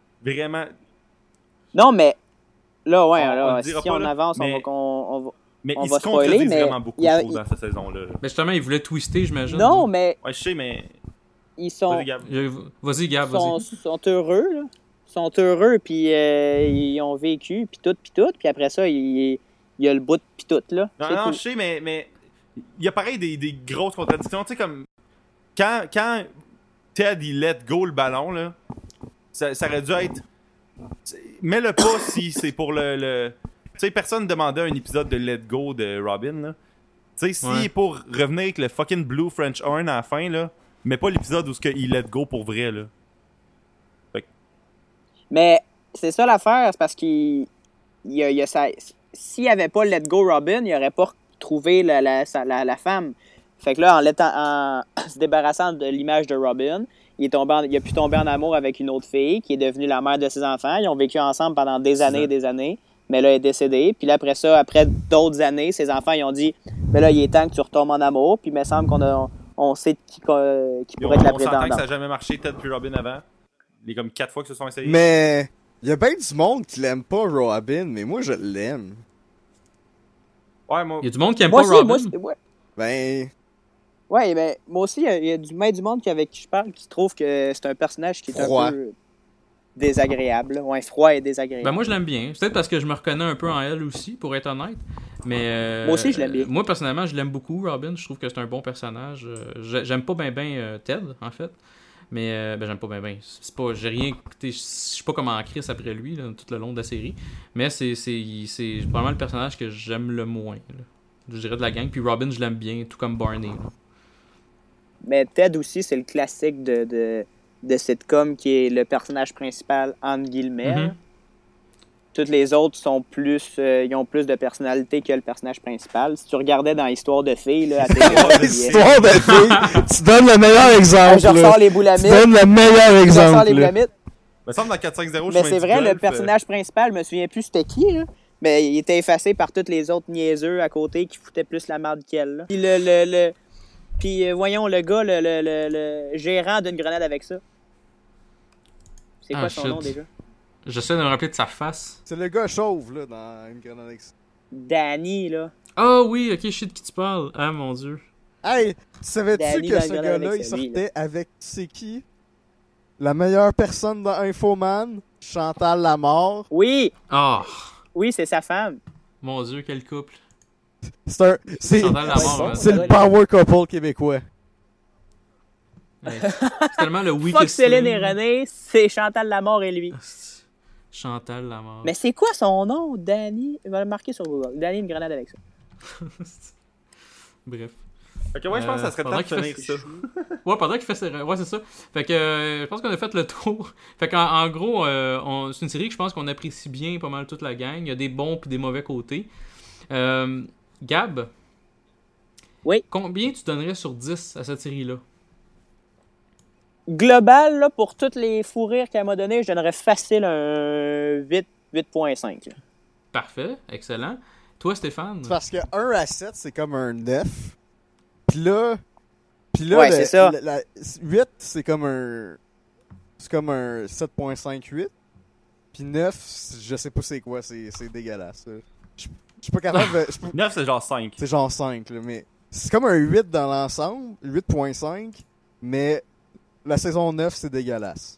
Non, mais là, on on avance, on va mais on ils va se contredisent spoiler, vraiment beaucoup dans cette saison-là. Mais justement, ils voulaient twister, j'imagine. Non, mais... Ouais, je sais, mais... Ils sont... Vas-y, Gab, vas-y. sont heureux, là. Ils sont heureux, puis ils ont vécu, puis tout. Puis après ça, ils il y a le bout pis tout, là. Non, C'est non, tout. je sais, mais il y a pareil des grosses contradictions. Tu sais, comme quand Ted il let go le ballon, là, ça aurait dû être. Mets-le pas si c'est pour le. Tu sais, personne demandait un épisode de Let Go de Robin, là. Tu sais, si Ouais. pour revenir avec le fucking Blue French Horn à la fin, là, mais pas l'épisode où il let go pour vrai, là. Mais c'est ça l'affaire, c'est parce qu'il y a ça. S'il n'y avait pas Let Go Robin, il n'aurait pas trouvé la femme. Fait que là, en se débarrassant de l'image de Robin, il a pu tomber en amour avec une autre fille qui est devenue la mère de ses enfants. Ils ont vécu ensemble pendant des années et des années. Mais là, elle est décédée. Puis là, après ça, après d'autres années, ses enfants, ils ont dit mais là, il est temps que tu retombes en amour. Puis il me semble on sait qui pourrait être la On s'entend que prétendante. ça n'a jamais marché, Ted puis Robin avant. Il est comme 4 fois que se sont essayés. Mais il y a bien du monde qui l'aime pas, Robin, mais moi, je l'aime. Ouais, moi. Il y a du monde qui aime Moi pas aussi, Robin. Ben, Ouais, mais moi aussi, il y a du monde avec qui je parle qui trouve que c'est un personnage qui est Froid. un peu désagréable. Ouais, froid et désagréable. Ben moi je l'aime bien. Peut-être parce que je me reconnais un peu en elle aussi, pour être honnête. Mais Moi aussi, je l'aime bien. Moi personnellement, je l'aime beaucoup, Robin. Je trouve que c'est un bon personnage. J'aime pas ben Ted, en fait. Mais j'aime pas ben. C'est pas, j'ai rien écouté. Je suis pas comme en crise après lui là, tout le long de la série. Mais c'est probablement le personnage que j'aime le moins. Là. Je dirais de la gang. Puis Robin, je l'aime bien, tout comme Barney. Là. Mais Ted aussi, c'est le classique de sitcom qui est le personnage principal, entre guillemets. Mhm. Toutes les autres sont plus, ils ont plus de personnalité que le personnage principal. Si tu regardais dans Histoire de filles, là, à télé, histoire de fille, tu donnes le meilleur exemple. je ressors là. les Tu boulamites. donnes le meilleur Je ressors exemple. les là. boulamites. Il me semble dans 4-5-0, Mais c'est vrai, le personnage principal, je me souviens plus c'était qui, là. Mais il était effacé par tous les autres niaiseux à côté qui foutaient plus la merde qu'elle. Là. Puis Puis voyons le gars, le gérant d'une grenade avec ça. C'est quoi son nom déjà? J'essaie de me rappeler de sa face. C'est le gars chauve, là, dans une grenade avec ça. Danny, là. Ah oui, ok, je sais de qui tu parles. Ah mon dieu. Hey, tu savais-tu Danny que dans ce le grenade gars-là, avec il ça, lui, sortait avec, tu sais qui? La meilleure personne dans Infoman, Chantal Lamarre. Oui, Ah, oui, c'est sa femme. mon dieu, quel couple. C'est Chantal Lamarre, bon, man. c'est le power couple québécois. Ouais. C'est tellement le weakest Fuck Céline et link. René, c'est Chantal Lamarre et lui. Chantal Lamarre. Mais c'est quoi son nom, Danny? Il va le marquer sur Google. Danny, une grenade avec ça. Bref. Ok, ouais, je pense que ça serait temps pendant de qu'il finir fait- ça. Ouais, pendant qu'il fait ses... Ouais, c'est ça. Fait que je pense qu'on a fait le tour. Fait qu'en gros, c'est une série que je pense qu'on apprécie bien pas mal toute la gang. Il y a des bons puis des mauvais côtés. Gab? Oui. Combien tu donnerais sur 10 à cette série-là? Global, là, pour toutes les fous rires qu'elle m'a donné, je donnerais facile un 8.5. là. Parfait, excellent. Toi, Stéphane? C'est parce que 1 à 7, c'est comme un 9. Puis là, Ouais, c'est ça. 8, c'est comme un 7.5-8. Puis 9, je sais pas c'est quoi, c'est dégueulasse. Là. Je suis pas capable de... 9, c'est genre 5. C'est genre 5, là, mais c'est comme un 8 dans l'ensemble, 8.5, mais la saison 9, c'est dégueulasse.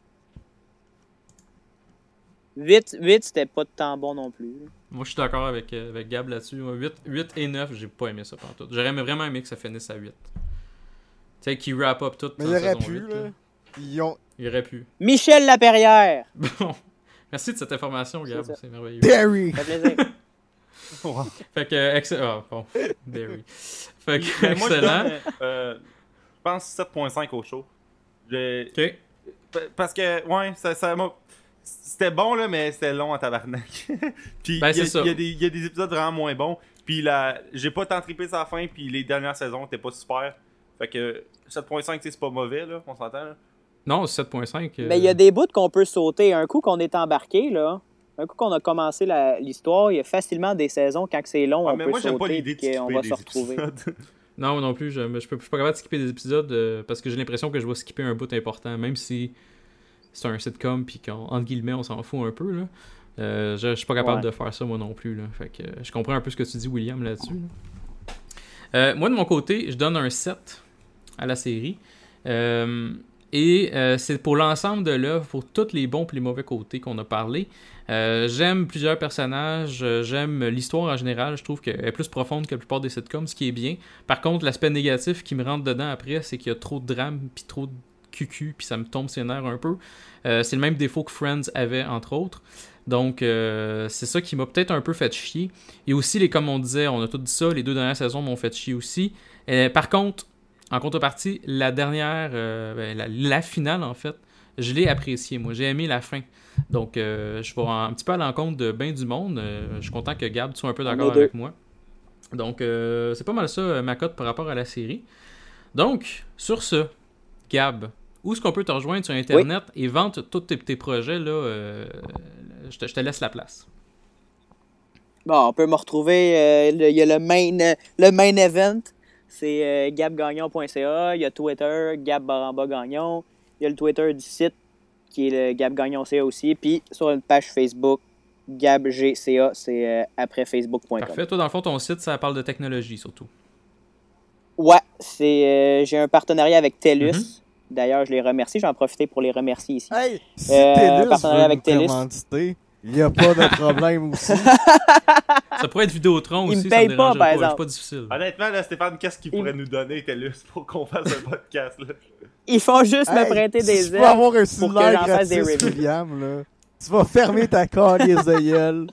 8, c'était pas tant bon non plus. là. Moi, je suis d'accord avec Gab là-dessus. Moi, 8 et 9, j'ai pas aimé ça pantoute. J'aurais vraiment aimé que ça finisse à 8. Tu sais, qu'il wrap up tout. Mais en il aurait saison pu, 8, là. Ils ont... Il aurait pu. Michel Laperrière! Bon. Merci de cette information, Gab. C'est ça. C'est merveilleux. Derry! Ça fait plaisir. Fait que, excellent. Ah, bon. Derry. Fait que, Mais moi, excellent. je pense 7.5 au show. Ok. Parce que, ouais, ça m'a... C'était bon, là, mais c'était long en tabarnak. Puis, Ben, il c'est ça. y a des épisodes vraiment moins bons. Puis, j'ai pas tant trippé sur la fin, puis les dernières saisons étaient pas super. Fait que 7.5, c'est pas mauvais, là, on s'entend, là. Non, 7.5. Mais il y a des bouts qu'on peut sauter. Un coup qu'on est embarqué, là, un coup qu'on a commencé l'histoire, il y a facilement des saisons, quand c'est long, Ouais, on mais peut moi, j'aime pas sauter l'idée et de qu'on skipper va des se retrouver. épisodes. Non, moi non plus. Je suis pas capable de skipper des épisodes parce que j'ai l'impression que je vais skipper un bout important, même si c'est un sitcom puis qu'entre guillemets, on s'en fout un peu, là. Je suis pas capable Ouais. de faire ça moi non plus, là. Fait que je comprends un peu ce que tu dis, William, là-dessus. Là. Moi, de mon côté, je donne un 7 à la série. Et Et c'est pour l'ensemble de l'œuvre, pour tous les bons et les mauvais côtés qu'on a parlé. J'aime plusieurs personnages, j'aime l'histoire en général, je trouve qu'elle est plus profonde que la plupart des sitcoms, ce qui est bien. Par contre, l'aspect négatif qui me rentre dedans après, c'est qu'il y a trop de drame, puis trop de cucu, puis ça me tombe sur les nerfs un peu. C'est le même défaut que Friends avait, entre autres. Donc, c'est ça qui m'a peut-être un peu fait chier. Et aussi, comme on disait, on a tout dit ça, les 2 dernières saisons m'ont fait chier aussi. Par contre, en contrepartie, la dernière, la finale, en fait, je l'ai appréciée, moi. J'ai aimé la fin. Donc, je vais un petit peu à l'encontre de bien du monde. Je suis content que Gab soit un peu d'accord avec moi. Donc, c'est pas mal ça, ma cote par rapport à la série. Donc, sur ce, Gab, où est-ce qu'on peut te rejoindre sur Internet et vendre tous tes projets, là? Je te laisse la place. Bon, on peut me retrouver, il y a le main event, c'est gabgagnon.ca, il y a Twitter, Gab_Gagnon, il y a le Twitter du site, qui est le gabgagnon.ca aussi, puis sur une page Facebook, gabgca, c'est après facebook.com. Parfait. Toi, dans le fond, ton site, ça parle de technologie, surtout. Ouais, j'ai un partenariat avec TELUS. D'ailleurs, je les remercie. J'en profite pour les remercier ici. Hey, si TELUS partenariat veut avec nous TELUS. commanditer, il n'y a pas de problème aussi. Ça pourrait être Vidéotron Ils aussi, me ça me payent pas, dérangerait par pas. exemple. C'est pas difficile. Honnêtement, là, Stéphane, qu'est-ce qu'il pourrait nous donner, TELUS, pour qu'on fasse un podcast, là? Ils font juste me prêter si des tu peux avoir un pour que cellulaire j'en fasse des gratis, reviews. William, là, tu vas fermer ta calice de gueule.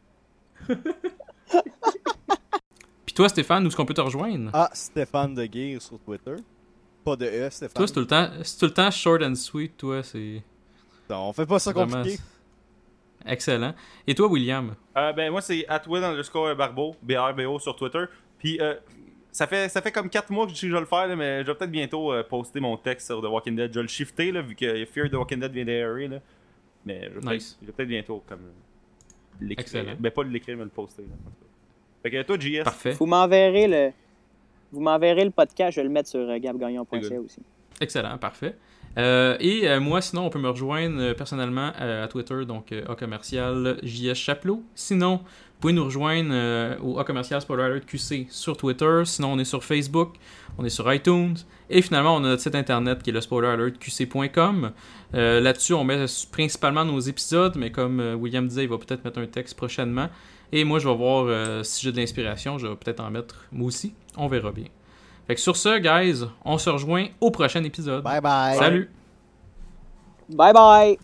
Puis toi, Stéphane, où est-ce qu'on peut te rejoindre? Ah, Stéphane de Guire sur Twitter. Pas de E, Stéphane. Toi, c'est tout le temps short and sweet, toi, c'est... Non, on fait pas ça Vraiment, compliqué. excellent. Et toi, William? Ben, moi, c'est @win_barbeau, BRBO sur Twitter. Puis, ça fait comme 4 mois que je vais le faire, là, mais je vais peut-être bientôt poster mon texte sur The Walking Dead. Je vais le shifter, là, vu que Fear the Walking Dead vient d'airer, là. Mais je vais peut-être bientôt comme l'écrire. Excellent. Ben, pas l'écrire, mais le poster, là. Fait que toi, JS. Parfait. Vous m'enverrez le podcast, je vais le mettre sur gabgagnon.ca aussi. Excellent, parfait. Moi, sinon, on peut me rejoindre personnellement à Twitter, donc A-commercial JS Chapelot. Sinon, vous pouvez nous rejoindre au A-commercial Spoiler Alert QC sur Twitter. Sinon, on est sur Facebook, on est sur iTunes. Et finalement, on a notre site internet qui est le spoileralertqc.com. Là-dessus, on met principalement nos épisodes, mais comme William disait, il va peut-être mettre un texte prochainement. Et moi, je vais voir si j'ai de l'inspiration, je vais peut-être en mettre moi aussi. On verra bien. Fait que sur ce, guys, on se rejoint au prochain épisode. Bye bye. Salut! Bye bye!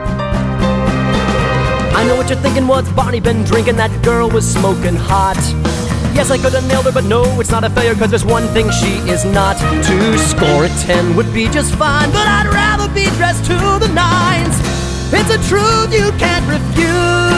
I know what you're thinking, what's Barney been drinking? That girl was smoking hot. Yes, I could have nailed her, but no, it's not a failure, cause there's one thing she is not. To score a 10 would be just fine, but I'd rather be dressed to the nines. It's a truth you can't refute.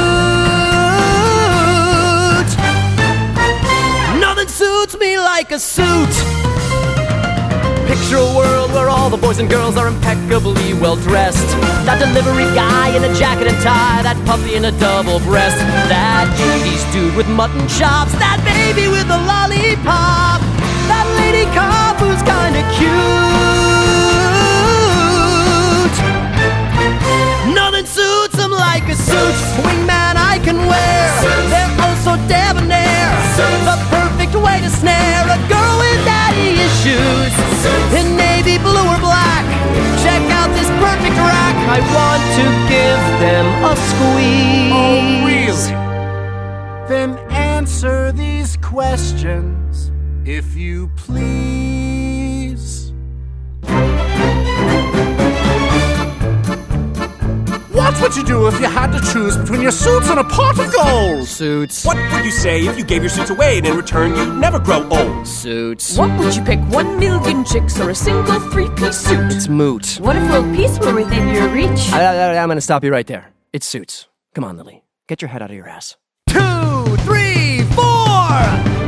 Nothing suits me like a suit. Picture a world where all the boys and girls are impeccably well dressed. That delivery guy in a jacket and tie, that puppy in a double breast, that 80s dude with mutton chops, that baby with a lollipop, that lady cop who's kinda cute. Nothing suits them like a suit. Wingman I can wear, they're oh so debonair, the perfect way to snare a girl with daddy issues. In navy blue or black, check out this perfect rack. I want to give them a squeeze. Oh, really? Then answer these questions, if you please. What would you do if you had to choose between your suits and a pot of gold? Suits. What would you say if you gave your suits away and in return you'd never grow old? Suits. What would you pick, 1 million chicks or a single 3-piece suit? It's moot. What if world peace were within your reach? I'm gonna stop you right there. It's suits. Come on, Lily. Get your head out of your ass. 2, 3, 4!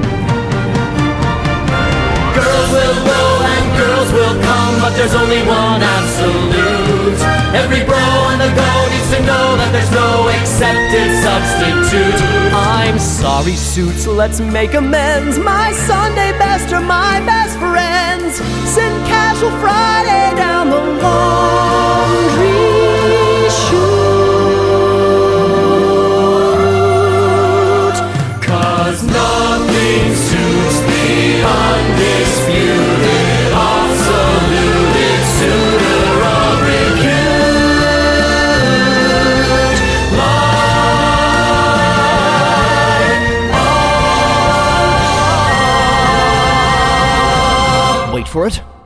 Girls will go and girls will come, but there's only one absolute. Every bro on the go needs to know that there's no accepted substitute. I'm sorry, suits, let's make amends. My Sunday best are my best friends. Send Casual Friday down the laundry chute. 'Cause nothing suits the undisputed, absolute suitor wait for it.